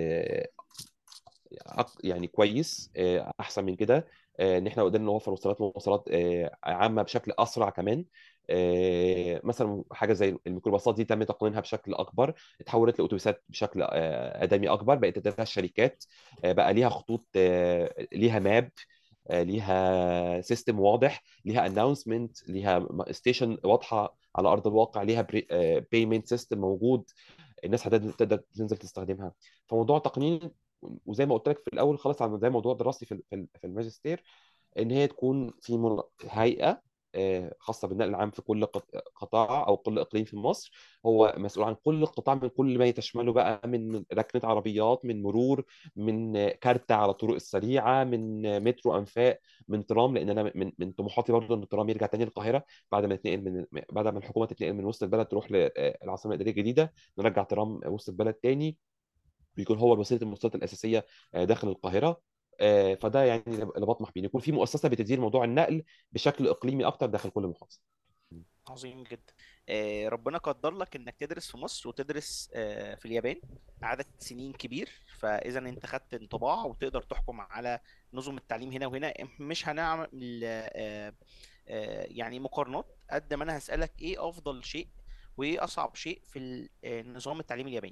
يعني كويس، احسن من كده، ان احنا قدرنا نوفر مواصلات عامه بشكل اسرع كمان. مثلا حاجه زي الميكروباصات دي تم تقنينها بشكل اكبر، اتحولت لاتوبيسات بشكل ادمي اكبر، بقت تديرها الشركات. بقى ليها خطوط، ليها ماب، ليها سيستم واضح، ليها اناونسمنت، ليها ستيشن واضحه على ارض الواقع، ليها بيمنت سيستم موجود، الناس هتقدر تنزل تستخدمها. فموضوع تقنين، وزي ما قلت لك في الاول خالص عن زي موضوع دراستي في الماجستير، ان هي تكون في هيئه خاصه بالنقل العام في كل قطاع او كل اقليم في مصر، هو مسؤول عن كل قطاع من كل ما يتشمله بقى، من ركنه عربيات، من مرور، من كارتة على الطرق السريعه، من مترو انفاق، من ترام. لان انا من طموحاتي برضه ان الترام يرجع تاني للقاهره بعد ما الحكومه تتنقل من وسط البلد تروح للعاصمه الاداريه الجديده، نرجع ترام وسط البلد تاني، بيكون هو وسيله المواصلات الاساسيه داخل القاهره. فده يعني اللي بطمح بيه، إن يكون في مؤسسه بتدير موضوع النقل بشكل اقليمي اكتر داخل كل محافظه. عظيم جدا. ربنا قدر لك انك تدرس في مصر وتدرس في اليابان عدد سنين كبير، فاذا انت خدت انطباع وتقدر تحكم على نظم التعليم هنا وهنا. مش هنعمل يعني مقارنات قد ما انا هسألك ايه افضل شيء وايه اصعب شيء في النظام التعليمي الياباني.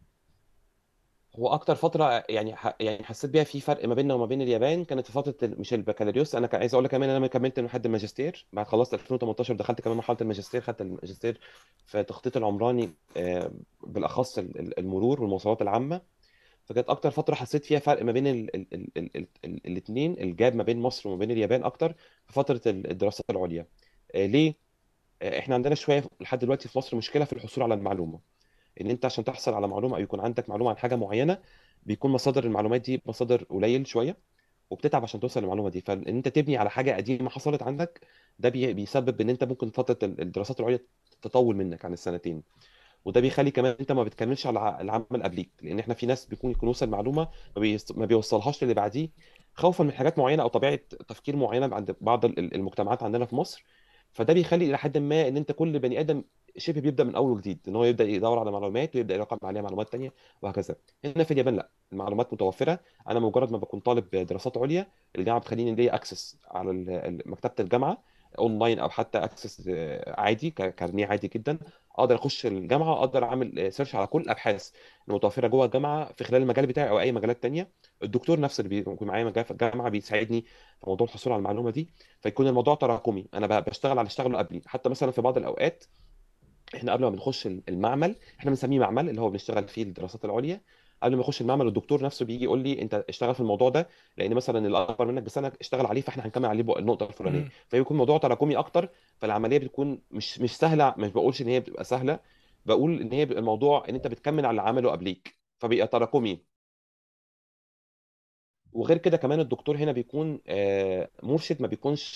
هو اكتر فتره يعني يعني حسيت بيها في فرق ما بيننا وما بين اليابان كانت في فتره مش البكالوريوس. انا كان عايز اقول لك كمان ان انا كملت لحد الماجستير، بعد خلصت 2018 دخلت كمان مرحله الماجستير، خدت الماجستير في التخطيط العمراني، بالاخص المرور والمواصلات العامه. فكانت اكتر فتره حسيت فيها فرق ما بين الاثنين، الجاب ما بين مصر وما بين اليابان اكتر في فتره الدراسات العليا. ليه؟ احنا عندنا شويه لحد دلوقتي في مصر مشكله في الحصول على المعلومه. ان انت عشان تحصل على معلومه او يكون عندك معلومه عن حاجه معينه، بيكون مصادر المعلومات دي مصادر قليل شويه، وبتتعب عشان توصل للمعلومه دي. فان انت تبني على حاجه قديمه حصلت عندك، ده بيسبب ان انت ممكن فتره الدراسات العليا تطول منك عن السنتين. وده بيخلي كمان انت ما بتكملش على العمل قبليك، لان احنا في ناس يكون وصل معلومه ما بيوصلهاش للي بعديه، خوفا من حاجات معينه او طبيعه تفكير معينه عند بعض المجتمعات عندنا في مصر. فده بيخلي الى حد ما ان انت كل بني ادم شبه بيبدا من اول وجديد، ان هو يبدا يدور على معلومات ويبدا يراقب عليها معلومات تانيه وهكذا. هنا في اليابان لا، المعلومات متوفره. انا مجرد ما بكون طالب دراسات عليا، الجامعه بتخليني ليا اكسس على مكتبه الجامعه اونلاين، او حتى اكسس عادي كارنيه عادي جدا، اقدر اخش الجامعه، اقدر اعمل سيرش على كل الابحاث المتوفره جوه الجامعه في خلال المجال بتاعي او اي مجالات تانيه. الدكتور نفسه اللي بيكون معايا مجال في الجامعه بيساعدني في موضوع الحصول على المعلومه دي. فيكون الموضوع تراكمي، انا بشتغل على اشتغله قبلي. حتى مثلا في بعض الاوقات احنا قبل ما بنخش المعمل، احنا بنسميه معمل اللي هو بنشتغل فيه الدراسات العليا، قبل ما اخش المعمل الدكتور نفسه بيجي يقول لي انت اشتغل في الموضوع ده، لان مثلا اللي اكبر منك بسنه اشتغل عليه، فاحنا هنكمل عليه النقطه الفلانيه. مم. فيكون الموضوع تراكمي اكتر. فالعمليه بتكون مش سهله، مش بقولش ان هي بتبقى سهله، بقول ان هي بيبقى الموضوع ان انت بتكمل على اللي عمله قبليك، فبيبقى تراكمي. وغير كده كمان الدكتور هنا بيكون مرشد، ما بيكونش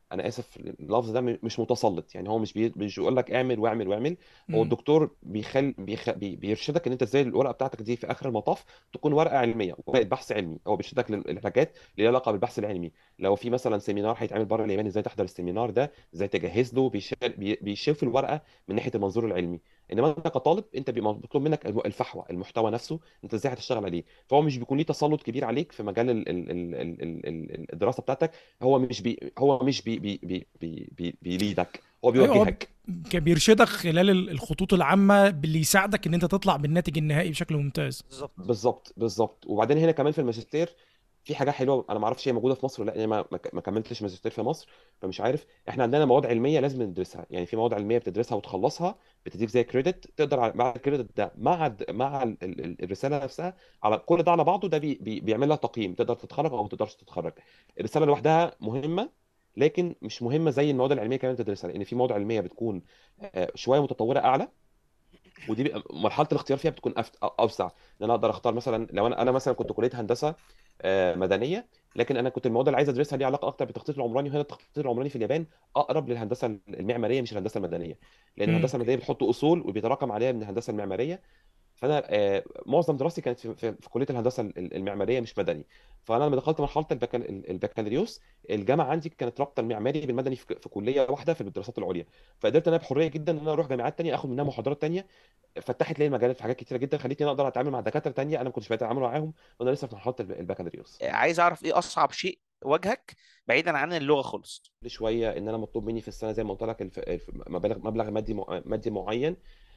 انا اسف اللفظ ده مش متسلط، يعني هو مش بيقول لك اعمل واعمل واعمل. هو مم. الدكتور بيرشدك ان انت ازاي الورقه بتاعتك دي في اخر المطاف تكون ورقه علميه، ورقه بحث علمي. هو بيرشدك للحاجات اللي ليها علاقه بالبحث العلمي. لو في مثلا سيمينار هيتعمل بره اليابان، ازاي تحضر السيمينار ده، ازاي تجهز له. بيشوف الورقه من ناحيه المنظور العلمي. انما انت كطالب انت بيبقى مطلوب منك الفحوى، المحتوى نفسه انت ازاي هتشتغل عليه. فهو مش بيكون ليه تسلط كبير عليك في مجال الدراسه بتاعتك. هو مش بيليدك، هو ايوه، هو بيوجهك. كان بيرشدك خلال الخطوط العامه باللي يساعدك ان انت تطلع بالناتج النهائي بشكل ممتاز. بالظبط. بالظبط بالظبط. وبعدين هنا كمان في الماجستير في حاجه حلوه، انا ما اعرفش هي موجوده في مصر ولا لا، يعني ما كملتش ماجستير في مصر، فمش عارف. احنا عندنا مواد علميه لازم ندرسها، يعني في مواد علميه بتدرسها وتخلصها، بتديك زي كريدت، تقدر مع الكريدت ده مع الرساله نفسها، على كل ده على بعضه ده بيعمل لها تقييم، تقدر تتخرج او ما تقدرش تتخرج. الرساله لوحدها مهمه، لكن مش مهمه زي المواد العلميه كمان بتدرسها، لان في مواد علميه بتكون شويه متطوره اعلى، ودي مرحله الاختيار فيها بتكون اوسع. ان انا اقدر اختار مثلا، لو انا مثلا كنت كليه هندسه مدنيه، لكن انا كنت المواد اللي عايز ادرسها ليها علاقه اكتر بالتخطيط العمراني، وهنا التخطيط العمراني في اليابان اقرب للهندسه المعماريه مش الهندسه المدنيه، لان امم. الهندسه المدنيه بتحط اصول وبيتراكم عليها من الهندسه المعماريه. فانا معظم دراستي كانت في كليه الهندسه المعماريه مش مدني. فانا لما دخلت مرحله البكالوريوس، الجامعه عندي كانت رابطه المعماري بالمدني في كليه واحده في الدراسات العليا. فقدرت انا بحريه جدا ان انا اروح جامعات تانية اخد منها محاضرات تانية، فتحت لي المجالات في حاجات كتيره جدا، خلتني انا اقدر اتعامل مع دكاتره تانية انا ما كنتش بتعامل معاهم وانا لسه في مرحله البكالوريوس. عايز اعرف ايه اصعب شيء واجهك بعيدا عن اللغة خالص. كل شويه ان انا مطلوب مني في السنه زي ما قلت لك مبلغ مادي معين.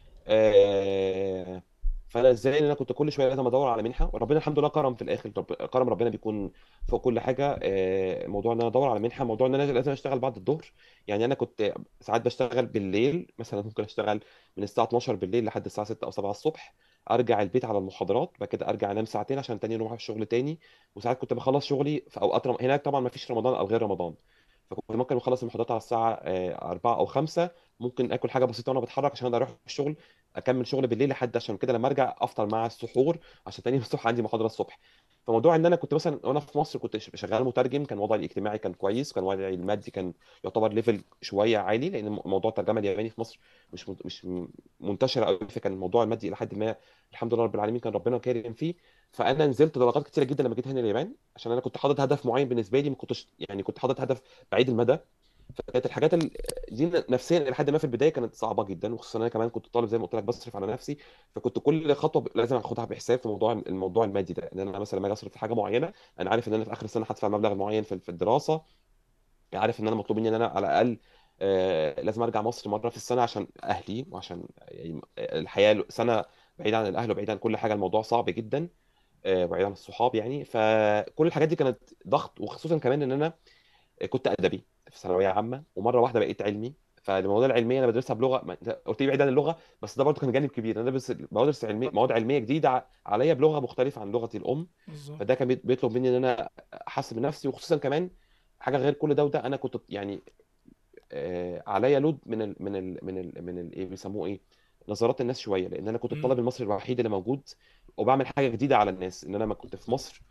آه، فانا ازاي ان انا كنت كل شويه لازم ادور على منحه، وربنا الحمد لله كرم في الاخر. كرم ربنا بيكون فوق كل حاجه. موضوع ان انا ادور على منحه، موضوع ان انا لازم اشتغل بعد الظهر. يعني انا كنت ساعات بشتغل بالليل، مثلا ممكن اشتغل من الساعه 12 بالليل لحد الساعه 6 او 7 الصبح، ارجع البيت على المحاضرات، بعد كده ارجع انام ساعتين عشان تاني يوم اروح الشغل تاني. وساعات كنت بخلص شغلي في اوقات هناك طبعا ما فيش رمضان او غير رمضان، فكنت ممكن اخلص المحاضرات على الساعه 4 او 5، ممكن اكل حاجه بسيطه وانا بتحرك عشان اقدر اروح الشغل، اكمل شغل بالليل لحد عشان كده لما ارجع افطر مع السحور، عشان تاني يوم الصبح عندي محاضره الصبح. فموضوع ان انا كنت مثلا وانا في مصر كنت شغال مترجم، كان وضعي الاجتماعي كان كويس، كان وضعي المادي كان يعتبر ليفل شويه عالي، لان موضوع الترجمه الياباني في مصر مش منتشر قوي، فكان الموضوع المادي الى حد ما الحمد لله رب العالمين كان ربنا كارم فيه. فانا نزلت درجات كتيره جدا لما جيت هنا اليابان، عشان انا كنت حاطط هدف معين بالنسبه لي، ما كنتش يعني كنت حاطط هدف بعيد المدى. فكانت الحاجات دي نفسيا الى حد ما في البدايه كانت صعبه جدا، وخصوصا انا كمان كنت طالب زي ما قلت لك بصرف على نفسي. فكنت كل خطوه لازم اخدها بحساب في الموضوع المادي ده، ان انا مثلا لما اجي اصرف في حاجه معينه، انا عارف ان انا في اخر السنه هدفع مبلغ معين في الدراسه، عارف ان انا مطلوب مني ان انا على الاقل لازم ارجع مصر مره في السنه عشان اهلي، وعشان يعني الحياه سنه بعيد عن الاهل وبعيد عن كل حاجه، الموضوع صعب جدا، وبعيد عن الصحاب يعني. فكل الحاجات دي كانت ضغط، وخصوصا كمان ان انا كنت ادبي في ثانويه عامه، ومره واحده بقيت علمي. فالمواد العلميه انا بدرسها بلغه أنت قلت لي بعيد عن اللغه، بس ده برضه كان جانب كبير، انا بدرس مواد علميه جديده عليا بلغه مختلفه عن لغتي الام. بالظبط. فده كان بيطلب مني ان انا احسن من نفسي، وخصوصا كمان حاجه غير كل ده وده، انا كنت يعني عليا لود ايه بيسموه ايه، نظرات الناس شويه، لان انا كنت مم. الطالب المصري الوحيد اللي موجود، وبعمل حاجه جديده على الناس، ان انا ما كنت في مصر.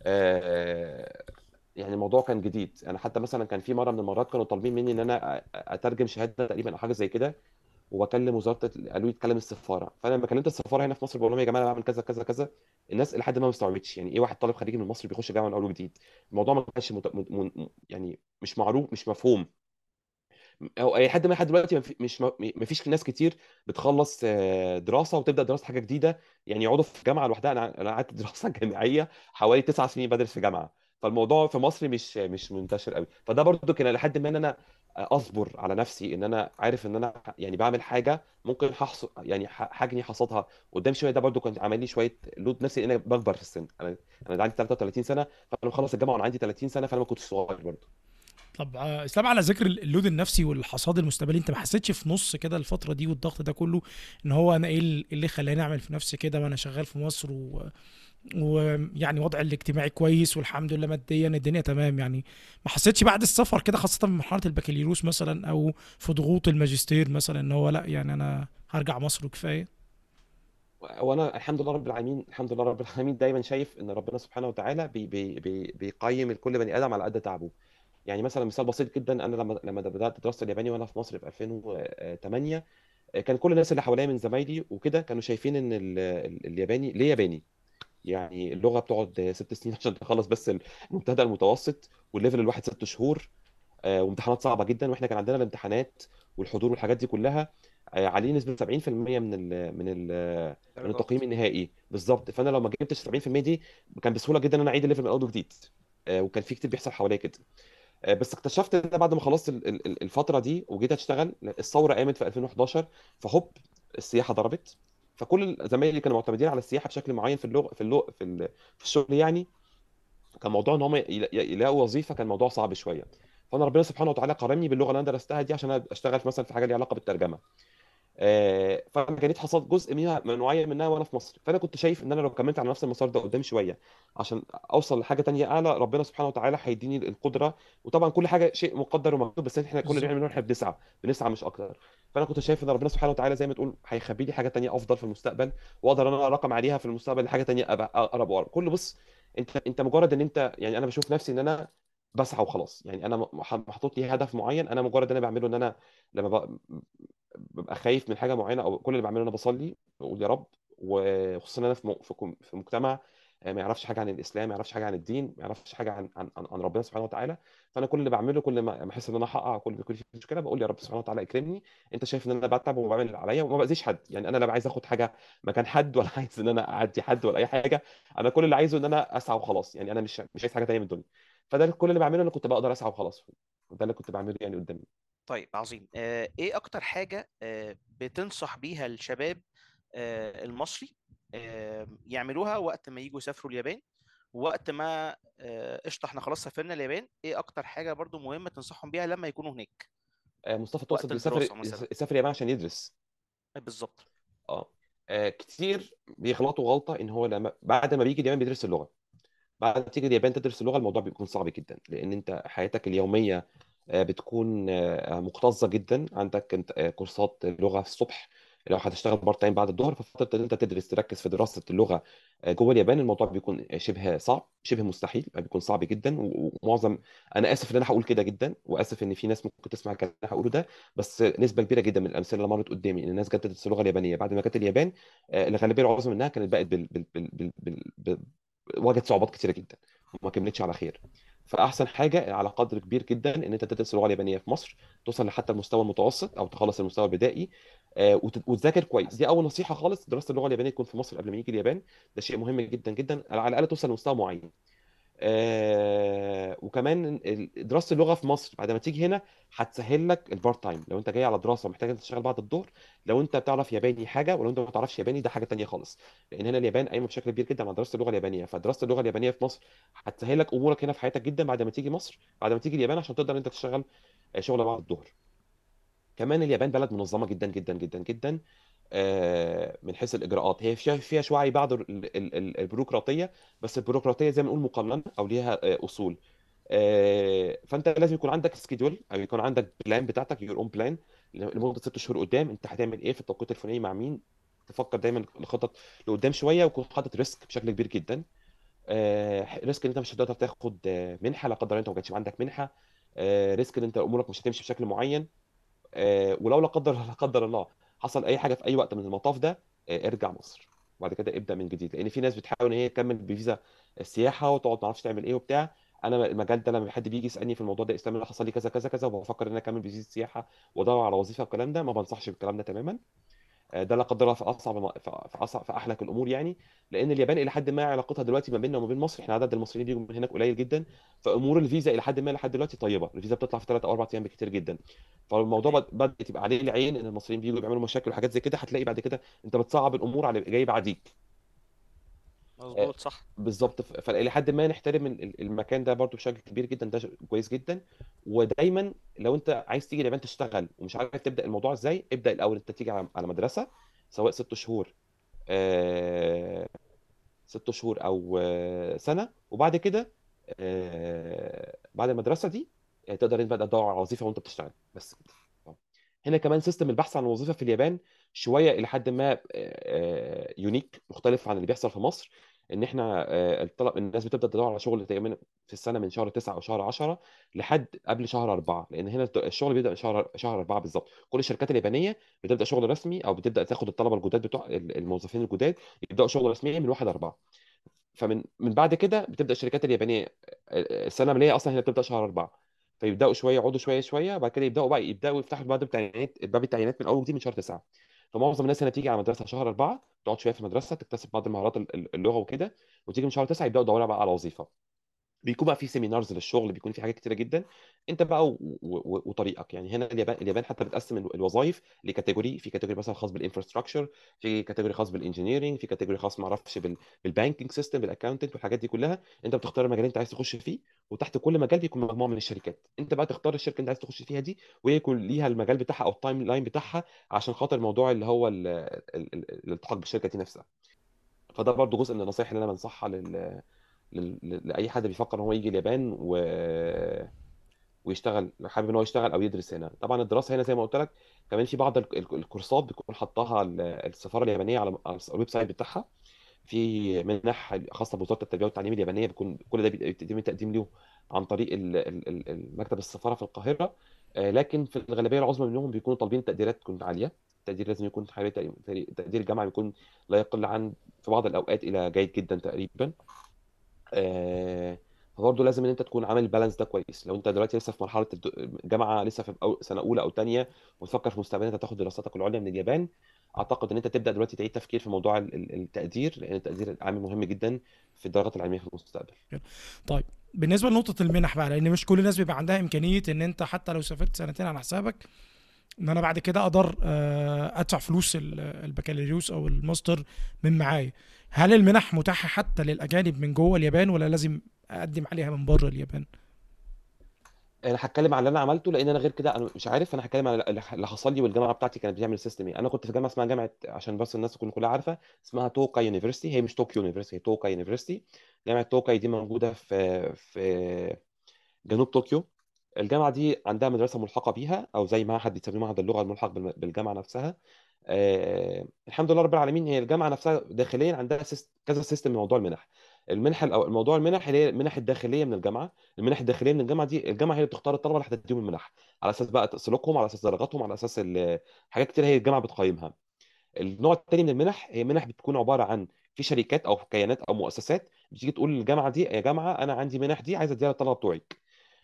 يعني الموضوع كان جديد. انا حتى مثلا كان في مره من المرات كانوا طالبين مني ان انا اترجم شهاده تقريبا او حاجه زي كده، وبكلم وزاره قالوا لي تكلم السفاره. فانا لما كلمت السفاره هنا في مصر بقول لهم يا جماعه انا بعمل كذا كذا كذا، الناس لحد ما استوعبتش يعني ايه واحد طالب خريجي من مصر بيخش جامعه من اول وجديد. الموضوع ما كانش يعني مش معروف مش مفهوم. او اي حد ما لحد دلوقتي ما فيش ناس كتير بتخلص دراسه وتبدا دراسه حاجه جديده، يعني يقعدوا في جامعه لوحدها. انا قعدت دراسه جامعيه حوالي 9 سنين بدرس في جامعه، فالموضوع في مصر مش منتشر قوي. فده برضو كان لحد ما ان انا اصبر على نفسي، ان انا عارف ان انا يعني بعمل حاجه ممكن هحصل يعني حاجني حصادها قدام شويه. ده برضو كان عامل لي شويه لود نفسي، لان انا بكبر في السن. انا عندي 33 سنه، فانا مخلص الجامعه وانا عندي 30 سنه، فانا ما كنتش صغير برضو. طب اسلام، على ذكر اللود النفسي والحصاد المستقبلي، انت ما حسيتش في نص كده الفتره دي والضغط ده كله ان هو انا ايه اللي خلاني اعمل في نفسي كده وانا شغال في مصر ويعني وضعي الاجتماعي كويس والحمد لله ماديا الدنيا تمام يعني؟ ما حسيتش بعد السفر كده، خاصه في مرحله البكالوريوس مثلا او في ضغوط الماجستير مثلا، ان هو لا يعني انا هرجع مصر وكفايه؟ وانا الحمد لله رب العالمين، الحمد لله رب العالمين دايما شايف ان ربنا سبحانه وتعالى بي بي بي بيقيم كل بني ادم على قد تعبه. يعني مثلا مثال بسيط جدا، انا لما بدات دراسه الياباني وانا في مصر في 2008، كان كل الناس اللي حواليا من زمايلي وكده كانوا شايفين ان الياباني ليه ياباني، يعني اللغه بتقعد 6 سنين عشان تخلص بس المبتدا المتوسط، والليفل الواحد 6 شهور، وامتحانات صعبه جدا، واحنا كان عندنا الامتحانات والحضور والحاجات دي كلها عليه نسبه 70% من درجات. التقييم النهائي بالظبط. فانا لو ما جبتش 70% دي كان بسهوله جدا ان انا اعيد الليفل من اول وجديد. وكان في كتير بيحصل حواليا كده. بس اكتشفت ان أنا بعد ما خلصت الفتره دي وجيت اشتغل، الثوره قامت في 2011، فهوب السياحه ضربت. فكل زمايلي اللي كانوا معتمدين على السياحه بشكل معين في اللغه في الشغل يعني، كان موضوع ان هم يلاقوا وظيفه كان موضوع صعب شويه. فانا ربنا سبحانه وتعالى كرمني باللغه اللي انا درستها دي عشان اشتغل مثلا في حاجه ليها علاقه بالترجمه. فانا جريت حصاد جزء منها من معين منها وانا في مصر. فانا كنت شايف ان انا لو كملت على نفس المسار ده قدام شويه عشان اوصل لحاجه تانية اعلى، ربنا سبحانه وتعالى هيديني القدره. وطبعا كل حاجه شيء مقدر ومكتوب، بس احنا كل اللي بالظبط. بنعمله احنا بنسعى مش اكتر. فانا كنت شايف ان ربنا سبحانه وتعالى زي ما تقول هيخبي لي حاجه تانية افضل في المستقبل، واقدر انا ارقم عليها في المستقبل لحاجه تانية ابقى اقرب واقرب. كل بص، انت مجرد ان انت يعني، انا بشوف نفسي ان انا بسعى وخلاص. يعني انا محطوط لي هدف معين، انا مجرد ان انا بعمله ان انا لما ببقى خايف من حاجه معينه، او كل اللي بعمله انا بصلي بقول يا رب. وخصوصا انا في مجتمع ما يعرفش حاجه عن الاسلام، ما يعرفش حاجه عن الدين، ما يعرفش حاجه عن ربنا سبحانه وتعالى. فانا كل اللي بعمله كل ما احس ان انا هقع، كل في مشكله بقول يا رب سبحانه وتعالى اكرمني. انت شايف ان انا بتعب وبعمل اللي عليا وما باذيش حد، يعني انا لا عايز اخد حاجه مكان حد، ولا عايز ان انا اعدي حد ولا اي حاجه. انا كل اللي عايزه ان انا اسعى وخلاص، يعني انا مش عايز حاجه تانيه من الدنيا. فده كل اللي بعمله، انا كنت بقدر اسعى وخلاص. وده اللي كنت بعمله يعني قدامي. طيب عظيم. ايه اكتر حاجة بتنصح بيها الشباب المصري يعملوها وقت ما يجوا يسافروا اليابان، ووقت ما قشطة احنا خلاص سافرنا اليابان، ايه اكتر حاجة برضو مهمة تنصحهم بيها لما يكونوا هناك مصطفى وقت تقصد الدراسة مثلا؟ يسافر اليابان عشان يدرس؟ بالظبط. اه. كتير بيغلطوا غلطه ان هو لما بعد ما بيجي اليابان بيدرس اللغه. بعد ما تيجي اليابان تدرس اللغه، الموضوع بيكون صعب جدا، لان انت حياتك اليوميه بتكون مكتظه جدا. عندك انت كورسات لغه في الصبح، لو هتشتغل بارت تايم بعد الظهر، ففتره ان انت تدرس تركز في دراسه اللغه جوه اليابان، الموضوع بيكون شبه صعب، شبه مستحيل، بيكون صعب جدا. ومعظم، انا اسف ان انا هقول كده جدا، واسف ان في ناس ممكن تسمع الكلام اللي أنا هقوله ده، بس نسبه كبيره جدا من الامثله اللي مرت قدامي ان الناس جت تدرس اللغه اليابانيه بعد ما جت اليابان، الغالبيه العظمى منها كانت بقت واجهت صعوبات كتيره جدا وما كملتش على خير. فاحسن حاجه على قدر كبير جدا ان انت تدرس اللغه اليابانيه في مصر، توصل لحتى المستوى المتوسط او تخلص المستوى البدائي، وتذاكر كويس. دي اول نصيحه خالص، دراسه اللغه اليابانيه تكون في مصر قبل ما يجي اليابان. ده شيء مهم جدا جدا، على الاقل توصل لمستوى معين. وكمان دراسه اللغه في مصر بعد ما تيجي هنا هتسهل لك البارت تايم. لو انت جاي على دراسه محتاج انت تشتغل بعد الظهر، لو انت بتعرف ياباني حاجه، ولو انت ما تعرفش ياباني ده حاجه تانيه خالص. لان هنا اليابان قايمه بشكل كبير جدا على دراسه اللغه اليابانيه. فدراسه اللغه اليابانيه في مصر هتسهل لك امورك هنا في حياتك جدا بعد ما تيجي مصر، بعد ما تيجي اليابان، عشان تقدر انت تشتغل شغل بعد الظهر. كمان اليابان بلد منظمه جدا جدا جدا جدا. من حيث الاجراءات هي فيها شويه بعض البيروقراطيه، بس البيروقراطيه زي ما نقول مقننه او ليها اصول. فانت لازم يكون عندك سكيدول، او يكون عندك بلان بتاعتك، يور اون بلان لمده 6 شهور قدام. انت هتعمل ايه في التوقيت الفلاني مع مين؟ تفكر دايما الخطط لقدام شويه، ويكون حاطط ريسك بشكل كبير جدا. ريسك ان انت مش هتقدر تاخد منحه لا قدر الله انت ما كانش عندك منحه. ريسك ان انت امورك مش هتمشي بشكل معين. ولو لا قدر الله حصل اي حاجه في اي وقت من المطاف ده، ارجع مصر وبعد كده ابدا من جديد. لان في ناس بتحاول ان هي تكمل بفيزا السياحه وتقعد ما اعرفش تعمل ايه وبتاع. انا المجال ده لما حد بيجي يسالني في الموضوع ده، اسلام اللي حصل لي كذا كذا كذا، وبفكر ان انا اكمل بفيزا السياحه وادور على وظيفه والكلام ده، ما بنصحش بالكلام ده تماما. ده لا قدر الله في اصعب في احلك الامور يعني. لان اليابان الى حد ما علاقتها دلوقتي ما بيننا وما بين مصر، احنا عدد المصريين اللي بيجوا من هناك قليل جدا. فامور الفيزا الى حد ما لحد دلوقتي طيبه، الفيزا بتطلع في 3 او 4 ايام بكتير جدا. فالموضوع تمام. بدات تبقى عليه العين ان المصريين بيجوا بيعملوا مشاكل وحاجات زي كده، هتلاقي بعد كده انت بتصعب الامور على اللي جاي بعديك. آه، مظبوط صح. بالظبط. فالى حد ما نحترم المكان ده برضو بشكل كبير جدا، ده كويس جدا. ودايما لو انت عايز تيجي اليابان تشتغل ومش عارف تبدا الموضوع ازاي، ابدا الاول انت تيجي على مدرسه، سواء 6 شهور، آه، 6 شهور او سنه. وبعد كده بعد المدرسه دي تقدر انت بقى تدور على وظيفه وانت بتشتغل بس كده. هنا كمان سيستم البحث عن الوظيفه في اليابان شويه الى حد ما يونيك، مختلف عن اللي بيحصل في مصر. ان احنا الطلب الناس بتبدا تدور على شغل تقريبا في السنه من شهر 9 او شهر 10 لحد قبل شهر 4، لان هنا الشغل بيبدا شهر 4 بالظبط. كل الشركات اليابانيه بتبدا شغل رسمي او بتبدا تاخد الطلبه الجداد بتوع الموظفين الجداد، يبداوا شغل رسمي من 1 4. فمن بعد كده بتبدا الشركات اليابانيه السنه الماليه اصلا هنا بتبدا شهر 4، فيبداوا شويه يقعدوا شويه شويه، وبعد كده يبداوا يفتحوا باب التعيينات من اول وجديد من شهر 9. فمعظم الناس هنا تيجي على مدرسه شهر 4، تقعد شويه في المدرسه تكتسب بعض المهارات اللغه وكده، وتيجي من شهر 9 يبداوا يدوروا بقى على وظيفه. بيكون بقى في سيمينارز للشغل، بيكون في حاجات كتيره جدا. انت بقى وطريقك. يعني هنا اليابان حتى بتقسم الوظائف لكاتيجوري، في كاتيجوري مثلا خاص بالانفراستراكشر، في كاتيجوري خاص بالانجينيرنج، في كاتيجوري خاص ما اعرفش بالبانكينج سيستم، بالاكاونتنت والحاجات دي كلها. انت بتختار المجال اللي انت عايز تخش فيه، وتحت كل مجال بيكون مجموعه من الشركات. انت بقى تختار الشركه اللي انت عايز تخش فيها دي، وهي يكون ليها المجال بتاعها او التايم لاين بتاعها، عشان خاطر موضوع اللي هو الالتحاق بالشركه دي نفسها. فده برضو جزء من النصائح اللي انا بنصحها لاي حد بيفكر ان هو يجي اليابان ويشتغل، لو حابب ان هو يشتغل او يدرس هنا. طبعا الدراسه هنا زي ما قلت لك، كمان في بعض الكورسات بتكون حطها السفاره اليابانيه على الويب سايت بتاعها. في منح خاصه بوزاره التربيه والتعليم اليابانيه، بيكون كل ده بيتم التقديم له عن طريق مكتب السفاره في القاهره. لكن في الغالبيه العظمى منهم بيكونوا طالبين تقديرات تكون عاليه. التقدير لازم يكون حوالي تقدير الجامعه بيكون لا يقل عن في بعض الاوقات الى جيد جدا تقريبا. آه، فبرضه لازم ان انت تكون عامل البالانس ده كويس. لو انت دلوقتي لسه في مرحله الجامعه، لسه في سنه اولى او ثانيه، وتفكر في مستقبلا انت تاخد دراساتك العليا من اليابان، اعتقد ان انت تبدا دلوقتي تعيد تفكير في موضوع التقدير، لان التقدير عامل مهم جدا في الدرجات العلميه في المستقبل. طيب، بالنسبه لنقطه المنح بقى، لان مش كل الناس بيبقى عندها امكانيه ان انت حتى لو سافرت سنتين على حسابك، ان انا بعد كده اقدر ادفع فلوس البكالوريوس او الماستر من معايا. هل المنح متاحه حتى للاجانب من جوه اليابان، ولا لازم اقدم عليها من بره اليابان؟ انا هتكلم عن اللي انا عملته، لان انا غير كده انا مش عارف. انا هتكلم عن اللي حصل لي، والجامعه بتاعتي كانت بتعمل سيستم ايه. انا كنت في جامعه اسمها جامعه، عشان بس الناس تكون كلها عارفه، اسمها توكا يونيفرسيتي. هي مش طوكيو يونيفرسيتي، هي توكا يونيفرسيتي. جامعه توكاي دي موجوده في جنوب طوكيو. الجامعه دي عندها مدرسه ملحقه بيها، او زي ما حد بيسميه معهد اللغه الملحق بالجامعه نفسها. الحمد لله رب العالمين. هي الجامعه نفسها داخليا عندها كذا سيستم من موضوع المنح. او الموضوع المنح اللي هي المنح الداخليه من الجامعه. المنح الداخليه من الجامعه دي، الجامعه هي اللي بتختار الطلبه اللي هتديهم المنح، على اساس بقى سلوكهم، على اساس درجاتهم، على اساس حاجات كتير هي الجامعه بتقيمها. النوع الثاني من المنح هي منح بتكون عباره عن في شركات او كيانات او مؤسسات بتيجي تقول للجامعه دي: يا جامعه انا عندي منح دي عايز اديها للطلبه بتوعك.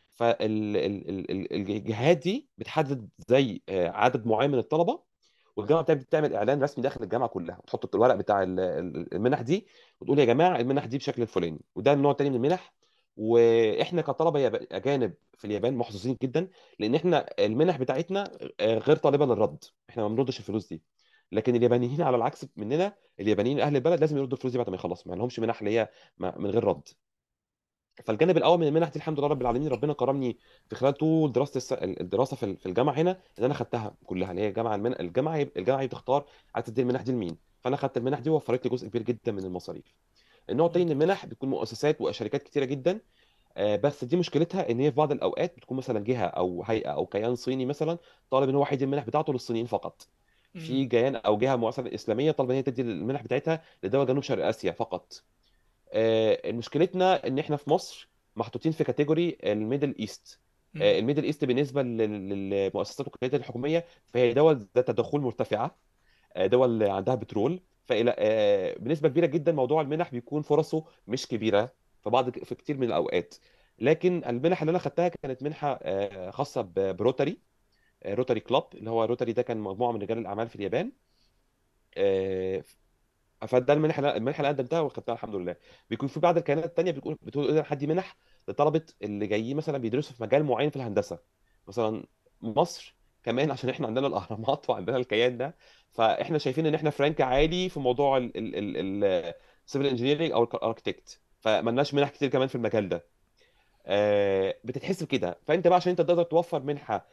فالجهات دي بتحدد زي عدد معين من الطلبه، والجامعه بتعمل اعلان رسمي داخل الجامعه كلها، وتحط الورق بتاع المنح دي، وتقول: يا جماعه المنح دي بشكل الفلاني. وده النوع التاني من المنح. واحنا كطلبه اجانب في اليابان محظوظين جدا، لان احنا المنح بتاعتنا غير طالبه للرد، احنا ما بنردش الفلوس دي. لكن اليابانيين على العكس مننا، اليابانيين اهل البلد لازم يردوا الفلوس دي بعد ما يخلصوا، ما لهمش منح اللي هي من غير رد. فالجانب الاول من المنح دي الحمد لله رب العالمين، ربنا كرمني في خلال طول الدراسه في الجامعه هنا، ان انا خدتها كلها. اللي هي الجامعه هي بتختار عايز تدي المنح دي لمين. فانا خدت المنح دي ووفرت لي جزء كبير جدا من المصاريف. النوع التاني من ممتاز. المنح بتكون مؤسسات وشركات كتيره جدا. بس دي مشكلتها ان هي في بعض الاوقات بتكون مثلا جهه او هيئه او كيان صيني مثلا طالب ان هو هيدي المنح بتاعته للصينيين فقط. مم. في كيان او جهه مؤسسه اسلاميه طالبه ان هي تدي المنح بتاعتها لدول جنوب شرق اسيا فقط. مشكلتنا ان احنا في مصر محطوطين في كاتيجوري الميدل ايست. مم. الميدل ايست بالنسبه للمؤسسات والكيانات الحكوميه، فهي دول ذات دخول مرتفعه، دول عندها بترول. فإلى بنسبه كبيره جدا موضوع المنح بيكون فرصه مش كبيره في كتير من الاوقات. لكن المنح اللي انا خدتها كانت منحه خاصه بروتاري، روتاري كلاب. اللي هو روتاري ده كان مجموعه من رجال الاعمال في اليابان. آه، فده المنحه اللي قدمتها وخدتها الحمد لله. بيكون في بعض الكيانات التانيه بتقول حد منح لطلبه اللي جايين مثلا بيدرسوا في مجال معين في الهندسه. مثلا مصر كمان عشان احنا عندنا الاهرامات وعندنا الكيان ده، فاحنا شايفين ان احنا في رانك عالي في موضوع السيفل انجينيرنج او الاركتكت، فملناش منح كتير كمان في المجال ده. بتتحسب كده. فانت بقى عشان انت تقدر توفر منحه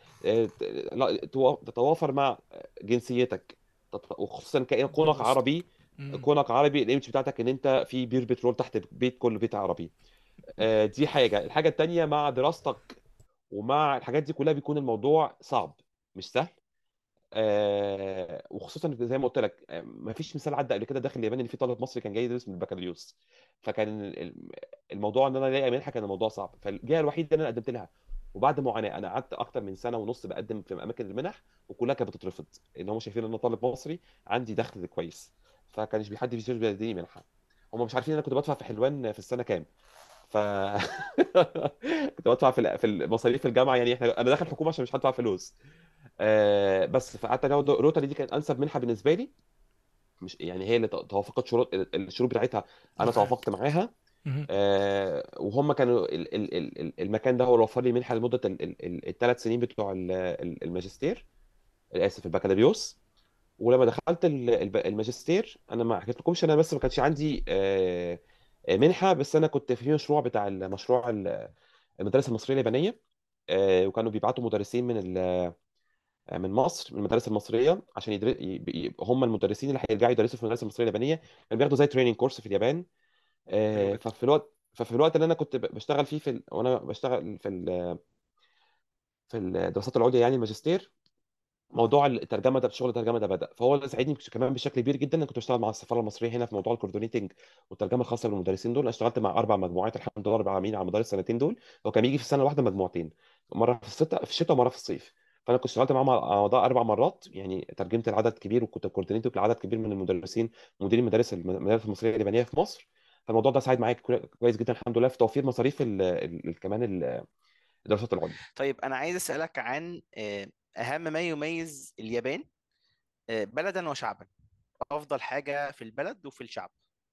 تتوافر مع جنسيتك، وخصوصا كونك دراستك. عربي. مم. كونك عربي، الايمج بتاعتك ان انت في بير بترول تحت بيت، كل بيت عربي. دي الحاجه التانيه مع دراستك ومع الحاجات دي كلها بيكون الموضوع صعب، مش سهل. وخصوصا زي ما قلت لك، ما فيش مثال عدى قبل كده داخل اليابان ان في طالب مصري كان جاي يدرس من البكالوريوس. فكان الموضوع ان انا الاقي منحه كان الموضوع صعب، فالجهه الوحيده اللي انا قدمت لها وبعد معاناه، انا قعدت اكتر من سنه ونص بقدم في اماكن المنح وكلها كانت بتترفض، ان هم شايفين ان انا طالب مصري عندي دخل كويس، فكانش حد بيديني منحه. هم مش عارفين ان انا كنت بدفع في حلوان في السنه كام. ف كنت بدفع في المصاريف الجامعه، يعني انا داخل حكومه عشان مش هدفع فلوس. بس فقعدت اجاوب روتري، دي كانت انسب منحه بالنسبه لي، مش يعني هي اللي توافقت الشروط بتاعتها، انا معاك. توافقت معاها. مهم. وهم كانوا المكان ده هو اللي وفر لي منحه لمده الثلاث سنين بتوع الماجستير، اسف البكالوريوس. ولما دخلت الماجستير، انا ما حكيت لكمش، انا بس ما كانش عندي منحه، بس انا كنت في مشروع بتاع المشروع المدارس المصريه اليابانيه. وكانوا بيبعتوا مدرسين من مصر، من المدارس المصريه، عشان هم المدرسين اللي هيرجعوا يدرسوا في المدارس المصريه اليابانيه، كانوا بياخدوا زي تريننج كورس في اليابان. حلو جدا. ففي الوقت اللي انا كنت بشتغل فيه وانا بشتغل في الدراسات العليا يعني الماجستير، موضوع الترجمه ده، شغل الترجمه ده بدا، فهو اللي ساعدني كمان بشكل كبير جدا. انا كنت بشتغل مع السفاره المصريه هنا في موضوع الكوردينيتنج والترجمه الخاصه بالمدرسين دول. انا اشتغلت مع 4 مجموعات الحمد لله رب العالمين على مدار السنتين دول. هو كان بيجي في السنه الواحده مجموعتين، مره في الشتاء ومره في الصيف. فانا كنت اشتغلت معاهم على مدار 4 مرات، يعني ترجمت العدد كبير وكنت كوردينيتور لعدد كبير من المدرسين، مديرين المدارس المصريه اليابانيه في مصر. فالموضوع ده ساعد معايا كويس جدا الحمد لله في توفير مصاريف كمان الدراسات العليا. طيب انا عايز اسالك عن اهم ما يميز اليابان بلدا وشعبا، افضل حاجه في البلد وفي الشعب.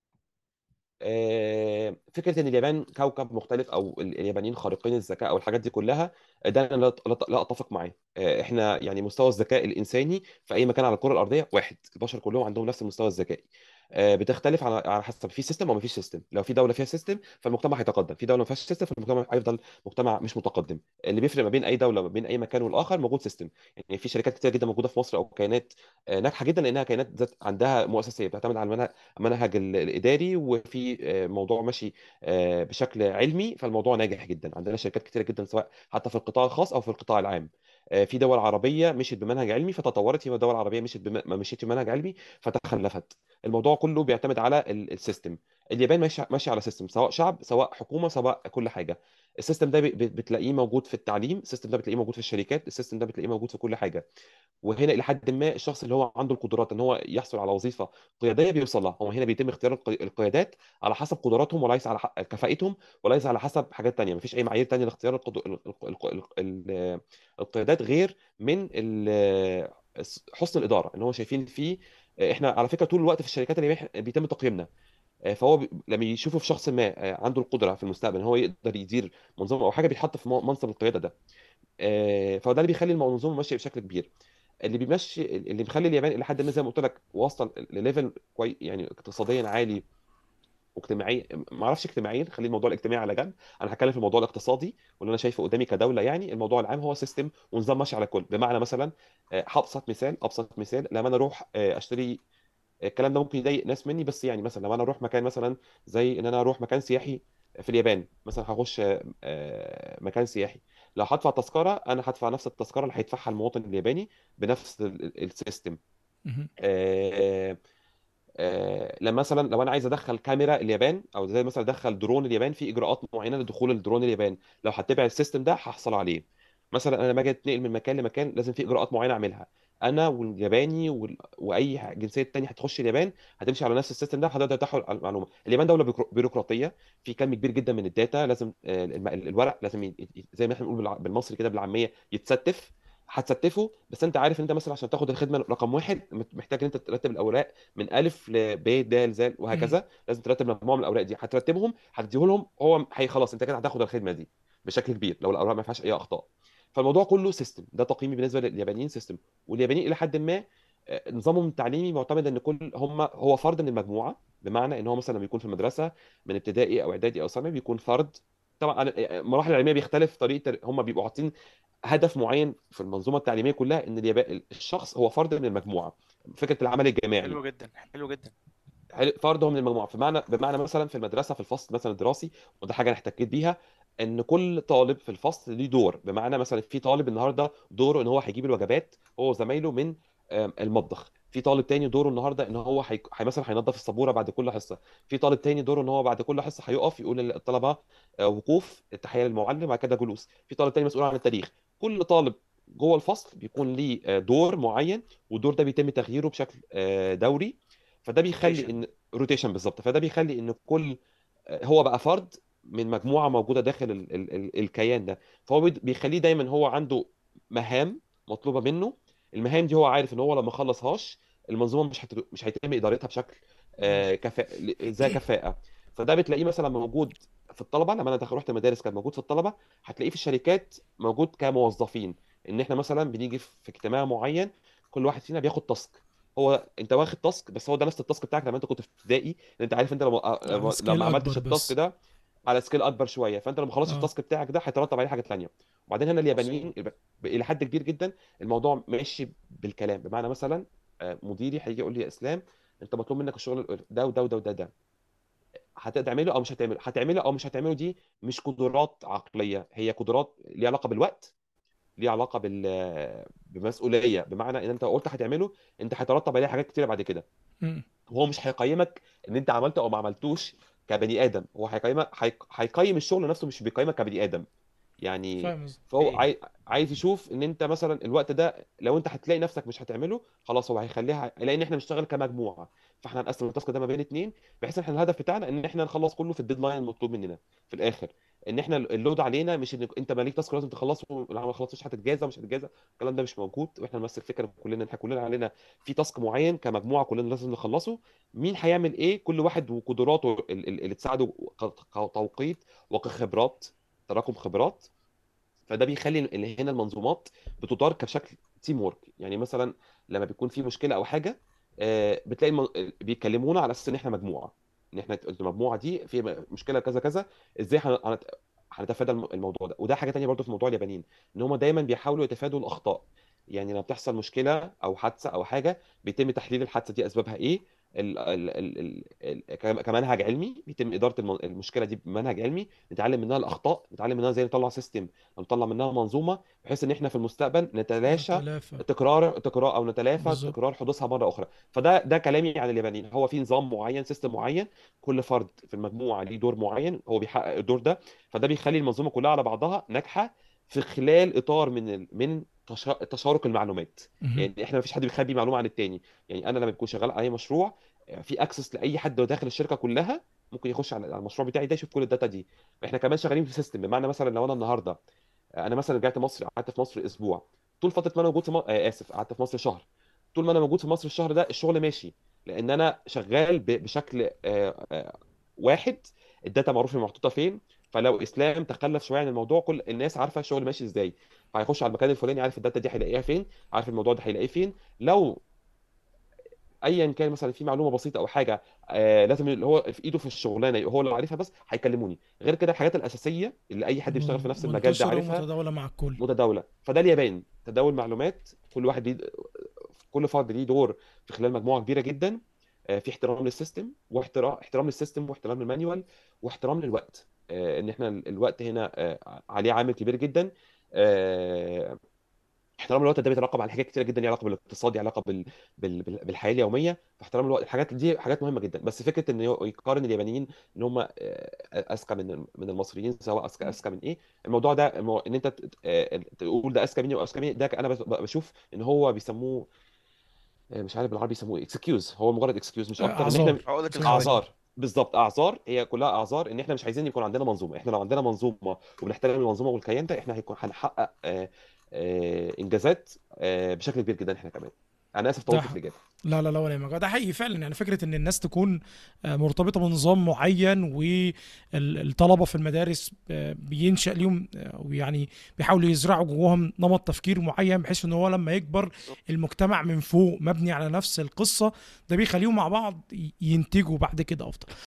فكره ان اليابان كوكب مختلف او اليابانيين خارقين الذكاء او الحاجات دي كلها، ده انا لا اتفق معاه. احنا يعني مستوى الذكاء الانساني في اي مكان على الكره الارضيه واحد، البشر كلهم عندهم نفس المستوى الذكائي. بتختلف على حسب في سيستم او ما فيش سيستم. لو في دوله فيها سيستم فالمجتمع هيتقدم، في دوله ما فيهاش سيستم فالمجتمع هيفضل مجتمع مش متقدم. اللي بيفرق ما بين اي دوله وما بين اي مكان والاخر موجود سيستم. يعني في شركات كتير جدا موجوده في مصر او كيانات ناجحه جدا، لانها كيانات ذات عندها مؤسسيه بتعتمد على المنهج الاداري، وفي موضوع ماشي بشكل علمي، فالموضوع ناجح جدا. عندنا شركات كتيره جدا سواء حتى في القطاع الخاص او في القطاع العام. في دول عربيه مشيت بمنهج علمي فتطورت، في دول عربيه ما مشيت بمنهج علمي فتخلفت. الموضوع كله بيعتمد على السيستم. اليابان ماشي على سيستم، سواء شعب سواء حكومه سواء كل حاجه. السيستم ده بتلاقيه موجود في التعليم، السيستم ده بتلاقيه موجود في الشركات، السيستم ده بتلاقيه موجود في كل حاجه. وهنا الى حد ما الشخص اللي هو عنده القدرات ان هو يحصل على وظيفه قياديه بيوصل لها. هو هنا بيتم اختيار القيادات على حسب قدراتهم وليس على كفاءتهم، وليس على حسب حاجات تانية. مفيش اي معايير تانية لاختيار القيادات غير من حسن الاداره، ان هو شايفين فيه. احنا على فكره طول الوقت في الشركات اللي بيتم تقييمنا. فهو لما يشوفوا في شخص ما عنده القدره في المستقبل ان هو يقدر يدير منظمه او حاجه، بيتحط في منصب القياده ده. فده اللي بيخلي المنظومه ماشيه بشكل كبير. اللي بيخلي اليابان الى حد ما زي ما قلت لك واصل لليفل كويس، يعني اقتصاديا عالي واجتماعيا، ما اعرفش اجتماعيا، خلي الموضوع الاجتماعي على جنب. انا هتكلم في الموضوع الاقتصادي واللي انا شايفه قدامي كدوله. يعني الموضوع العام هو سيستم ونظام ماشي على الكل. بمعنى مثلا ابسط مثال لما انا اروح اشتري، الكلام ده ممكن يضايق ناس مني، بس يعني مثلا لو انا اروح مكان مثلا زي ان انا اروح مكان سياحي في اليابان مثلا، هخش مكان سياحي. لو هدفع تذكره انا هدفع نفس التذكره اللي هيدفعها المواطن الياباني بنفس السيستم. مهم. لما مثلا لو انا عايز ادخل كاميرا اليابان، او زي مثلا ادخل درون اليابان، في اجراءات معينه لدخول الدرون اليابان. لو هتبع السيستم ده هحصل عليه. مثلا انا لما اجي اتنقل من مكان لمكان لازم في اجراءات معينه اعملها. انا والياباني واي جنسيه تانية هتخش اليابان هتمشي على نفس السيستم ده، هتقدر تاخد المعلومه. اليابان دوله بيروقراطيه، في كم كبير جدا من الداتا، لازم الورق لازم زي ما احنا بنقول بالمصري كده بالعاميه يتستف. هتستفه، بس انت عارف ان انت مثلا عشان تاخد الخدمه رقم واحد محتاج ان انت ترتب الاوراق من الف لب د ز مهم. وهكذا. لازم ترتب مجموعه من الاوراق دي، هترتبهم هتديه لهم، هو هي خلاص انت كده هتاخد الخدمه دي بشكل كبير لو الاوراق ما فيهاش اي اخطاء. فالموضوع كله سيستم. ده تقييمي بالنسبه لليابانيين سيستم. واليابانيين الى حد ما نظامهم التعليمي معتمد ان كل هو فرد من المجموعه. بمعنى ان هو مثلا لما بيكون في المدرسه من ابتدائي او اعدادي او ثانوي بيكون فرد. طبعا المراحل العلميه بيختلف طريقه، هم بيبقوا حاطين هدف معين في المنظومه التعليميه كلها، ان الشخص هو فرد من المجموعه. فكره العمل الجماعي، حلو جدا، حلو جدا. فرد هو من المجموعه. بمعنى مثلا في المدرسه في الفصل مثلا الدراسي، وده حاجه انا احتكيت بيها، ان كل طالب في الفصل ليه دور. بمعنى مثلا في طالب النهارده دوره ان هو هيجيب الوجبات هو وزمايله من المطبخ. في طالب تاني دوره النهارده ان هو مثلا هينظف السبوره بعد كل حصه. في طالب تاني دوره ان هو بعد كل حصه هيقف يقول للطلبه وقوف التحيه للمعلم بعد كده جلوس. في طالب تاني مسؤول عن التاريخ. كل طالب جوه الفصل بيكون ليه دور معين، والدور ده بيتم تغييره بشكل دوري. فده بيخلي روتيشن. ان روتيشن بالظبط. فده بيخلي ان كل هو بقى فرد من مجموعه موجوده داخل الكيان ده. فهو بيخليه دايما هو عنده مهام مطلوبه منه. المهام دي هو عارف ان هو لما خلصهاش المنظومه مش هيتم ادارتها بشكل زي كفاءه. فده بتلاقيه مثلا موجود في الطلبه. لما انا رحت المدارس كان موجود في الطلبه. هتلاقيه في الشركات موجود كموظفين. ان احنا مثلا بنيجي في اجتماع معين، كل واحد فينا بياخد تاسك. انت واخد تاسك، بس هو ده نفس التاسك بتاعك لما انت كنت في ابتدائي. انت عارف انت على لما سكيل عملتش اكبر التاسك بس. ده على سكيل اكبر شويه، فانت لما خلصت اه. التاسك بتاعك ده هيترتب عليه حاجه ثانيه. وبعدين هنا اليابانيين عظيم. الى حد كبير جدا الموضوع ماشي بالكلام. بمعنى مثلا مديري هيجي يقول لي يا اسلام، انت مطلوب منك الشغل ده وده وده وده ده. هتعمله او مش هتعمله، هتعمله او مش هتعمله، دي مش قدرات عقليه، هي قدرات ليها علاقه بالوقت، ليها علاقه بمسؤوليه. بمعنى ان انت قلت هتعمله، انت هيترتب عليه حاجات كتيره بعد كده. مم. وهو مش هيقيمك ان انت عملته او ما عملتوش كبني ادم. هو هيقيمك، هيقيم الشغل نفسه، مش بيقيمك كبني ادم يعني. فاهم قصدي. فهو ايه. عايز يشوف ان انت مثلا الوقت ده لو انت هتلاقي نفسك مش هتعمله، خلاص هو هيخليها، لان احنا بنشتغل كمجموعه. فاحنا هنقسم التاسك ده ما بين اتنين، بحيث ان احنا الهدف بتاعنا ان احنا نخلص كله في الديدلاين المطلوب مننا في الاخر. ان احنا اللود علينا مش ان انت مالك تاسك لازم تخلصه، لو ما خلصتش هتتجازى ومش هتتجازى. الكلام ده مش موجود. واحنا نمثل فكره كلنا، احنا كلنا علينا في تاسك معين كمجموعه كلنا لازم نخلصه. مين هيعمل ايه؟ كل واحد وقدراته اللي تساعده كتوقيت وكخبرات، تراكم خبرات. فده بيخلي ان هنا المنظومات بتدار كشكل تيم ورك. يعني مثلا لما بيكون في مشكله او حاجه، بتلاقي بيكلمونا على اساس ان احنا مجموعه، ان احنا المجموعه دي في مشكله كذا كذا، ازاي هنتفادى الموضوع ده. وده حاجه تانية برضو في موضوع اليابانيين، ان هم دايما بيحاولوا يتفادوا الاخطاء. يعني لما بتحصل مشكله او حادثه او حاجه، بيتم تحليل الحادثه دي اسبابها ايه. كمنهج علمي بيتم اداره المشكله دي بمنهج علمي، نتعلم منها الاخطاء، نتعلم منها ازاي نطلع سيستم او نطلع منها منظومه، بحيث ان احنا في المستقبل نتلاشى تلافى. تكرار او نتلافى بالظبط. تكرار حدوثها مره اخرى. فده كلامي عن اليابانيين. هو في نظام معين، سيستم معين، كل فرد في المجموعه ليه دور معين هو بيحقق الدور ده. فده بيخلي المنظومه كلها على بعضها ناجحه في خلال اطار من تشارك المعلومات. مهم. يعني احنا ما فيش حد بيخبي معلومه عن التاني. يعني انا لما بكون شغال على اي مشروع، في اكسس لاي حد داخل الشركه كلها، ممكن يخش على المشروع بتاعي ده يشوف كل الداتا دي. احنا كمان شغالين في سيستم. بمعنى مثلا لو انا النهارده انا مثلا رجعت مصر، قعدت في مصر اسبوع، طول فتره ما انا موجود في اسف، قعدت في مصر شهر. طول ما انا موجود في مصر الشهر ده الشغل ماشي، لان انا شغال بشكل واحد. الداتا معروف هي محطوطه فين. فلو اسلام تخلف شويه عن الموضوع، كل الناس عارفه الشغل ماشي ازاي. فهيخش على المكان الفلاني، عارف الداتا دي هيلاقيها فين، عارف الموضوع ده هيلاقيه فين. لو ايا كان مثلا في معلومه بسيطه او حاجه لازم اللي هو في ايده في الشغلانه هو اللي عارفها، بس هيكلموني. غير كده الحاجات الاساسيه اللي اي حد بيشتغل في نفس المجال ده منتشرة عارفها، ومتداولة مع الكل. متداوله. فده اليابان، تداول معلومات. كل واحد كل فرد ليه دور في خلال مجموعه كبيره جدا. في احترام للسيستم، احترام للسيستم، واحترام للمانيوال، واحترام للوقت. ان احنا الوقت هنا عليه عامل كبير جدا. احترام الوقت ده بيترقب على حاجات كتيره جدا، ليها علاقه بالاقتصاد، ليها علاقه بالحياه اليوميه. فاحترام الوقت، الحاجات دي حاجات مهمه جدا. بس فكره ان يقارن اليابانيين ان هم اذكى من المصريين، سواء اذكى من ايه، الموضوع ده ان انت تقول ده اذكى مني واذكى مني، ده انا بشوف ان هو بيسموه مش عارف بالعربي يسموه اكسكيوز. هو مجرد اكسكيوز مش اكتر. ان احنا اعذار. عقدة اسمها الخواجة. اعذار. اعذار. بالظبط، اعذار. هي كلها اعذار ان احنا مش عايزين يكون عندنا منظومه. احنا لو عندنا منظومه وبنحترم المنظومه والكيان ده، احنا هنحقق انجازات بشكل كبير جدا احنا كمان. انا اسف ده طولت في الاجابه. لا لا لا ولا يهمك، ده حقيقي فعلا. يعني فكره ان الناس تكون مرتبطه بنظام معين، والطلبه في المدارس بينشا ليهم ويعني بيحاولوا يزرعوا جواهم نمط تفكير معين، بحيث ان هو لما يكبر بالظبط. المجتمع من فوق مبني على نفس القصه، ده بيخليهم مع بعض ينتجوا بعد كده افضل.